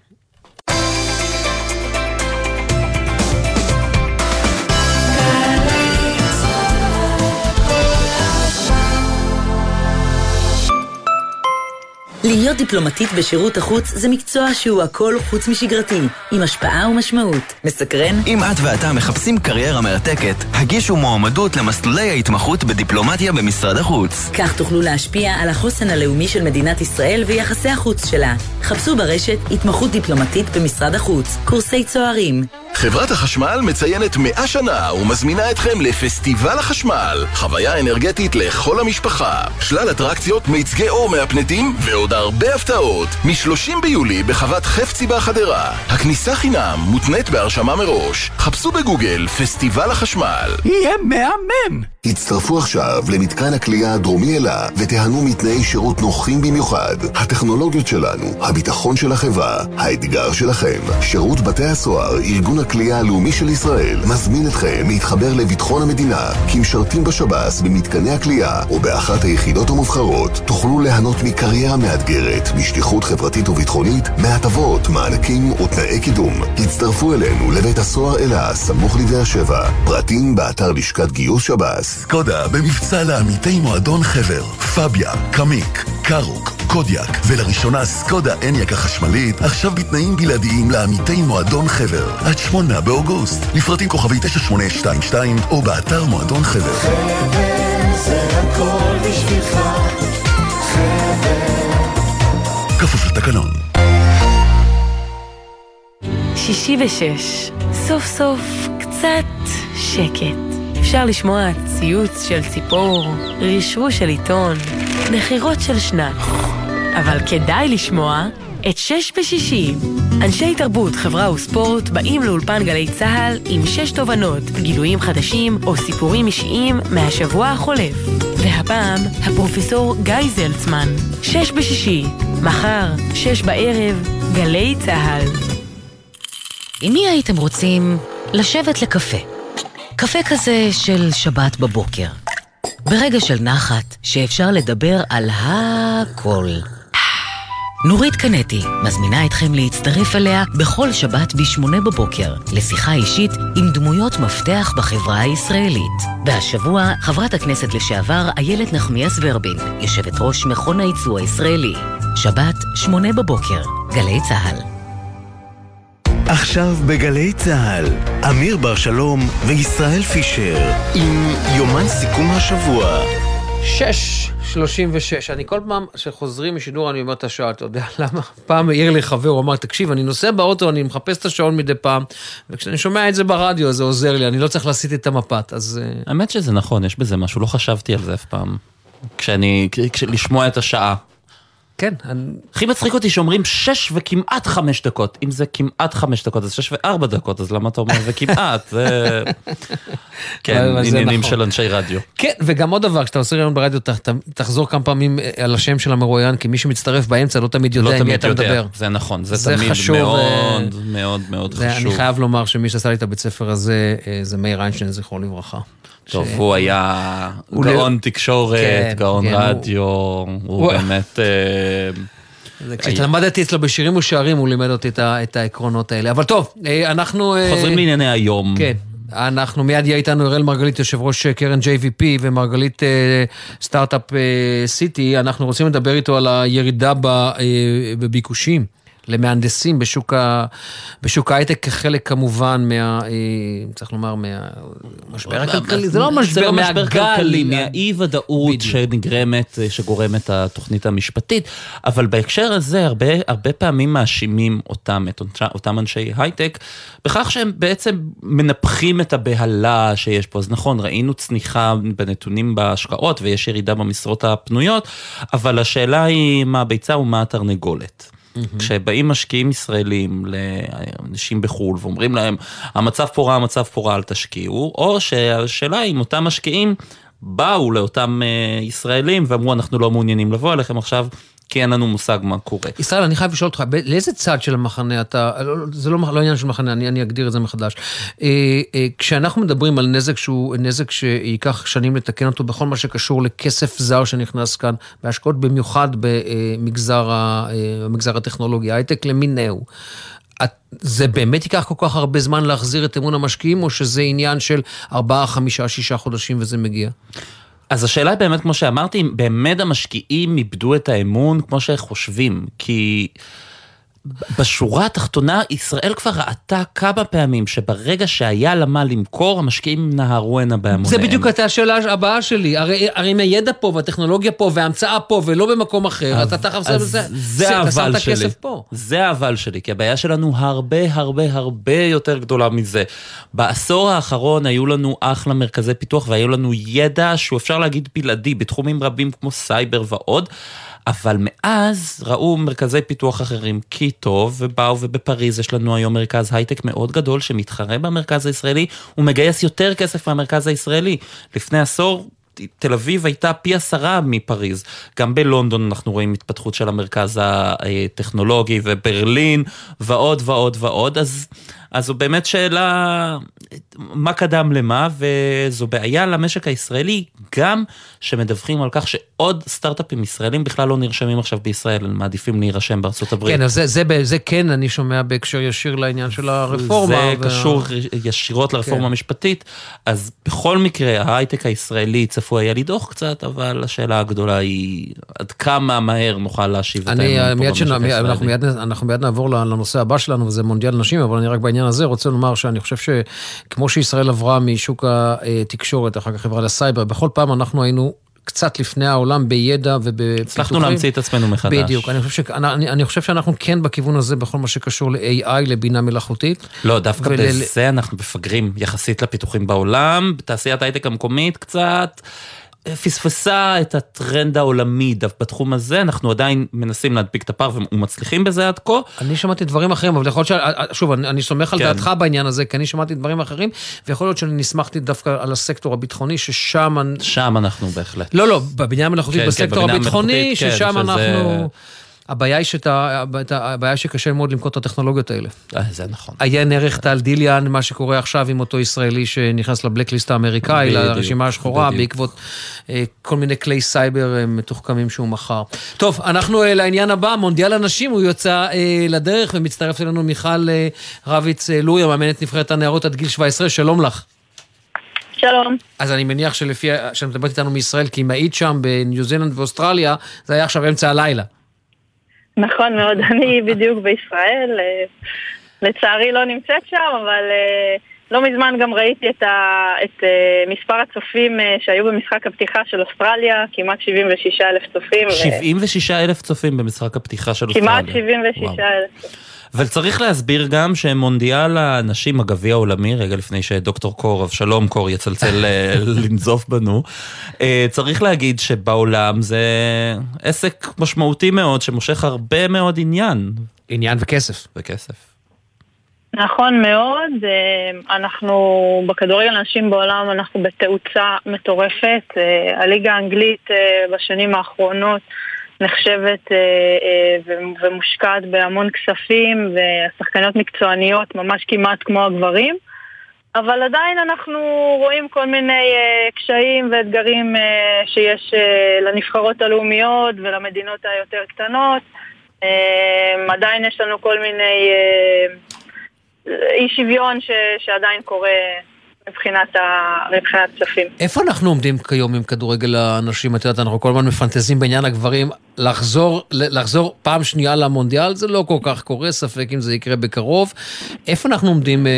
להיות דיפלומטית בשירות החוץ זה מקצוע שהוא הכל חוץ משגרתי, עם השפעה ומשמעות. מסקרן? אם את ואתה מחפשים קריירה מרתקת, הגישו מועמדות למסלולי ההתמחות בדיפלומטיה במשרד החוץ. כך תוכלו להשפיע על החוסן הלאומי של מדינת ישראל ויחסי החוץ שלה. חפשו ברשת התמחות דיפלומטית במשרד החוץ, קורסי צוערים. חברת החשמל מציינת 100 שנה ומזמינה אתכם לפסטיבל החשמל, חוויה אנרגטית לכל המשפחה, שלל אטרקציות, מיצגי אור מהפנטים ועוד הרבה הפתעות. מ-30 ביולי בחוות חפצי בחדרה. הכניסה חינם מותנית בהרשמה מראש. חפשו בגוגל פסטיבל החשמל. יהיה מהמם! הצטרפו עכשיו למתקן הכלייה הדרומי אלה ותיהנו מתנאי שירות נוחים במיוחד. הטכנולוגיות שלנו, הביטחון של החברה, האתגר שלכם. שירות בתי הסוהר, ארגון הכלייה הלאומי של ישראל, מזמין אתכם להתחבר לביטחון המדינה, כי משרתים בשב"ס במתקני הכלייה או באחת היחידות המובחרות. תוכלו ליהנות מקריירה מאתגרת, משליחות חברתית וביטחונית, מהטבות, מענקים ותנאי קידום. הצטרפו אלינו לבית הסוהר אלה, סמוך לבאר שבע. פרטים באתר לשכת גיוס שב"ס. סקודה במבצע לעמיתי מועדון חבר, פביה, קמיק, קרוק, קודיאק, ולראשונה סקודה אניאק החשמלית, עכשיו בתנאים בלעדיים לעמיתי מועדון חבר. עד 8 באוגוסט, לפרטים כוכבי 9822 או באתר מועדון חבר. חבר זה הכל בשבילך, חבר. כפוף לתקנון. 66, סוף סוף קצת שקט. אפשר לשמוע ציוץ של ציפור, רשרוש של עיתון, נחירות של שנץ. אבל כדאי לשמוע את 6 בשישי. אנשי תרבות, חברה וספורט באים לאולפן גלי צהל עם 6 תובנות, גילויים חדשים או סיפורים אישיים מהשבוע החולף. והפעם, הפרופסור גיא זלצמן. 6 בשישי, מחר, 6 בערב, גלי צהל. עם מי הייתם רוצים לשבת לקפה? קפה כזה של שבת בבוקר. ברגע של נחת שאפשר לדבר על הכל. נורית קנטי מזמינה אתכם להצטרף אליה בכל שבת ב8 בבוקר לשיחה אישית עם דמויות מפתח בחברה הישראלית. והשבוע חברת הכנסת לשעבר איילת נחמיאס ורבין, יושבת ראש מכון הייצוא הישראלי. שבת 8 בבוקר, גלי צהל. עכשיו בגלי צהל, אמיר בר שלום וישראל פישר עם יומן סיכום השבוע. 6:36, אני כל פעם שחוזרים משידור אני אומר את השעה, אתה יודע למה? פעם העיר לי חבר, הוא אמר, תקשיב, אני נוסע באוטו, אני מחפש את השעון מדי פעם, וכשאני שומע את זה ברדיו, זה עוזר לי, אני לא צריך להסיט את המפת, אז... האמת שזה נכון, יש בזה משהו, לא חשבתי על זה אף פעם, לשמוע את השעה. כן. הכי מצחיק אותי שאומרים 6 וכמעט 5 דקות. אם זה כמעט 5 דקות, אז 6 ו4 דקות, אז למה אתה אומר וכמעט? זה... כן, עניינים של אנשי רדיו. כן, וגם עוד דבר, כשאתה עושה רעיון ברדיו, תחזור כמה פעמים על השם של המרואיין, כי מי שמצטרף באמצע לא תמיד יודע עם מי אתה מדבר. זה נכון, זה תמיד מאוד מאוד מאוד חשוב. אני חייב לומר שמי שעשה לי את הבית ספר הזה, זה מאיר איינשטיין, זכרו לברכה. טוב, הוא היה גאון תקשורת, גאון רדיו, הוא באמת... כשלמדתי אצלו בשירים ושערים, הוא לימד אותי את העקרונות האלה. אבל טוב, אנחנו... חוזרים לענייני היום. כן, אנחנו מיד יהיה איתנו אראל מרגלית, יושב ראש קרן JVP, ומרגלית סטארט-אפ סיטי. אנחנו רוצים לדבר איתו על הירידה בביקושים למהנדסים בשוק ההייטק, כחלק כמובן צריך לומר, מהמשבר הכלכלי, זה לא משבר, כלכלי, מהאי-ודאות שגורמת התוכנית המשפטית, אבל בהקשר הזה, הרבה פעמים מאשימים אותם אנשי הייטק, בכך שהם בעצם מנפחים את הבהלה שיש פה. אז נכון, ראינו צניחה בנתונים בהשקעות, ויש ירידה במשרות הפנויות, אבל השאלה היא מה הביצה ומה התרנגולת. כשבאים משקיעים ישראלים לאנשים בחול, ואומרים להם, המצב פה רע, אל תשקיעו, או שהשאלה היא אם אותם משקיעים באו לאותם ישראלים, ואמרו, אנחנו לא מעוניינים לבוא אליכם עכשיו, כי אין לנו מושג מה קורה. ישראל, אני חייב לשאול אותך, לאיזה צד של המחנה אתה, זה לא עניין של מחנה, אני אגדיר את זה מחדש. כשאנחנו מדברים על נזק שהוא נזק שיקח שנים לתקן אותו, בכל מה שקשור לכסף זר שנכנס כאן, בהשקעות במיוחד במגזר הטכנולוגיה, הייטק למינהו. זה באמת ייקח כל כך הרבה זמן להחזיר את אמון המשקיעים, או שזה עניין של 4, 5, 6 חודשים וזה מגיע? אז השאלה היא באמת, כמו שאמרתי, אם באמת המשקיעים איבדו את האמון כמו שחושבים, כי בשורה התחתונה, ישראל כבר ראתה כמה פעמים שברגע שהיה למה למכור, המשקיעים נהרו הנה בהמוניהם. זה בדיוק הייתה השאלה הבאה שלי. הרי מהידע פה, והטכנולוגיה פה, וההמצאה פה, ולא במקום אחר, אתה תכף זה האבל שלי. זה האבל שלי, כי הבעיה שלנו הרבה יותר גדולה מזה. בעשור האחרון היו לנו אחלה מרכזי פיתוח, והיו לנו ידע שהוא אפשר להגיד בלעדי, בתחומים רבים כמו סייבר ועוד, אבל מאז ראו מרכזי פיתוח אחרים כי טוב, ובאו ובפריז יש לנו היום מרכז הייטק מאוד גדול שמתחרה במרכז הישראלי, ומגייס יותר כסף מהמרכז הישראלי. לפני עשור תל אביב הייתה פי 10 מפריז. גם בלונדון אנחנו רואים התפתחות של המרכז הטכנולוגי, וברלין ועוד. אז זו באמת שאלה, מה קדם למה, וזו בעיה למשק הישראלי, גם שמדווחים על כך שעוד סטארט-אפים ישראלים בכלל לא נרשמים עכשיו בישראל, הם מעדיפים להירשם בארצות הברית. כן, אז זה כן אני שומע בהקשר ישיר לעניין של הרפורמה. זה קשור ישירות לרפורמה המשפטית, אז בכל מקרה, ההייטק הישראלי צפוי היה לדוח קצת, אבל השאלה הגדולה היא עד כמה מהר נוכל להשיב את האמון פה במשק הישראלי. אנחנו מיד נעבור לנושא הבא שלנו, וזה מונדיאל נשים, אבל אני רק בעניין הזה רוצה לומר שאני חושב שכמו שישראל עברה משוק התקשורת, אחר כך חברה לסייבר, בכל פעם אנחנו היינו קצת לפני העולם בידע ובפיתוחים. הצלחנו להמציא את עצמנו מחדש. בדיוק, אני חושב שאנחנו כן בכיוון הזה, בכל מה שקשור ל-AI, לבינה מלאכותית. לא, דווקא בזה אנחנו מפגרים יחסית לפיתוחים בעולם, בתעשיית ההייטק המקומית קצת פספסה את הטרנד העולמי בתחום הזה, אנחנו עדיין מנסים להדביק את הפער ומצליחים בזה עד כה. אני שמעתי דברים אחרים, אבל יכול להיות שוב, אני סומך על דעתך בעניין הזה, כי אני שמעתי דברים אחרים, ויכול להיות שאני נסמכתי דווקא על הסקטור הביטחוני, ששם אנחנו בהחלט. לא, בבינה מלאכותית בסקטור הביטחוני, ששם אנחנו הבעיה היא שקשה מאוד למכור את הטכנולוגיות האלה. זה נכון. עיין ערך טל דיליאן, מה שקורה עכשיו עם אותו ישראלי שנכנס לבלקליסט האמריקאי, לרשימה השחורה, בעקבות כל מיני כלי סייבר מתוחכמים שהוא מכר. טוב, אנחנו לעניין הבא, מונדיאל הנשים, הוא יוצא לדרך, ומצטרף אלינו מיכל רביץ לוי, המאמנת נבחרת הנערות עד גיל 17, שלום לך. שלום. אז אני מניח שלפי, שאני מדברת איתנו מישראל, כי אם היית שם בניו זילנד ואוסטרליה, זה היה עכשיו אמצע הלילה. נכון מאוד, אני בדיוק בישראל, לצערי לא נמצאת שם, אבל לא מזמן גם ראיתי את מספר הצופים שהיו במשחק הפתיחה של אוסטרליה, כמעט 76,000 צופים. 76,000 צופים במשחק הפתיחה של אוסטרליה. כמעט 76,000 צופים. אבל צריך להסביר גם שמונדיאל הנשים הגביע העולמי, רגע לפני שדוקטור קור, אבשלום קור יצלצל לנזוף בנו, צריך להגיד שבעולם זה עסק משמעותי מאוד, שמושך הרבה מאוד עניין וכסף. נכון מאוד, אנחנו בכדורגל נשים בעולם, אנחנו בתאוצה מטורפת, הליגה האנגלית בשנים האחרונות, נחשבת ומושקעת בהמון כספים, והשחקניות מקצועניות ממש כמעט כמו הגברים, אבל עדיין אנחנו רואים כל מיני קשיים ואתגרים שיש לנבחרות הלאומיות ולמדינות היותר קטנות. עדיין יש לנו כל מיני אי שוויון שעדיין קורה מבחינת צפים. איפה אנחנו עומדים כיום עם כדורגל הנשים? את יודעת, אנחנו כל הזמן מפנטזים בעניין הגברים. לחזור פעם שנייה למונדיאל, זה לא כל כך קורה, ספק אם זה יקרה בקרוב. איפה אנחנו עומדים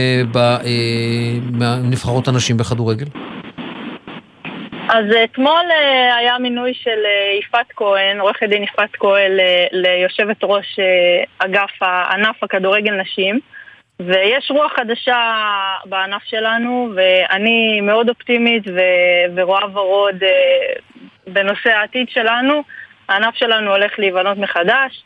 בנבחרות הנשים בכדורגל? אז אתמול היה מינוי של יפעת כהן, עורכת דין יפעת כהן, ליושבת ראש אגף הענף הכדורגל נשים, ויש רוח חדשה בענף שלנו, ואני מאוד אופטימית ורואה ורוד בנושא העתיד שלנו. הענף שלנו הולך להיבנות מחדש,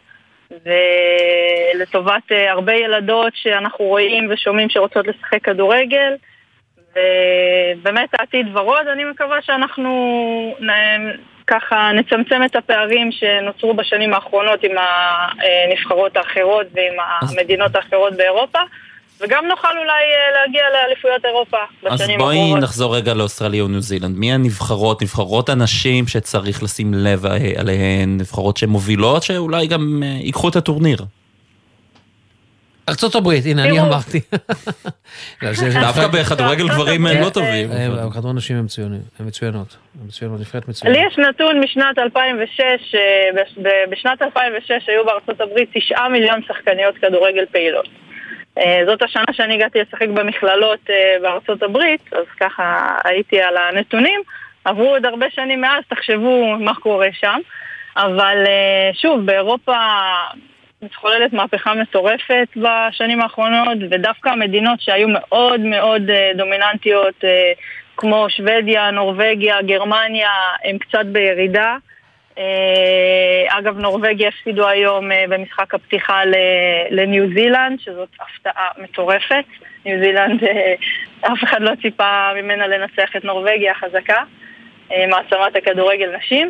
ולטובת הרבה ילדות שאנחנו רואים ושומעים שרוצות לשחק כדורגל, ובאמת העתיד ורוד. אני מקווה שאנחנו ככה נצמצם את הפערים שנוצרו בשנים האחרונות עם הנבחרות האחרות ועם המדינות האחרות באירופה, וגם נוכל אולי להגיע לאליפויות אירופה בשנים האחרות. אז בואי נחזור רגע לאוסטרליה וניו זילנד. מי הנבחרות, נבחרות הנשים שצריך לשים לב עליהן, נבחרות שמובילות, שאולי גם ייקחו את הטורניר? ארצות הברית, הנה, אני אמרתי. דווקא בכדורגל גברים הם לא טובים. בכדורגל נשים הם מצוינות. נבחרת מצוינות. לי יש נתון משנת 2006, בשנת 2006 היו בארצות הברית 9 מיליון שחקניות כדורגל פעילות. זאת השנה שאני הגעתי לשחק במכללות בארצות הברית, אז ככה הייתי על הנתונים. עברו עוד הרבה שנים מאז, תחשבו מה קורה שם. אבל שוב, באירופה מתחוללת מהפכה מטורפת בשנים האחרונות, ודווקא המדינות שהיו מאוד מאוד דומיננטיות, כמו שוודיה, נורווגיה, גרמניה, הם קצת בירידה. אגב, נורווגיה הפסידו היום במשחק הפתיחה לניו זילנד, שזאת הפתעה מטורפת. ניו זילנד, אף אחד לא ציפה ממנה לנצח את נורווגיה החזקה, מעצמת הכדורגל נשים.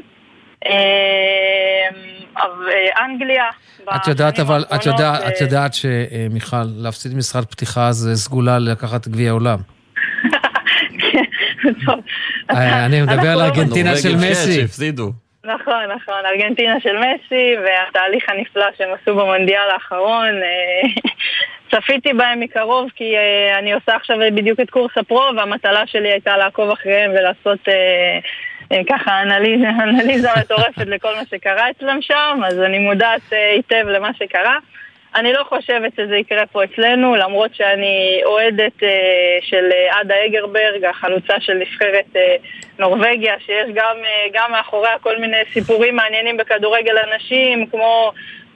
אנגליה. את יודעת שמיכל, להפסיד משחק פתיחה זה סגולה לקחת גביע העולם. אני מדבר על ארגנטינה של מסי. נכון, ארגנטינה של מסי והתהליך הנפלא שהם עשו במונדיאל האחרון. צפיתי בהם מקרוב כי אני עושה עכשיו בדיוק את קורס הפרו, והמטלה שלי הייתה לעקוב אחריהם ולעשות ככה אנליזה מטורפת לכל מה שקרה אצלם שם, אז אני מודעת היטב למה שקרה. אני לא חושבת שזה יקרה פה אצלנו, למרות שאני אוהדת של עדה אגרברג, החלוצה של נבחרת נורווגיה, שיש גם מאחוריה כל מיני סיפורים מעניינים בכדורגל אנשים, כמו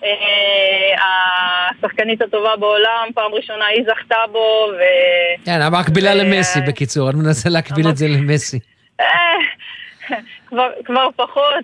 השחקנית הטובה בעולם, פעם ראשונה היא זכתה בו. כן, המקבילה למסי בקיצור, אני מנסה להקביל את זה למסי. כבר פחות,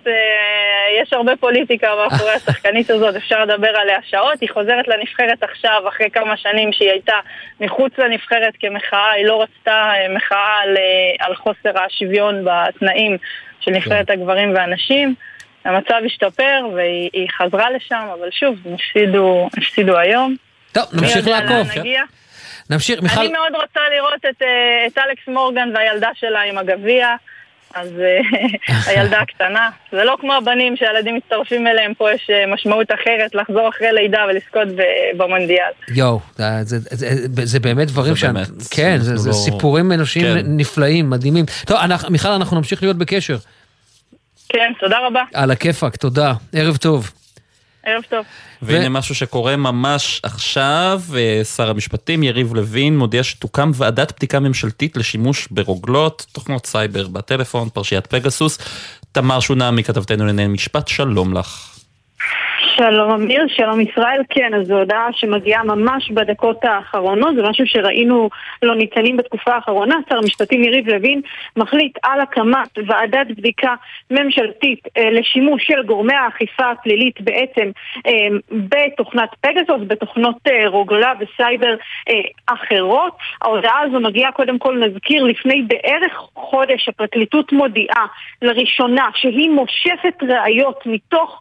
יש הרבה פוליטיקה מאחורי השחקנית הזאת, אפשר לדבר עליה שעות. היא חוזרת לנבחרת עכשיו אחרי כמה שנים שהיא הייתה מחוץ לנבחרת כמחאה, היא לא רצתה מחאה על חוסר השוויון בתנאים של נבחרת הגברים והנשים. המצב השתפר והיא חזרה לשם, אבל שוב, נפסידו היום. טוב, נמשיך לעקוב. נמשיך, מיכל. אני מאוד רוצה לראות את אלכס מורגן והילדה שלה עם הגביע. אז הילדה הקטנה, זה לא כמו הבנים שהילדים מצטרפים אליהם, פה יש משמעות אחרת לחזור אחרי לידה ולזכות במונדיאל. יו, זה באמת דברים כן, זה סיפורים אנושיים נפלאים, מדהימים. טוב, מיכל, אנחנו נמשיך להיות בקשר. כן, תודה רבה. על הכיפק, תודה. ערב טוב. ערב טוב. והנה משהו שקורה ממש עכשיו, שר המשפטים יריב לוין מודיע שתוקם ועדת בדיקה ממשלתית לשימוש ברוגלות, תוכנות סייבר בטלפון, פרשיית פגסוס. תמר שונה מכתבתנו לענייני משפט, שלום לך. שלום אמיר, שלום ישראל. כן, אז זו הודעה שמגיעה ממש בדקות האחרונות, זה משהו שראינו לא ניתנים בתקופה האחרונה. שר המשפטים יריב לוין מחליט על הקמת ועדת בדיקה ממשלתית לשימוש של גורמי האכיפה הפלילית בעצם בתוכנת פגסוס, בתוכנות רוגלה וסייבר אחרות. ההודעה הזו מגיעה, קודם כל נזכיר, לפני בערך חודש הפרקליטות מודיעה לראשונה שהיא מושכת ראיות מתוך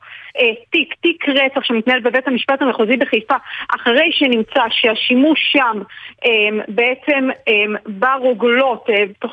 תיק רצח שמתנהל בבית המשפט המחוזי בחיפה, אחרי שנמצא שהשימוש שם בעצם ברוגלות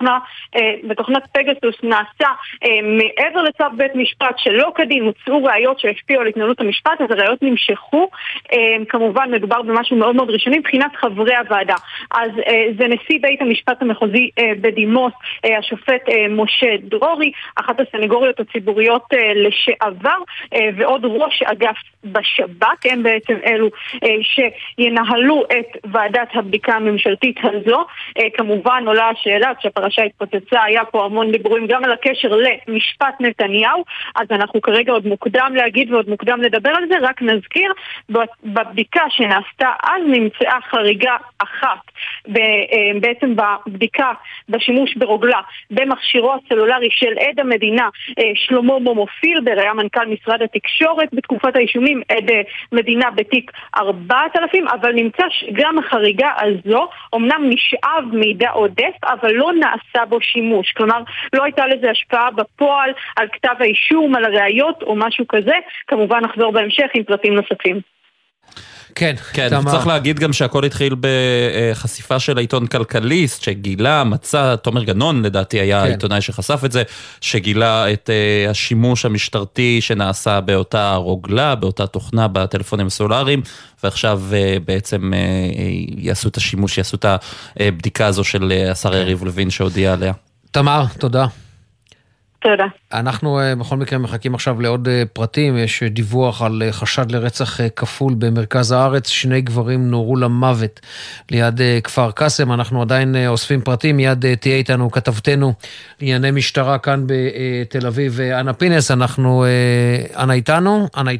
בתוכנת פגסוס נעשה מעבר לצו בית משפט שלא כדין, הוצאו ראיות שהשפיעו על התנהלות המשפט, אז הראיות נמשכו. כמובן מדובר במשהו מאוד מאוד ראשוני מבחינת חברי הוועדה. אז זה נשיא בית המשפט המחוזי בדימוס, השופט משה דרורי, אחת הסנגוריות הציבוריות לשעבר, ועוד ראש אגף בשב"כ, הם בעצם אלו שינהלו את ועדת הבדיקה הממשלתית הזו. כמובן עולה השאלה, כשהפרשה התפוצצה היה פה המון דיבורים גם על הקשר למשפט נתניהו, אז אנחנו כרגע עוד מוקדם להגיד ועוד מוקדם לדבר על זה, רק נזכיר, בבדיקה שנעשתה אז נמצאה חריגה אחת, בעצם בבדיקה בשימוש ברוגלה במכשירו הסלולרי של עד המדינה שלמה מומו פילבר, היה מנכ"ל משרד התקשורת בתקופת האישומים, עד מדינה בתיק 4000, אבל נמצא שגם החריגה הזו אמנם נשאב מידע עודף, אבל לא נעשה בו שימוש, כלומר לא הייתה לזה השפעה בפועל על כתב האישום, על הראיות או משהו כזה. כמובן נחזור בהמשך עם פרטים נוספים. כן, צריך להגיד גם שהכל התחיל בחשיפה של העיתון כלכליסט, שגילה, מצא, תומר גנון לדעתי היה העיתונאי שחשף את זה, שגילה את השימוש המשטרתי שנעשה באותה רוגלה, באותה תוכנה בטלפונים הסלולריים, ועכשיו בעצם יעשו את השימוש, יעשו את הבדיקה הזו של השר יריב לוין שהודיע עליה. תמר, תודה. תודה. אנחנו בכל מקרה מחכים עכשיו לעוד פרטים. יש דיווח על חשד לרצח כפול במרכז הארץ, 2 גברים נורו למוות ליד כפר קאסם. אנחנו עדיין אוספים פרטים, מיד תהיה איתנו כתבתנו לענייני משטרה כאן בתל אביב, אנה פינס. אנחנו, אנה איתנו? אנה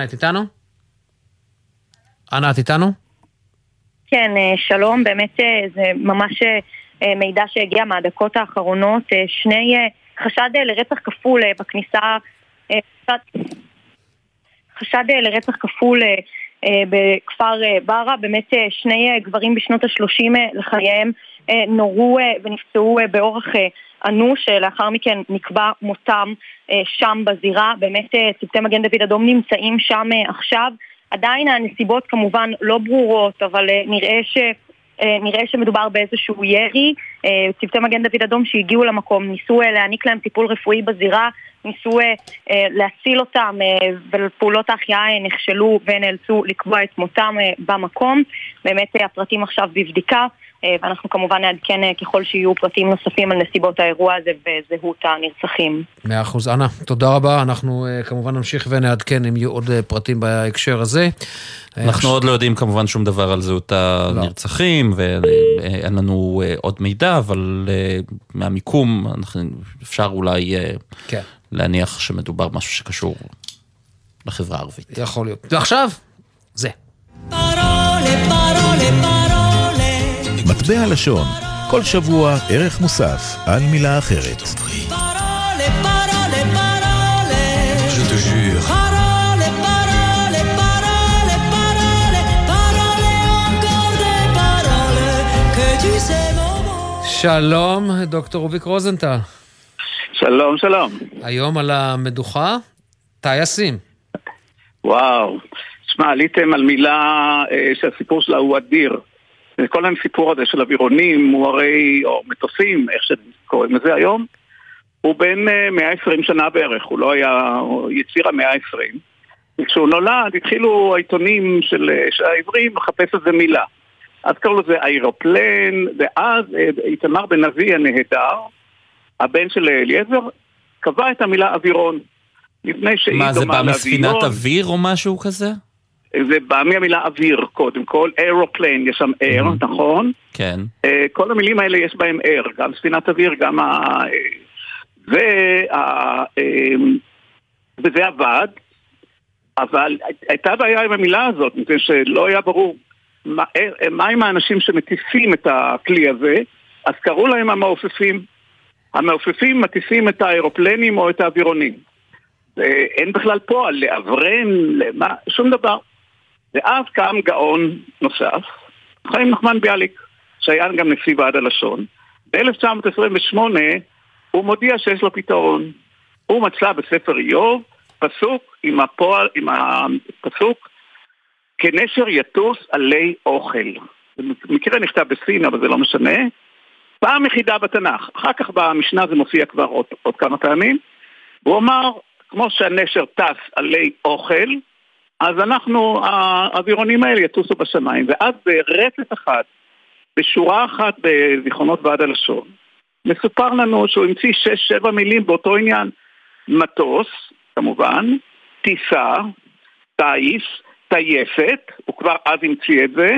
את איתנו? כן, שלום, באמת זה ממש מידע שהגיע מהדקות האחרונות, 2 חשד לרצח כפול בכניסה, חשד לרצח כפול בכפר ברה, באמת 2 גברים בשנות ה-30 לחייהם נורו ונפצעו באורח אנוש, לאחר מכן נקבע מותם שם בזירה. באמת צוותי מגן דוד אדום נמצאים שם עכשיו, עדיין הנסיבות כמובן לא ברורות, אבל נראה שמדובר באיזשהו ירי. צוותי מגן דוד אדום שהגיעו למקום ניסו להעניק להם טיפול רפואי בזירה, ניסו להציל אותם, ולפעולות ההחייאה נכשלו ונאלצו לקבוע את מותם במקום. באמת הפרטים עכשיו בבדיקה, ואנחנו כמובן נעדכן ככל שיהיו פרטים נוספים על נסיבות האירוע הזה וזהות הנרצחים. 100%. אנה, תודה רבה. אנחנו כמובן נמשיך ונעדכן אם יהיו עוד פרטים בהקשר הזה. אנחנו עוד לא יודעים כמובן שום דבר על זהות הנרצחים, ואין לנו עוד מידע, אבל מהמיקום אפשר אולי להניח שמדובר משהו שקשור לחברה הערבית. יכול להיות. ועכשיו, זה. מטבע לשון, כל שבוע ערך מוסף על מילה אחרת. שלום, דוקטור רוביק רוזנטל. שלום, שלום. היום על המדוכה, טייסים. וואו, תשמע, עליתם על מילה שהסיפור שלה הוא אדיר. כל הסיפור הזה של אווירונים, מוארי או מטוסים, איך שקוראים לזה היום, הוא בין 120 שנה בערך, הוא לא היה יציר ה-120. כשהוא נולד, התחילו העיתונים של העברים לחפש איזה מילה. אז קראו לזה אירופלן, ואז איתמר בן אבי הנהדר, הבן של אליעזר, קבע את המילה אווירון. מה, זה בא מספינת אוויר או משהו כזה? זה בא מהמילה אוויר, קודם כל, אירופלן, יש שם איר, נכון? כן. כל המילים האלה יש בהם איר, גם ספינת אוויר, גם וזה עבד, אבל הייתה בעיה עם המילה הזאת, מפני שלא היה ברור מה עם האנשים שמטיסים את הכלי הזה, אז קראו להם המעופפים. המעופפים מטיסים את האירופלנים או את האווירונים. אין בכלל פועל לאברן, שום דבר. ואז קם גאון נוסף, חיים נחמן ביאליק, שהיה גם נשיא ועד הלשון. ב-1928 הוא מודיע שיש לו פתרון. הוא מצא בספר איוב פסוק עם הפסוק כנשר יטוס עלי אוכל. במקרה נכתב בסין, אבל זה לא משנה. פעם יחידה בתנ"ך. אחר כך במשנה זה מופיע כבר עוד כמה פעמים. הוא אמר, כמו שהנשר טס עלי אוכל, אז האווירונים האלה יטוסו בשמיים. ואז ברצף אחד, בשורה אחת בזיכרונות ועד הלשון, מסופר לנו שהוא המציא 6-7 מילים באותו עניין. מטוס, כמובן, טיסה, טייס, טייסת, הוא כבר אז המציא את זה,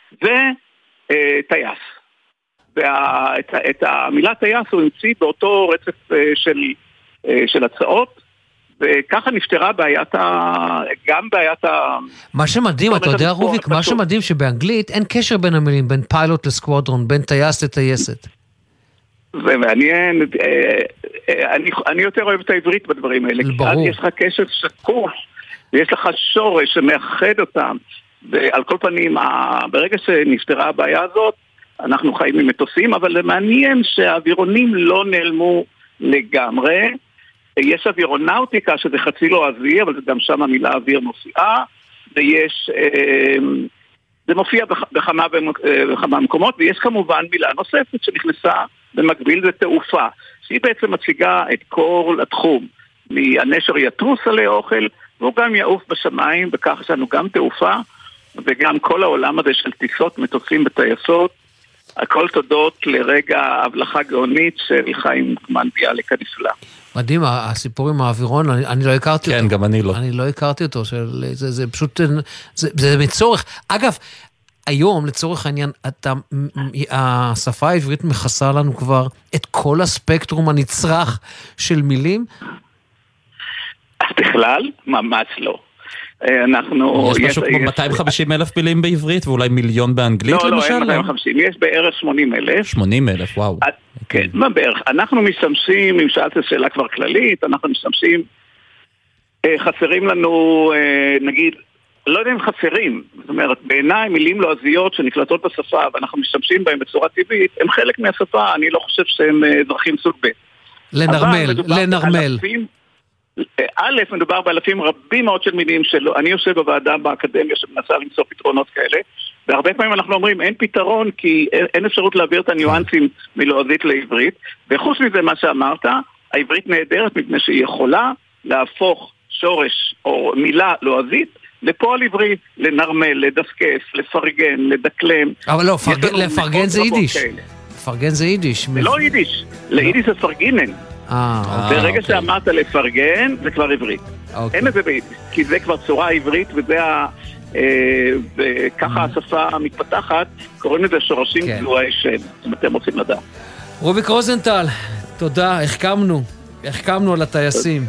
וטייס. ואת המילה טייס הוא המציא באותו רצף של הצעות, וככה נפתרה גם בעיית מה שמדהים, אתה יודע רוביק, מה שמדהים שבאנגלית אין קשר בין המילים, בין פיילוט לסקוואדרון, בין טייס לטייסת. זה מעניין, אני יותר אוהב את העברית בדברים האלה, כי אז יש לך קשר שקוף, ויש לך שורש שמאחד אותם, ועל כל פנים, ברגע שנפתרה הבעיה הזאת, אנחנו חיים עם מטוסים, אבל זה מעניין שהאווירונים לא נעלמו לגמרי, יש אווירונאוטיקה שזה חצי לועזי, אבל גם שם המילה אוויר מופיעה, ויש, זה מופיע בכמה מקומות, ויש כמובן מילה נוספת שנכנסה במקביל, זה תעופה, שהיא בעצם מציגה את כל התחום, מהנשר יטוס עלי אוכל, והוא גם יעוף בשמיים, וכך יש לנו גם תעופה, וגם כל העולם הזה של טיסות, מטוסים וטייסות, הכל תודות לרגע הבלחה גאונית של חיים גמן ביאליק הנפלא. מדהים, הסיפור עם האווירון, אני לא הכרתי אותו. כן, גם אני לא. אני לא הכרתי אותו, זה פשוט, זה מצורך. אגב, היום, לצורך העניין, השפה העברית מכסה לנו כבר את כל הספקטרום הנצרך של מילים? בכלל, ממש לא. יש משהו כמו 250,000 מילים בעברית ואולי מיליון באנגלית למשל? לא, אין 250, יש בערך 80,000. 80,000, וואו. כן, מה בערך? אנחנו משתמשים, אם שאלת שאלה כבר כללית, אנחנו משתמשים, חסרים לנו, נגיד, לא יודע אם חסרים, זאת אומרת, בעיניי מילים לועזיות שנקלטות בשפה ואנחנו משתמשים בהם בצורה טבעית, הם חלק מהשפה, אני לא חושב שהם אזרחים סוג ב'. לנרמל. א', מדובר באלפים רבים מאוד של מילים שלו, אני יושב בוועדה באקדמיה שמנסה למצוא פתרונות כאלה, והרבה פעמים אנחנו אומרים אין פתרון כי אין אפשרות להעביר את הניואנסים מלועזית לעברית, וחוץ מזה מה שאמרת, העברית נהדרת מפני שהיא יכולה להפוך שורש או מילה לועזית לפועל עברי, לנרמל, לדסקס, לפרגן, לדקלם. אבל לא, לפרגן זה יידיש. לפרגן זה יידיש. זה לא יידיש, ליידיש זה פרגינן. ברגע שאמרת לפרגן, זה כבר עברית. אין את זה ביידיש, כי זה כבר צורה עברית, וככה השפה מתפתחת, קוראים לזה שורשים גלויי שם, אם אתם רוצים לדעת. רוביק רוזנטל, תודה, החכמנו על הטייסים.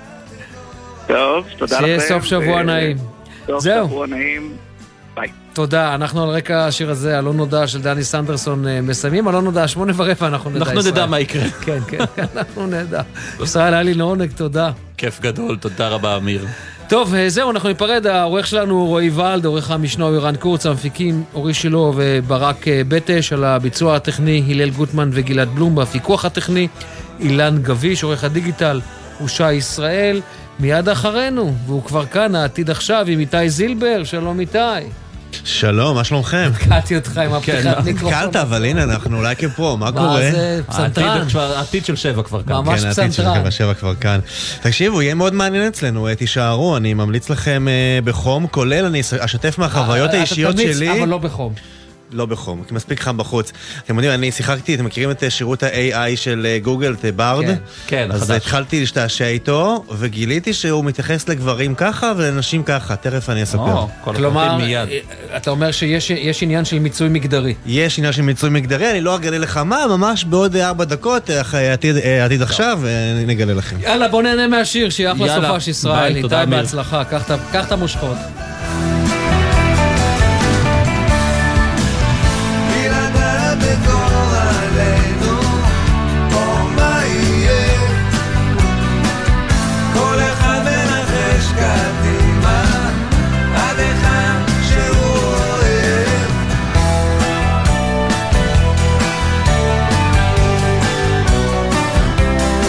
טוב, תודה לכם. שיהיה סוף שבוע נעים. סוף שבוע נעים. ביי. תודה, אנחנו על רקע השיר הזה, הלא נודע של דני סנדרסון מסיימים, הלא נודע, 8:15 אנחנו נדע. אנחנו נדע מה יקרה. כן, אנחנו נדע. ישראל, היה לי לעונג, תודה. כיף גדול, תודה רבה אמיר. טוב, זהו, אנחנו ניפרד, העורך שלנו רועי ולד, עורך המשנה אירן קורץ, המפיקים אורי שילו וברק בטש, על הביצוע הטכני הלל גוטמן וגלעד בלום, בפיקוח הטכני אילן גביש, עורך הדיגיטל הוא שי ישראל, מיד אחרינו, והוא כבר כאן, העתיד עכשיו עם איתי זילבר, שלום איתי. שלום, מה שלומכם? קעתי אותך עם הפתיחת מיקרופון. קלת, אבל הנה, אנחנו אולי כפה, מה קורה? מה זה? פסנתרן. העתיד של 7 כבר כאן. ממש פסנתרן. כן, העתיד של 7 כבר כאן. תקשיבו, יהיה מאוד מעניין אצלנו, תישארו, אני ממליץ לכם בחום, כולל אני אשתף מהחוויות האישיות שלי. אתה תמיץ, אבל לא בחום. לא בחום, כי מספיק חם בחוץ. אתם יודעים, אני שיחקתי, אתם מכירים את שירות ה-AI של גוגל, את בארד? כן, אז התחלתי להשתעשע איתו, וגיליתי שהוא מתייחס לגברים ככה ולנשים ככה, תכף אני אספר. כלומר, אתה אומר שיש עניין של מיצוי מגדרי. יש עניין של מיצוי מגדרי, אני לא אגלה לך מה, ממש בעוד 4 דקות, עתיד עכשיו, נגלה לכם. יאללה, בוא נהנה מהשיר, שיהיה אחלה סופש ישראל, איתי בהצלחה, קח את המושכות.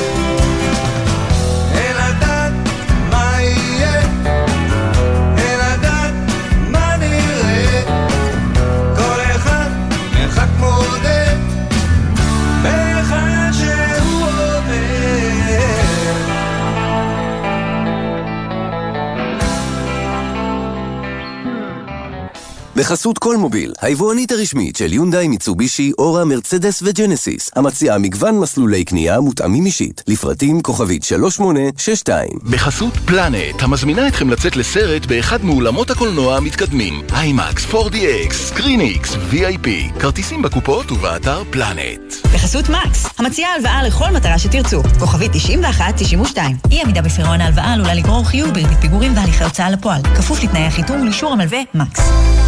אל בחסות כל מוביל, היבואנית הרשמית של יונדאי, מיצובישי, אורה, מרצדס וג'נסיס, המציעה מגוון מסלולי קנייה מותאמים אישית, לפרטים כוכבית 3862. בחסות פלנט, המזמינה אתכם לצאת לסרט באחד מאולמות הקולנוע המתקדמים, IMAX, 4DX, ScreenX, VIP, כרטיסים בקופות ובאתר פלנט. בחסות מקס, המציעה הלוואה לכל מטרה שתרצו, כוכבית 9192. אי עמידה בפירעון ההלוואה עלולה לגרור חיוב בריבית פיגורים והליכי הוצאה לפועל, כפוף לתנאי החיתום ולאישור המלווה מקס.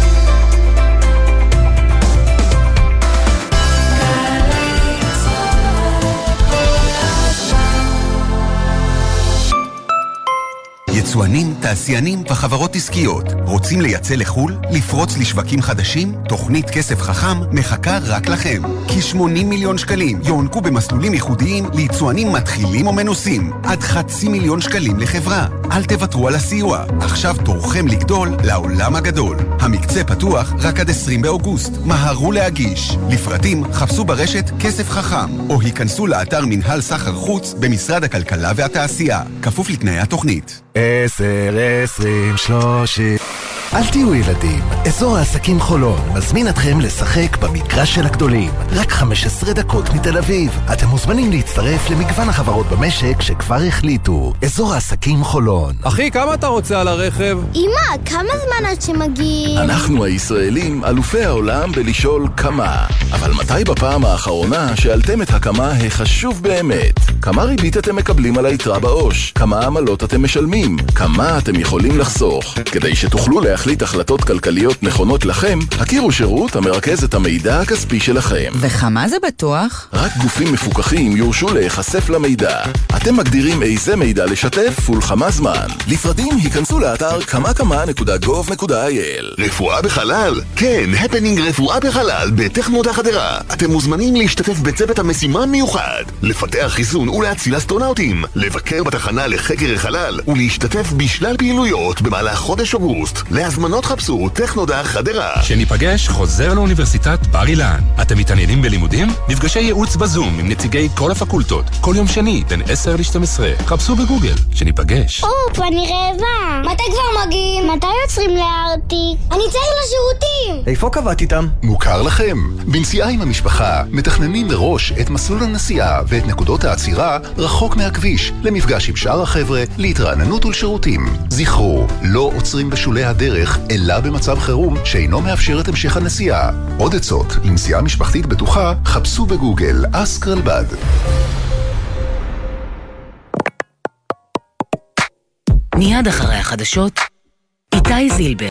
יצואנים, תעשיינים וחברות עסקיות רוצים לייצא לחול? לפרוץ לשווקים חדשים? תוכנית כסף חכם מחכה רק לכם. כ-80 מיליון שקלים יוענקו במסלולים ייחודיים ליצואנים מתחילים או מנוסים. עד 500,000 שקלים לחברה. אל תוותרו על הסיוע. עכשיו תורכם לגדול לעולם הגדול. המקצה פתוח רק עד 20 באוגוסט. מהרו להגיש. לפרטים חפשו ברשת כסף חכם או היכנסו לאתר מנהל סחר חוץ במשרד הכלכלה והתעשייה. כפוף לתנאי התוכנית. 10, 20, 30. אל תהיו ילדים, אזור העסקים חולון מזמין אתכם לשחק במגרש של הגדולים. רק 15 דקות מתל אביב. אתם מוזמנים להצטרף למגוון החברות במשק שכבר החליטו. אזור העסקים חולון. אחי, כמה אתה רוצה על הרכב? אמא, כמה זמן עד שמגיעים? אנחנו הישראלים אלופי העולם בלשאול כמה. אבל מתי בפעם האחרונה שאלתם את הכמה החשוב באמת? כמה ריבית אתם מקבלים על היתרה בעו"ש? כמה עמלות אתם משלמים? כמה אתם יכולים לחסוך? כדי שתוכלו להחליט החלטות כלכליות נכונות לכם, הכירו שירות המרכז את המידע הכספי שלכם. וכמה זה בטוח? רק גופים מפוקחים יורשו להיחשף למידע. אתם מגדירים איזה מידע לשתף ולכמה זמן. לפרטים היכנסו לאתר kama.gov.il. רפואה בחלל? כן, הפנינג רפואה בחלל בטכנודה חדרה. אתם מוזמנים להשתתף בצוות המשימה מיוחד, לפתח חיסון ולהציל אסטרונאוטים, לבקר בתחנה לחקר החלל ולהשתתף בשלל פעילויות במהלך חודש אוגוסט. להזמנות חפשו טכנודה חדרה. שניפגש חוזר לאוניברסיטת בר אילן. אתם מתעניינים בלימודים? מפגשי ייעוץ בזום עם נציגי כל הפקולטות. כל יום שני בין 10 ל-12. חפשו בגוגל. שניפגש. אופ, אני רעבה. מתי כבר מגיעים? מתי יוצרים לארטיק? אני צריך לשירותים. איפה קבעת איתם? מוכר לכם. בנסיעה עם המשפחה מתכננים מראש את מסלול הנסיעה ואת נקודות העצירה רחוק מהכביש, למפגש עם שאר החבר'ה, להתרעננות ולשירותים. זכרו, לא עוצרים בשולי הדרך, אלא במצב חירום שאינו מאפשר את המשך הנסיעה. עוד עצות לנסיעה משפחתית בטוחה, חפשו בגוגל אסקרלבד. מיד אחרי החדשות, איתי זילבר.